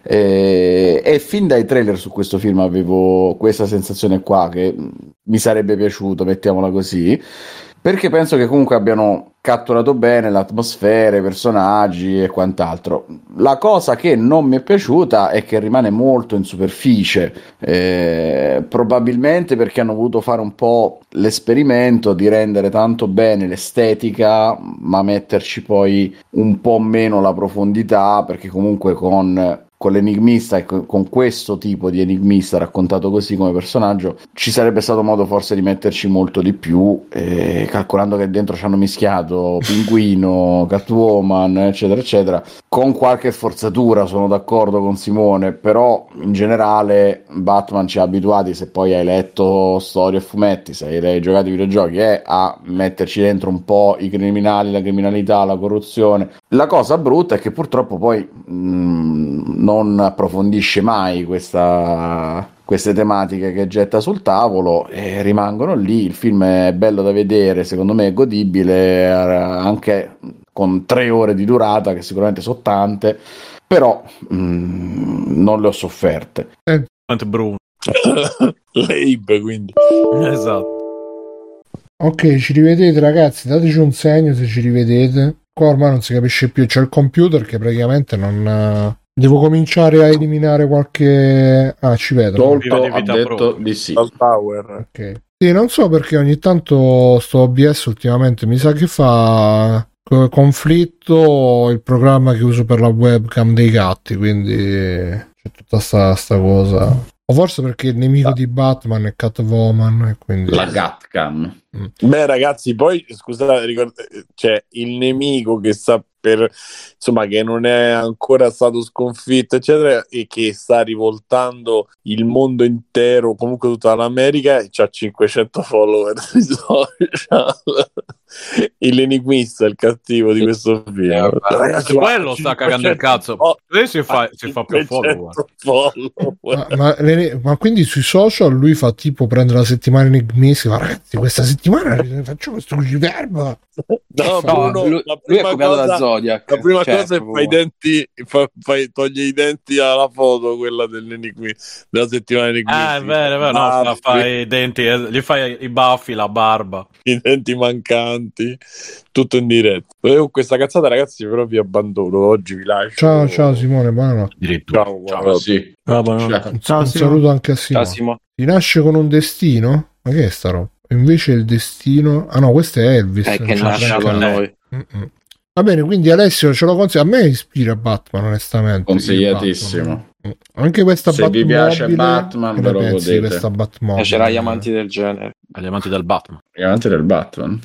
E, e fin dai trailer su questo film avevo questa sensazione qua che mh, mi sarebbe piaciuto, mettiamola così. perché penso che comunque abbiano catturato bene l'atmosfera, i personaggi e quant'altro. La cosa che non mi è piaciuta è che rimane molto in superficie, eh, probabilmente perché hanno voluto fare un po' l'esperimento di rendere tanto bene l'estetica ma metterci poi un po' meno la profondità, perché comunque con con l'enigmista e con questo tipo di enigmista raccontato così come personaggio ci sarebbe stato modo forse di metterci molto di più, eh, calcolando che dentro ci hanno mischiato Pinguino, Catwoman eccetera eccetera, con qualche sforzatura, sono d'accordo con Simone, però in generale Batman ci ha abituati, se poi hai letto storie e fumetti, se hai giocato ai videogiochi, eh, a metterci dentro un po' i criminali, la criminalità, la corruzione. La cosa brutta è che purtroppo poi mh, non approfondisce mai questa, queste tematiche che getta sul tavolo e rimangono lì. Il film è bello da vedere, secondo me è godibile, anche con tre ore di durata, che sicuramente sono tante, però mh, non le ho sofferte. Eh. Bruno. Leib, quindi. Esatto. Ok, ci rivedete ragazzi, dateci un segno se ci rivedete. Qua ormai non si capisce più, c'è il computer che praticamente non... Devo cominciare a eliminare qualche... Ah, ci vedo. Tolto ha detto proprio di sì. Tower. Ok. Sì, non so perché ogni tanto sto O B S ultimamente mi sa che fa conflitto il programma che uso per la webcam dei gatti, quindi c'è tutta sta, sta cosa. O forse perché il nemico di Batman è Catwoman e quindi... La Gatcam. Mm. Beh ragazzi, poi scusate, ricordate, c'è il nemico che sta per, insomma, che non è ancora stato sconfitto eccetera, e che sta rivoltando il mondo intero, comunque tutta l'America, e c'ha cinquecento follower sui social. L'enigmista è il cattivo di questo film. Ragazzi, quello sta cagando il cazzo. Lui si fa, si fa più follower. Ma, ma, ma quindi sui social lui fa tipo prende la settimana enigmistica, ma ragazzi questa settimana faccio questo cruciverba. No, Bruno, lui, la lui è prima copiato cosa, da Zodiac. la prima cioè, cosa è fai i denti, fa, fai, toglie i denti alla foto, quella dell'enigmista, della settimana enigmistica. Ah, è vero, è vero. No, fa, fa i denti, gli fai i baffi, la barba, i denti mancanti, tutto in diretta. E con questa cazzata ragazzi però vi abbandono, oggi vi lascio. Ciao ciao Simone, buonanotte. Ciao, ciao, sì. Ah, buonanotte. Un, ciao, un saluto anche a Simone. Ciao, Simone. Si nasce con un destino? Ma che è sta roba? Invece il destino... Ah no, questo è Elvis. È che nasce con noi. Mm-mm. Va bene, quindi Alessio ce lo consiglio. A me ispira Batman, onestamente. Consigliatissimo. Anche questa se Batmobile, vi piace Batman ve lo godete. Questa Batmobile. Piacerà agli amanti del genere, agli amanti del Batman. Gli amanti del Batman.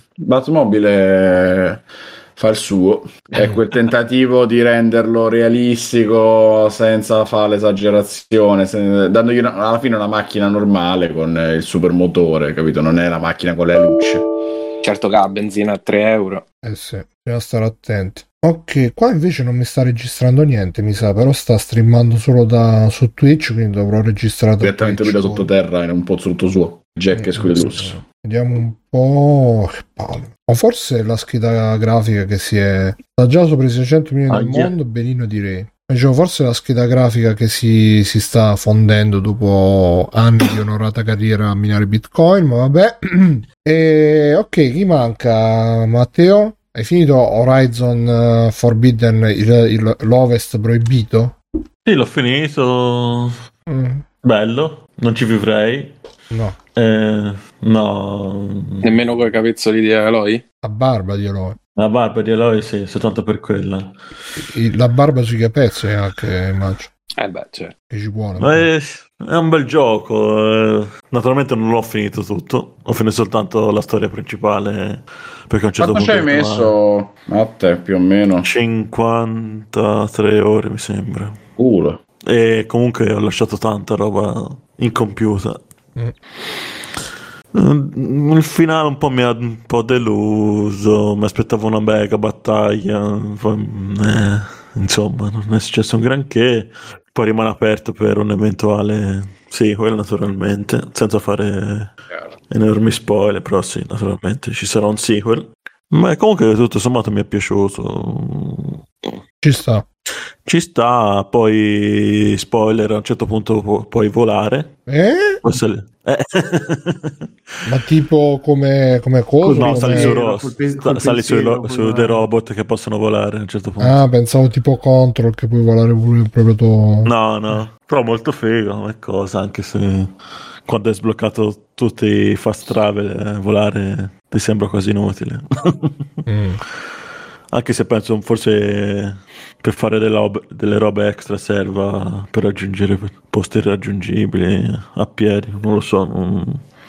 Batmobile fa il suo, è quel tentativo di renderlo realistico senza fare l'esagerazione, sen- dandogli una, alla fine una macchina normale con il supermotore, capito? Non è la macchina con le luci. Certo che ha benzina a tre euro. Eh sì, bisogna stare attenti. Ok, qua invece non mi sta registrando niente, mi sa, però sta streamando solo da su Twitch, quindi dovrò registrare direttamente lui da sottoterra, in un po' sotto suo. Jack e Squidlus. Vediamo un po'. Che palle. O forse la scheda grafica che si è. Sta già sopra i seicento milioni del Anche. mondo, benino direi. Dicevo, forse la scheda grafica che si, si sta fondendo dopo anni di onorata carriera a minare Bitcoin, ma vabbè. E, ok, chi manca? Matteo? Hai finito Horizon uh, Forbidden, il, il, l'Ovest proibito? Sì, l'ho finito. Mm. Bello, non ci vivrei. No. Eh, no. Nemmeno coi capezzoli di Eloy? La barba di Eloy. La barba di Eloy, sì, soltanto per quella. Il- La barba sui capezzoli anche, immagino. Eh beh, certo. Che ci vuole. Ma è, è un bel gioco. eh. Naturalmente non l'ho finito tutto. Ho finito soltanto la storia principale. Perché a un certo Quanto ci punto. hai messo a te più o meno? cinquantatré ore mi sembra. Culo. E comunque ho lasciato tanta roba incompiuta. Mm. Mm, Il finale un po' mi ha un po' deluso. Mi aspettavo una mega battaglia. Poi, eh, insomma, non è successo un granché. Poi rimane aperto per un eventuale sequel, naturalmente, senza fare enormi spoiler. Però sì, naturalmente ci sarà un sequel. Ma comunque tutto sommato mi è piaciuto. Ci sta. Ci sta, poi spoiler, a un certo punto pu- puoi volare. Eh? Questo- eh. Ma tipo come, come cosa? No, come... sali, su ro- col pe- sta- col sali sui pensiero, ro- puoi su dei volare. robot che possono volare a un certo punto. Ah, pensavo tipo Control che puoi volare pure proprio tu. No, no, però molto figo come cosa, anche se quando hai sbloccato tutti i fast travel, eh, volare ti sembra quasi inutile. Mm. Anche se penso forse per fare delle robe, delle robe extra serva per raggiungere posti irraggiungibili a piedi, non lo so. non-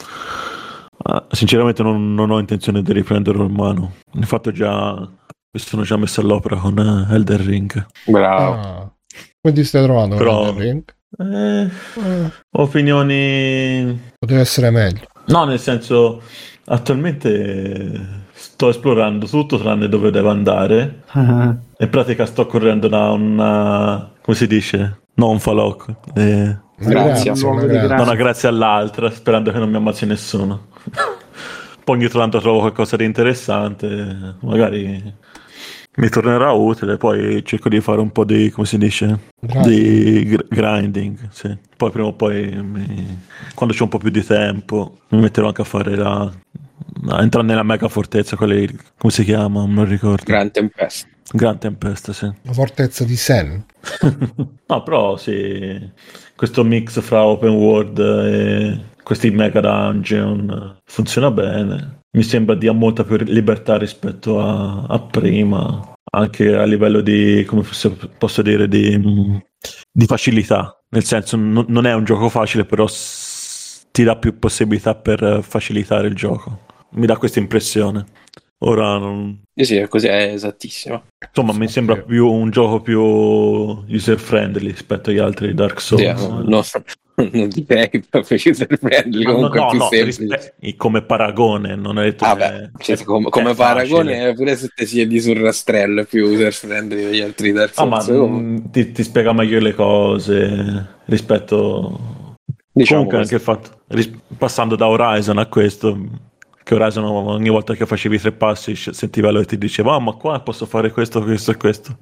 ah, Sinceramente non, non ho intenzione di riprenderlo in mano. Infatti ho già, mi sono già messo all'opera con eh, Elden Ring. Bravo. Ah. Come ti stai trovando? Però- con Elden Ring? Eh, Eh, opinioni... poteva essere meglio. No, nel senso, attualmente sto esplorando tutto tranne dove devo andare. In pratica sto correndo da una... come si dice? Non un falò. Eh, Una Grazie. grazia, Luogo una di grazia. grazia. da una grazie all'altra, sperando che non mi ammazzi nessuno. Poi ogni tanto trovo qualcosa di interessante, magari mi tornerà utile, poi cerco di fare un po' di, come si dice, Grazie. di gr- grinding, sì. Poi prima o poi, mi- quando c'è un po' più di tempo, mi metterò anche a fare la... a entrare nella mega fortezza, quelle, come si chiama? Non mi ricordo. Gran Tempesta. Gran Tempesta, sì. La fortezza di Sen. No, però sì, questo mix fra open world e questi mega dungeon funziona bene. Mi sembra dia molta più libertà rispetto a, a prima, anche a livello di, come posso, posso dire, di, di facilità. Nel senso, non, non è un gioco facile, però s- ti dà più possibilità per facilitare il gioco. Mi dà questa impressione. Ora non... Sì, sì, è così, è esattissimo. Insomma, mi sembra più un gioco più user friendly rispetto agli altri Dark Souls. Sì, no, no, non direi proprio user friendly, Ma comunque no, è più no, semplice. rispe- come paragone, non è detto Ah, che beh, cioè, è- come, è come paragone, facile. eh, pure se te siedi sul rastrello è più user friendly degli altri Dark Ah, ma Souls. comunque, mm, ti, ti spiega meglio le cose rispetto... diciamo Comunque anche il fatto, ris- passando da Horizon a questo, che Horizon ogni volta che facevi tre passi sc- sentiva lui e ti diceva, ah, ma qua posso fare questo, questo e questo.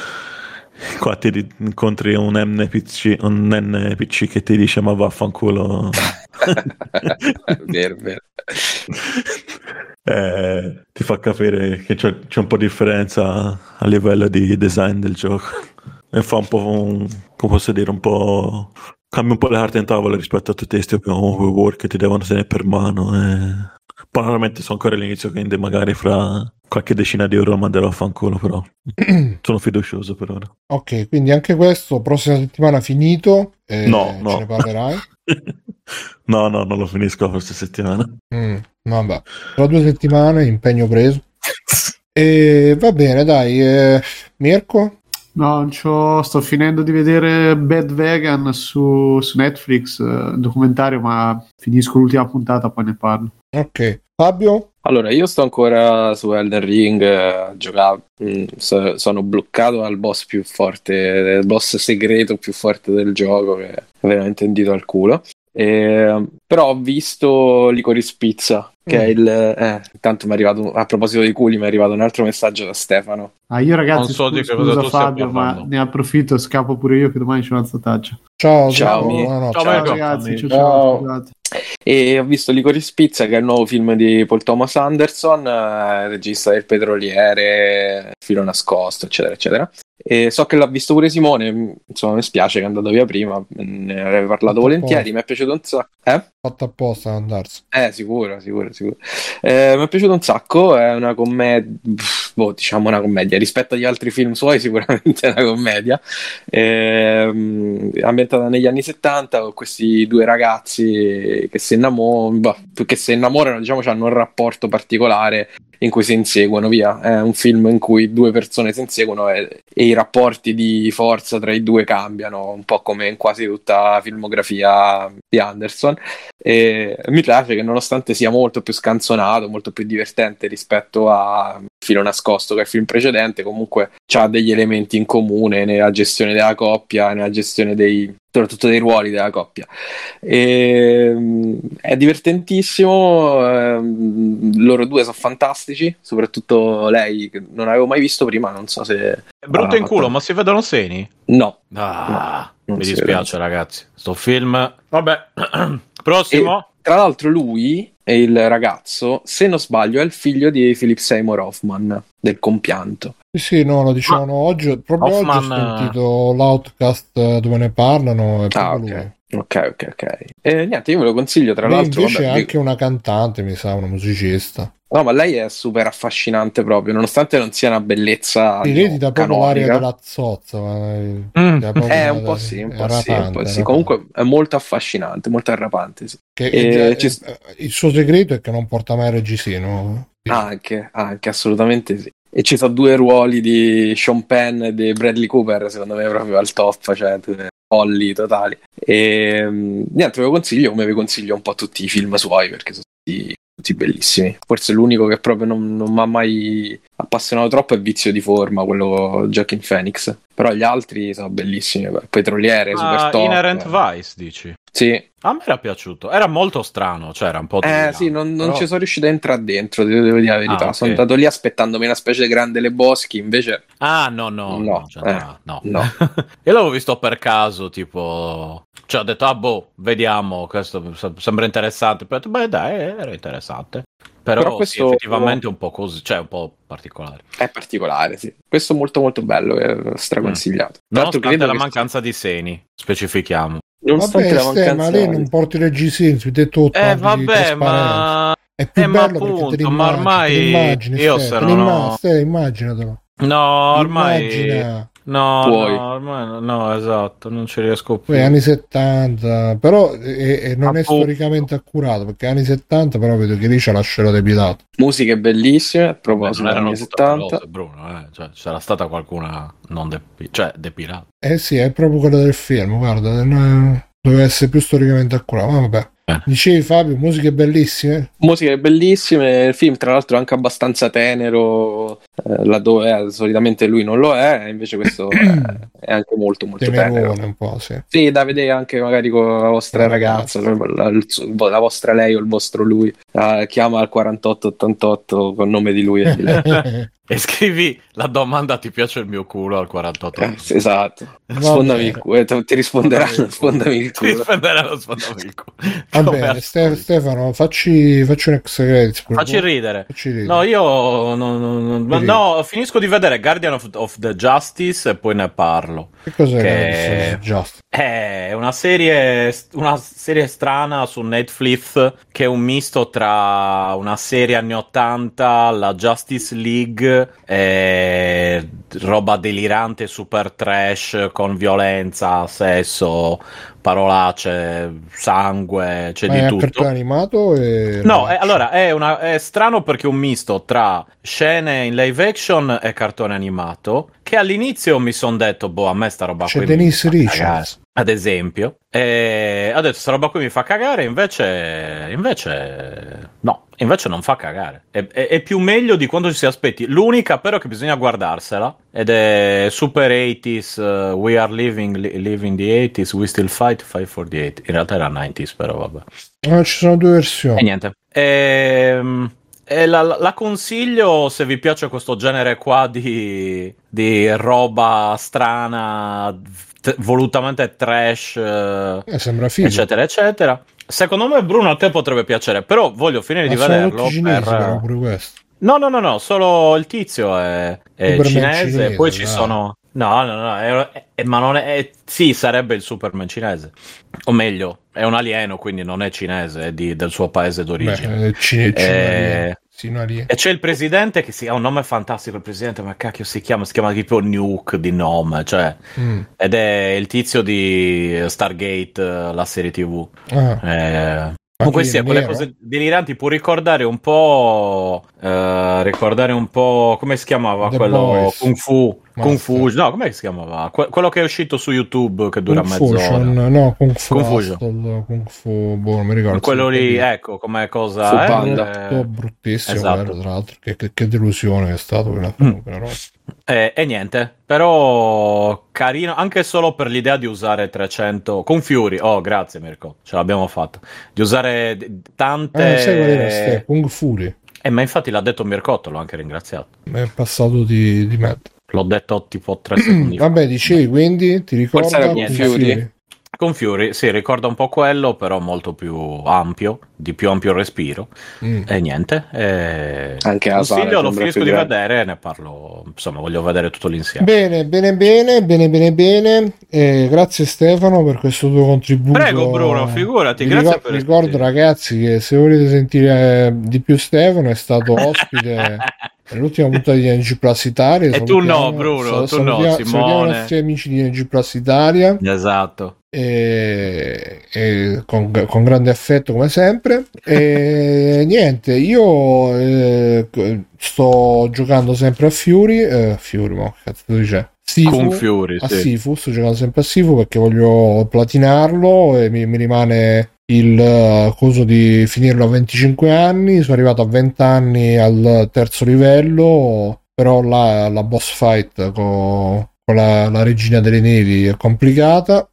Qua ti ri- incontri un N P C, un N P C che ti dice, ma vaffanculo. vero, vero. Eh, ti fa capire che c'è, c'è un po' di differenza a livello di design del gioco e fa un po' un, come posso dire, un po' cambia un po' le carte in tavola rispetto a tutti questi open world che ti devono tenere per mano e... poi normalmente sono ancora all'inizio, quindi magari fra qualche decina di euro manderò a fanculo, però sono fiducioso per ora. Ok, quindi anche questo prossima settimana finito. E No, no. Ce ne parlerai. No, no, non lo finisco la prossima settimana. Mm, vabbè, tra due settimane impegno preso. E va bene, dai, eh, Mirko? No, non c'ho- sto finendo di vedere Bad Vegan su, su Netflix, eh, documentario, ma finisco l'ultima puntata, poi ne parlo. Ok, Fabio? Allora, io sto ancora su Elden Ring eh, a giocare, mm, so- sono bloccato al boss più forte, il boss segreto più forte del gioco, che è veramente un dito al culo. E, però ho visto Licorice Pizza, che è il... Eh, intanto mi è arrivato, a proposito dei culi, mi è arrivato un altro messaggio da Stefano. Ah, io ragazzi, Non so scu- di che scusa cosa tu stia Fabio, ma parlando. ne approfitto, scappo pure io che domani c'è una zataggio. Ciao, Ciao, ciao, Mi. buonanotte. Ciao, Ciao Marco. ragazzi, ciao, Ciao. ciao, scusate. E ho visto Licorice Pizza, che è il nuovo film di Paul Thomas Anderson, eh, regista del Petroliere, Filo nascosto, eccetera, eccetera. E so che l'ha visto pure Simone, insomma, mi spiace che è andato via prima, ne aveva parlato Tutto a volentieri, posto. mi è piaciuto un sacco. Eh? Fatto apposta ad andarsi. Eh, sicuro, sicuro, sicuro. Eh, mi è piaciuto un sacco, è una commedia, boh, diciamo una commedia, rispetto agli altri film suoi sicuramente è una commedia, Ehm, ambientata negli anni settanta con questi due ragazzi che si innamorano, che si innamorano, diciamo, hanno un rapporto particolare in cui si inseguono, via. È un film in cui due persone si inseguono e, e i rapporti di forza tra i due cambiano, un po' come in quasi tutta la filmografia di Anderson, e mi piace che nonostante sia molto più scanzonato, molto più divertente rispetto a Filo nascosto che è il film precedente, comunque c'ha degli elementi in comune nella gestione della coppia, nella gestione dei soprattutto dei ruoli della coppia. E, è divertentissimo, ehm, loro due sono fantastici, soprattutto lei che non avevo mai visto prima, non so se è brutto in fatto... culo, ma si vedono seni? No, ah, no mi dispiace ragazzi, sto film vabbè. Prossimo. E, tra l'altro lui e il ragazzo, se non sbaglio, è il figlio di Philip Seymour Hoffman, del compianto. Sì, no, lo dicevano ah, oggi, proprio Hoffman... oggi ho sentito l'outcast dove ne parlano, è proprio ah, okay. lui. Ok, ok, ok. E niente, io ve lo consiglio, tra Beh, l'altro. Invece vabbè, è anche una cantante, mi sa, una musicista. No, ma lei è super affascinante proprio, nonostante non sia una bellezza sì, diciamo, vedi da proprio l'aria della zozza. Ma... Mm. È un po' sì, un po' sì, un po' sì. Comunque è molto affascinante, molto arrapante. Sì. Che e, già, ci... Il suo segreto è che non porta mai reggiseno. Anche, anche, assolutamente sì. E ci sono due ruoli di Sean Penn e di Bradley Cooper, secondo me proprio al top, cioè folli totali. E niente, ve lo consiglio, come vi consiglio un po' tutti i film suoi, perché sono tutti, tutti bellissimi. Forse l'unico che proprio non, non mi ha mai appassionato troppo è Vizio di forma, quello Joaquin Phoenix. Però gli altri sono bellissimi, Petroliere, ah, Super Top. Inherent Vice, dici? Sì. A me era piaciuto, era molto strano, cioè era un po' Eh brillante, sì, non, non però... ci sono riuscito a entrare dentro, devo dire la verità. Ah, okay. Sono andato lì aspettandomi una specie di Grande Lebowski, invece... Ah, no, no, no, no, cioè, eh, no. no. Io l'avevo visto per caso, tipo... Cioè ho detto, ah boh, vediamo, questo sembra interessante. Poi ho detto, beh dai, era interessante. Però, Però questo sì, effettivamente è un po' così, cioè un po' particolare. È particolare, sì. Questo è molto molto bello, è straconsigliato. Mm. Nonostante la mancanza di seni, specifichiamo. Vabbè, la Ste, ma lei non porti il reggiseno, tu detto eh vabbè, ma è più eh, bello ma appunto, perché te ma ormai immagini, io Ste, se te non immag- ho... Ste, immaginatelo. No, ormai Immagina. No, Puoi. no, ormai no, esatto, non ci riesco più. Poi anni settanta, però e, e non Appunto. È storicamente accurato, perché anni settanta però vedo che lì c'è la scena depilato. Musiche bellissime, a proposito degli anni settanta. Pelose, Bruno, eh. Cioè, c'era stata qualcuna non depi- cioè, depilata. Eh sì, è proprio quella del film, guarda, doveva essere più storicamente accurato, ma vabbè. Eh. Dicevi Fabio, musiche bellissime? Musiche bellissime, il film tra l'altro è anche abbastanza tenero, eh, laddove eh, solitamente lui non lo è, invece questo è, è anche molto molto Tenerone tenero. un po', sì. Sì, da vedere anche magari con la vostra la ragazza, la, la, la vostra lei o il vostro lui, uh, chiama al quarantotto ottantotto con nome di lui e di lei. E scrivi la domanda ti piace il mio culo al quarantotto. Eh, esatto. Sfondami il culo, ti risponderanno, sfondami il culo. Ti risponderanno, sfondami il culo. Va bene, Ste- Stefano, facci, facci un ex credits. Facci ridere. Facci ridere. No, io no, no, no, no, finisco di vedere Guardian of, of the Justice e poi ne parlo. Che cos'è che... Justice? È una serie, una serie strana su Netflix che è un misto tra una serie anni ottanta, la Justice League, e roba delirante, super trash con violenza, sesso, parolacce, sangue, c'è Ma di è tutto. cartone animato? E... No, è, allora è, una, è strano perché è un misto tra scene in live action e cartone animato. Che all'inizio mi son detto, boh, a me sta roba C'è qui Denise mi fa Richards, cagare, ad esempio. E ho detto, sta roba qui mi fa cagare, invece, invece no, invece non fa cagare. È, è, è più meglio di quanto ci si aspetti. L'unica però che bisogna guardarsela, ed è Super eighties, uh, We Are Living, li, living the eighties, We Still Fight, Fight for the eighties. In realtà era nineties, però vabbè. Ah, ci sono due versioni. E niente. Ehm... E la, la consiglio se vi piace questo genere qua di, di roba strana, t- volutamente trash, eh, sembra figo, eccetera, eccetera. Secondo me, Bruno, a te potrebbe piacere, però voglio finire ma di sono vederlo. tutti cinesi, per... però, pure questo. No, no, no, no, solo il tizio è, è cinese, cinese, e poi ci dai. sono... No, no, no, è, è, ma non è, è... Sì, sarebbe il Superman cinese. O meglio, è un alieno, quindi non è cinese, è di, del suo paese d'origine. Beh, cine, eh... sì, no, e c'è il presidente che si ha un nome fantastico, il presidente, ma cacchio si chiama? Si chiama tipo Nuke di nome, cioè, mm. ed è il tizio di Stargate, la serie tivù. Ah. Eh... Comunque sì, quelle cose deliranti, può ricordare un po' uh, ricordare un po' come si chiamava The quello Boys. Kung Fu. Kung Fu, Master. no, come si chiamava? Que- quello che è uscito su YouTube che dura Kung mezz'ora. Fusion, no, Kung Fu, Kung Fusion. Hustle, Kung Fu, boh, non mi ricordo. Quello sì, lì, quindi- ecco, come cosa Fu eh, Panda. eh, Brutto, bruttissimo, esatto. quello, tra l'altro. Che, che, che delusione che è stato quella, Mm. quella roba. E, e niente, però carino anche solo per l'idea di usare trecento con Fury. Oh, grazie Mirko, ce l'abbiamo fatta. Di usare d- tante. Eh, sai qual era ste? Kung Fury. Eh, ma infatti l'ha detto Mircotto, l'ho anche ringraziato. È passato di, di mezzo. L'ho detto tipo tre secondi fa. Vabbè, dicevi quindi, ti ricorda Forse era Kung Kung Fury. Con Fury, sì, ricorda un po' quello, però molto più ampio, di più ampio respiro. Mm. E niente. E... Anche la consiglio, sala lo sembra finisco più di grande. vedere e ne parlo. Insomma, voglio vedere tutto l'insieme. Bene, bene, bene, bene, bene, bene. Eh, grazie Stefano per questo tuo contributo. Prego, Bruno, figurati, Vi grazie ricor- per ricordo sentire. ragazzi che se volete sentire eh, di più Stefano è stato ospite nell'ultima puntata di N G Plus Italia. E tu no, Salutiamo- Bruno, sa- tu no, salutiamo- Simone. salutiamo i nostri amici di N G Plus Italia. Esatto. E, e con, con grande affetto come sempre. E niente, io eh, sto giocando sempre a Fury eh, Fury, mo, che cazzo dice? Sifu, Con Fury, a sì. Sifu, sto giocando sempre a Sifu perché voglio platinarlo e mi, mi rimane il uh, coso di finirlo a venticinque anni. Sono arrivato a venti anni al terzo livello, però la, la boss fight con, con la, la regina delle nevi è complicata.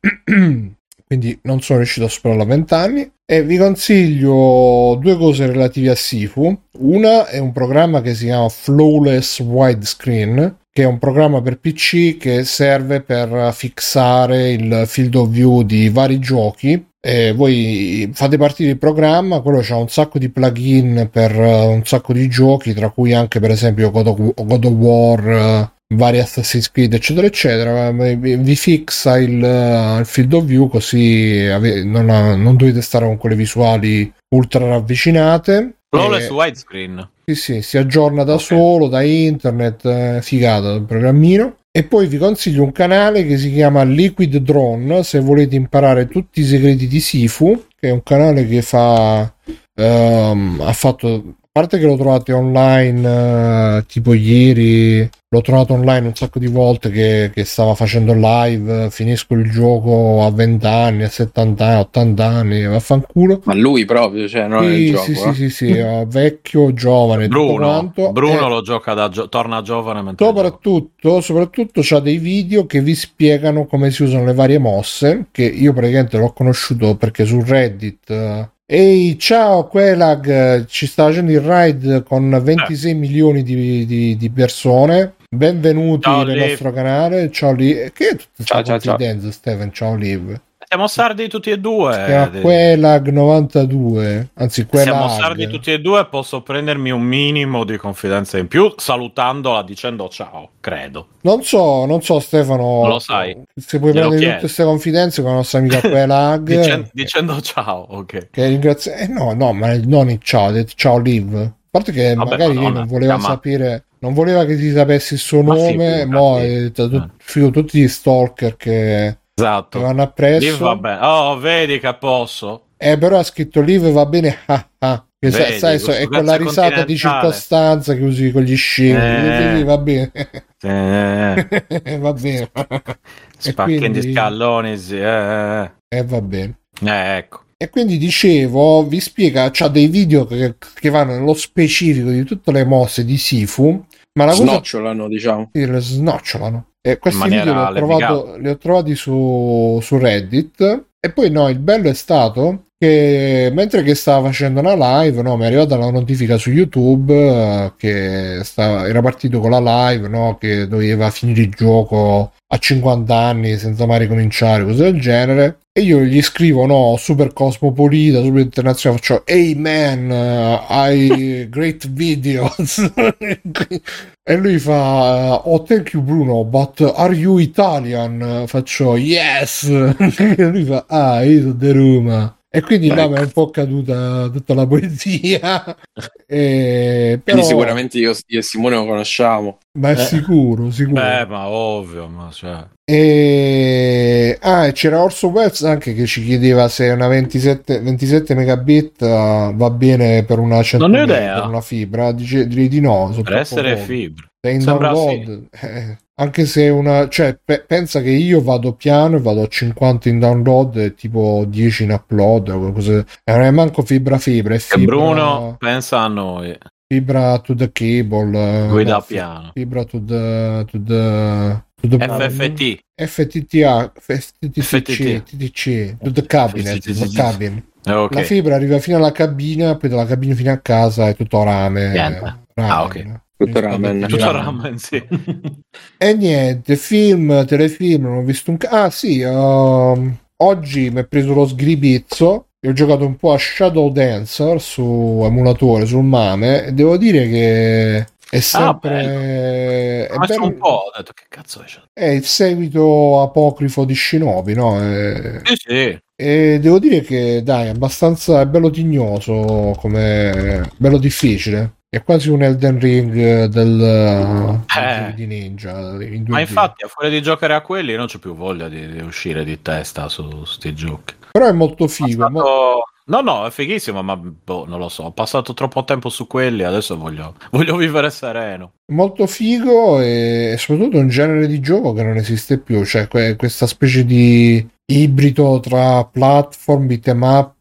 Quindi non sono riuscito a superarla a venti anni e vi consiglio due cose relative a Sifu. Una è un programma che si chiama Flawless Widescreen, che è un programma per P C che serve per fissare il field of view di vari giochi. E voi fate partire il programma, quello c'ha un sacco di plugin per uh, un sacco di giochi, tra cui anche per esempio God of, God of War, uh, vari Assassin's Creed eccetera eccetera. Vi, vi fixa il, uh, il field of view, così ave- non, ha- non dovete stare con quelle visuali ultra ravvicinate. Flawless E- widescreen. sì, sì, si aggiorna da Ok. solo, da internet, eh, figata il programmino. E poi vi consiglio un canale che si chiama Liquid Drone, se volete imparare tutti i segreti di Sifu, che è un canale che fa ehm, ha fatto, a parte che lo trovate online eh, tipo ieri, l'ho trovato online un sacco di volte che, che stava facendo live, finisco il gioco a venti anni, a settanta anni, ottanta anni, vaffanculo. Ma lui proprio, cioè, non è il Sì, gioco. sì, eh. sì, sì, sì, eh, vecchio, giovane, tutto Bruno, quanto. Bruno Eh, lo gioca da gio- torna giovane mentre gioca. soprattutto, soprattutto c'ha dei video che vi spiegano come si usano le varie mosse, che io praticamente l'ho conosciuto perché su Reddit eh, ehi ciao Quelag, eh, ci sta facendo il ride con ventisei milioni di, di- di persone, benvenuti Ciao, nel Liv. nostro canale. Ciao Liv, che è tutta questa Ciao, ciao, ciao. confidenza, Steven? Ciao Liv. Siamo sardi tutti e due. Si chiama eh, Quelag novantadue, anzi Quelag. Siamo sardi tutti e due, posso prendermi un minimo di confidenza in più salutandola dicendo ciao, credo. Non so, non so Stefano, Lo sai. se puoi Glielo prendere chiedo. tutte queste confidenze con la nostra amica Quelag. Dicen- dicendo ciao, ok. Che ringrazia... Eh no, no, ma non il ciao, ha detto ciao Liv. A parte che Vabbè, magari lei Madonna, non voleva chiama- sapere, non voleva che si sapesse il suo Ma nome, figurati. mo è stato Eh. figo, tutti gli stalker che, che Esatto. vanno Lì appresso. va bene. Oh, vedi che posso? Eh, però ha scritto Liv va bene, ah, ah. Che sa- Vedi, sai, so- questo è quella cazzo risata di continentale. circostanza che usi con gli scemi. Eh. Sì, va bene. Eh, Va bene. spacchi quindi- di scalloni, sì, eh, Eh, va bene. eh, ecco. E quindi dicevo, vi spiega, c'ha dei video che, che vanno nello specifico di tutte le mosse di Sifu, ma la cosa Snocciolano, diciamo. sì, le snocciolano. E questi In video li maniera ho, trovato, li ho trovati su, su Reddit. E poi no, il bello è stato che mentre che stava facendo una live, no, mi è arrivata la notifica su YouTube eh, che stava, era partito con la live, no, che doveva finire il gioco a cinquanta anni senza mai ricominciare, cose del genere. E io gli scrivo, no, super cosmopolita, super internazionale, faccio hey man, uh, I great videos. E lui fa oh thank you Bruno, but are you Italian? Faccio yes. E lui fa ah, io sono di Roma. e quindi là Ecco. mi è un po' caduta tutta la poesia. E, però, Quindi sicuramente io, io e Simone lo conosciamo. ma è Eh. sicuro, sicuro. Beh, ma ovvio, ma cioè... E... Ah, e c'era Orso Welles anche che ci chiedeva se una ventisette, ventisette megabit uh, va bene per una cento Non ne ho meg, idea. per una fibra. Dice, direi di no. sono Per troppo essere pochi. fibra. Se in Sembra download, eh, anche se una, cioè, pe- pensa che io vado piano e vado a cinquanta in download e tipo dieci in upload, o qualcosa. E non è manco fibra fibra, è E fibra, Bruno pensa a noi. fibra to the cable, Guida no, fi- piano. fibra to the, to the, to the F F T. F T T A, F T T C, F T T. T T C, to the cabinet, Sì, sì, the sì, sì. cabin. Eh, ok. La fibra arriva fino alla cabina, poi dalla cabina fino a casa è tutto rame. Niente. ramen. Ah, ok. Tutto ramen. Tutto ramen, sì. E niente, film, telefilm, non ho visto un ca- ah sì, ehm, oggi mi è preso lo sgribizzo e ho giocato un po' a Shadow Dancer su emulatore, sul Mame, e devo dire che è sempre Ho è, messo bello- un po', ho detto che cazzo è. è il seguito apocrifo di Shinobi, no? È- Sì, sì. e devo dire che dai, è abbastanza è bello tignoso, come bello difficile. È quasi un Elden Ring del, del Eh. gioco di ninja in due D. Ma infatti, a fuori di giocare a quelli, non c'ho più voglia di, di uscire di testa su sti giochi. Però è molto figo. mo- Passato- No, no, è fighissimo, ma boh, non lo so. Ho passato troppo tempo su quelli, adesso voglio, voglio vivere sereno. molto figo e soprattutto un genere di gioco che non esiste più, cioè que- questa specie di ibrido tra platform, beat'em up,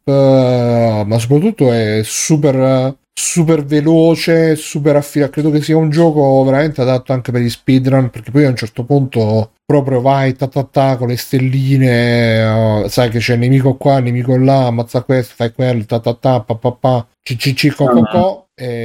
eh, ma soprattutto è super super veloce, super affinato. Credo che sia un gioco veramente adatto anche per gli speedrun, perché poi a un certo punto proprio vai ta ta ta con le stelline, eh, sai che c'è il nemico qua, il nemico là, ammazza questo, fai quello, ta ta ta pa pa pa, ci ci ci co co co.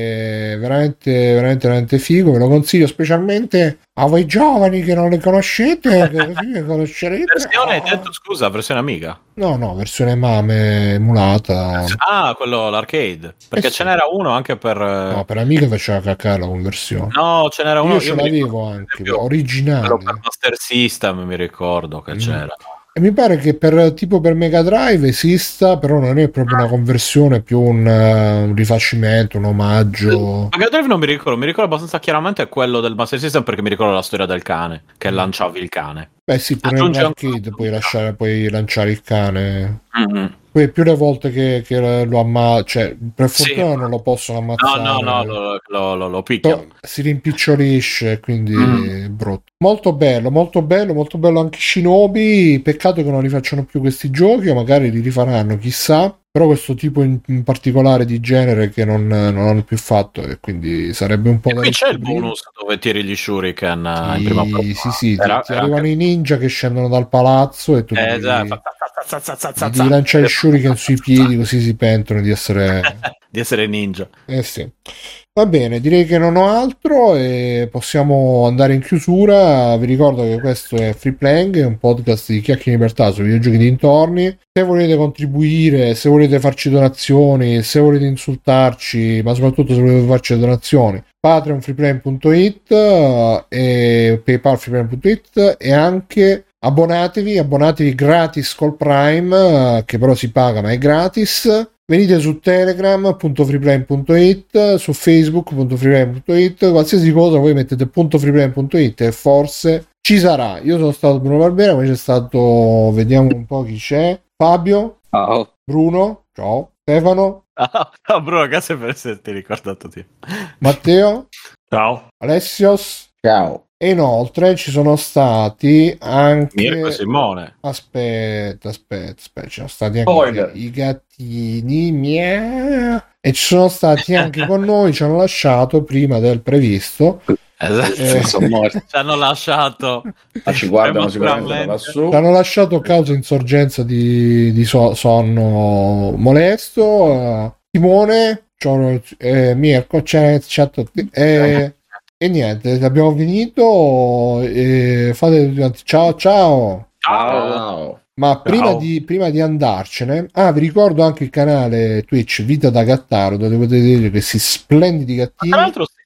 È veramente veramente veramente figo, ve lo consiglio specialmente a voi giovani che non le conoscete, che così le conoscerete. Versione, hai Ah. detto, scusa, versione amiga? No, no, versione Mame emulata. Ah, quello, l'arcade. Perché Eh sì. ce n'era uno anche per... eh, No, per amiche faceva cacare la conversione. No, ce n'era uno... Io ce mi l'avevo ricordo, per anche, esempio, originale. quello per Master System, mi ricordo che Mm. c'era. E mi pare che per tipo per Mega Drive esista, però non è proprio una conversione, è più un, eh, un rifacimento, un omaggio. Mega Drive non mi ricordo, mi ricordo abbastanza chiaramente quello del Master System perché mi ricordo la storia del cane, che lanciavi il cane. Beh sì, pure Aggiunge nell'arcade ancora- puoi, lasciare, puoi lanciare il cane. Mm-hmm. Poi più le volte che, che lo ammazza, cioè per Sì. fortuna non lo possono No, ammazzare. no, no, lo, lo, lo, lo picchiano. To- si rimpicciolisce, quindi Mm. è brutto. Molto bello, molto bello, molto bello anche Shinobi. Peccato che non rifacciano più questi giochi, o magari li rifaranno, chissà. Però questo tipo in, in particolare di genere che non, non hanno più fatto, e quindi sarebbe un po' E da qui c'è il riscoprire. bonus dove tiri gli shuriken eh, in Sì, prima persona. sì, sì, ti, Era- ti era arrivano anche- i ninja che scendono dal palazzo e tu Eh, devi, esatto. devi devi lanciare il shuriken sui piedi, così si pentono di essere... Di essere ninja. Eh sì. Va bene, direi che non ho altro e possiamo andare in chiusura. Vi ricordo che questo è Free Playing, un podcast di chiacchiere in libertà sui videogiochi dintorni. Se volete contribuire, se volete farci donazioni, se volete insultarci, ma soprattutto se volete farci donazioni, patreon freeplaying punto it eh, e paypal freeplaying punto it, e anche abbonatevi, abbonatevi gratis col Prime, eh, che però si paga ma è gratis. Venite su telegram punto freeplaying punto it, su facebook punto freeplaying punto it, qualsiasi cosa voi mettete punto freeplaying punto it e forse ci sarà. Io sono stato Bruno Barbera, poi c'è stato, vediamo un po' chi c'è, Fabio, Ciao. Bruno, ciao, Stefano, Ah, ah, Bruno, grazie per esserti ricordato te. Matteo, Ciao. Alessios, Ciao. e inoltre ci sono stati anche... Mirko e Simone. Aspetta, aspetta, aspetta, ci sono stati anche Spoiler. i gattini, miau, e ci sono stati anche con noi, ci hanno lasciato prima del previsto, Esatto. Eh. Sono morto. Ci hanno lasciato. Ma ci guardano sicuramente da Prematuramente. lassù. ci hanno lasciato causa insorgenza di, di so- sonno molesto. eh, Simone, ciao, eh, Mirko, c'è, c'è a tutti. Eh, e niente, abbiamo finito. Eh, fate tutti quanti, ciao ciao. Ciao. Ma prima Ciao. di, prima di andarcene, ah, vi ricordo anche il canale Twitch Vita da Gattaro, dove potete vedere questi splendidi Tra gattini. l'altro,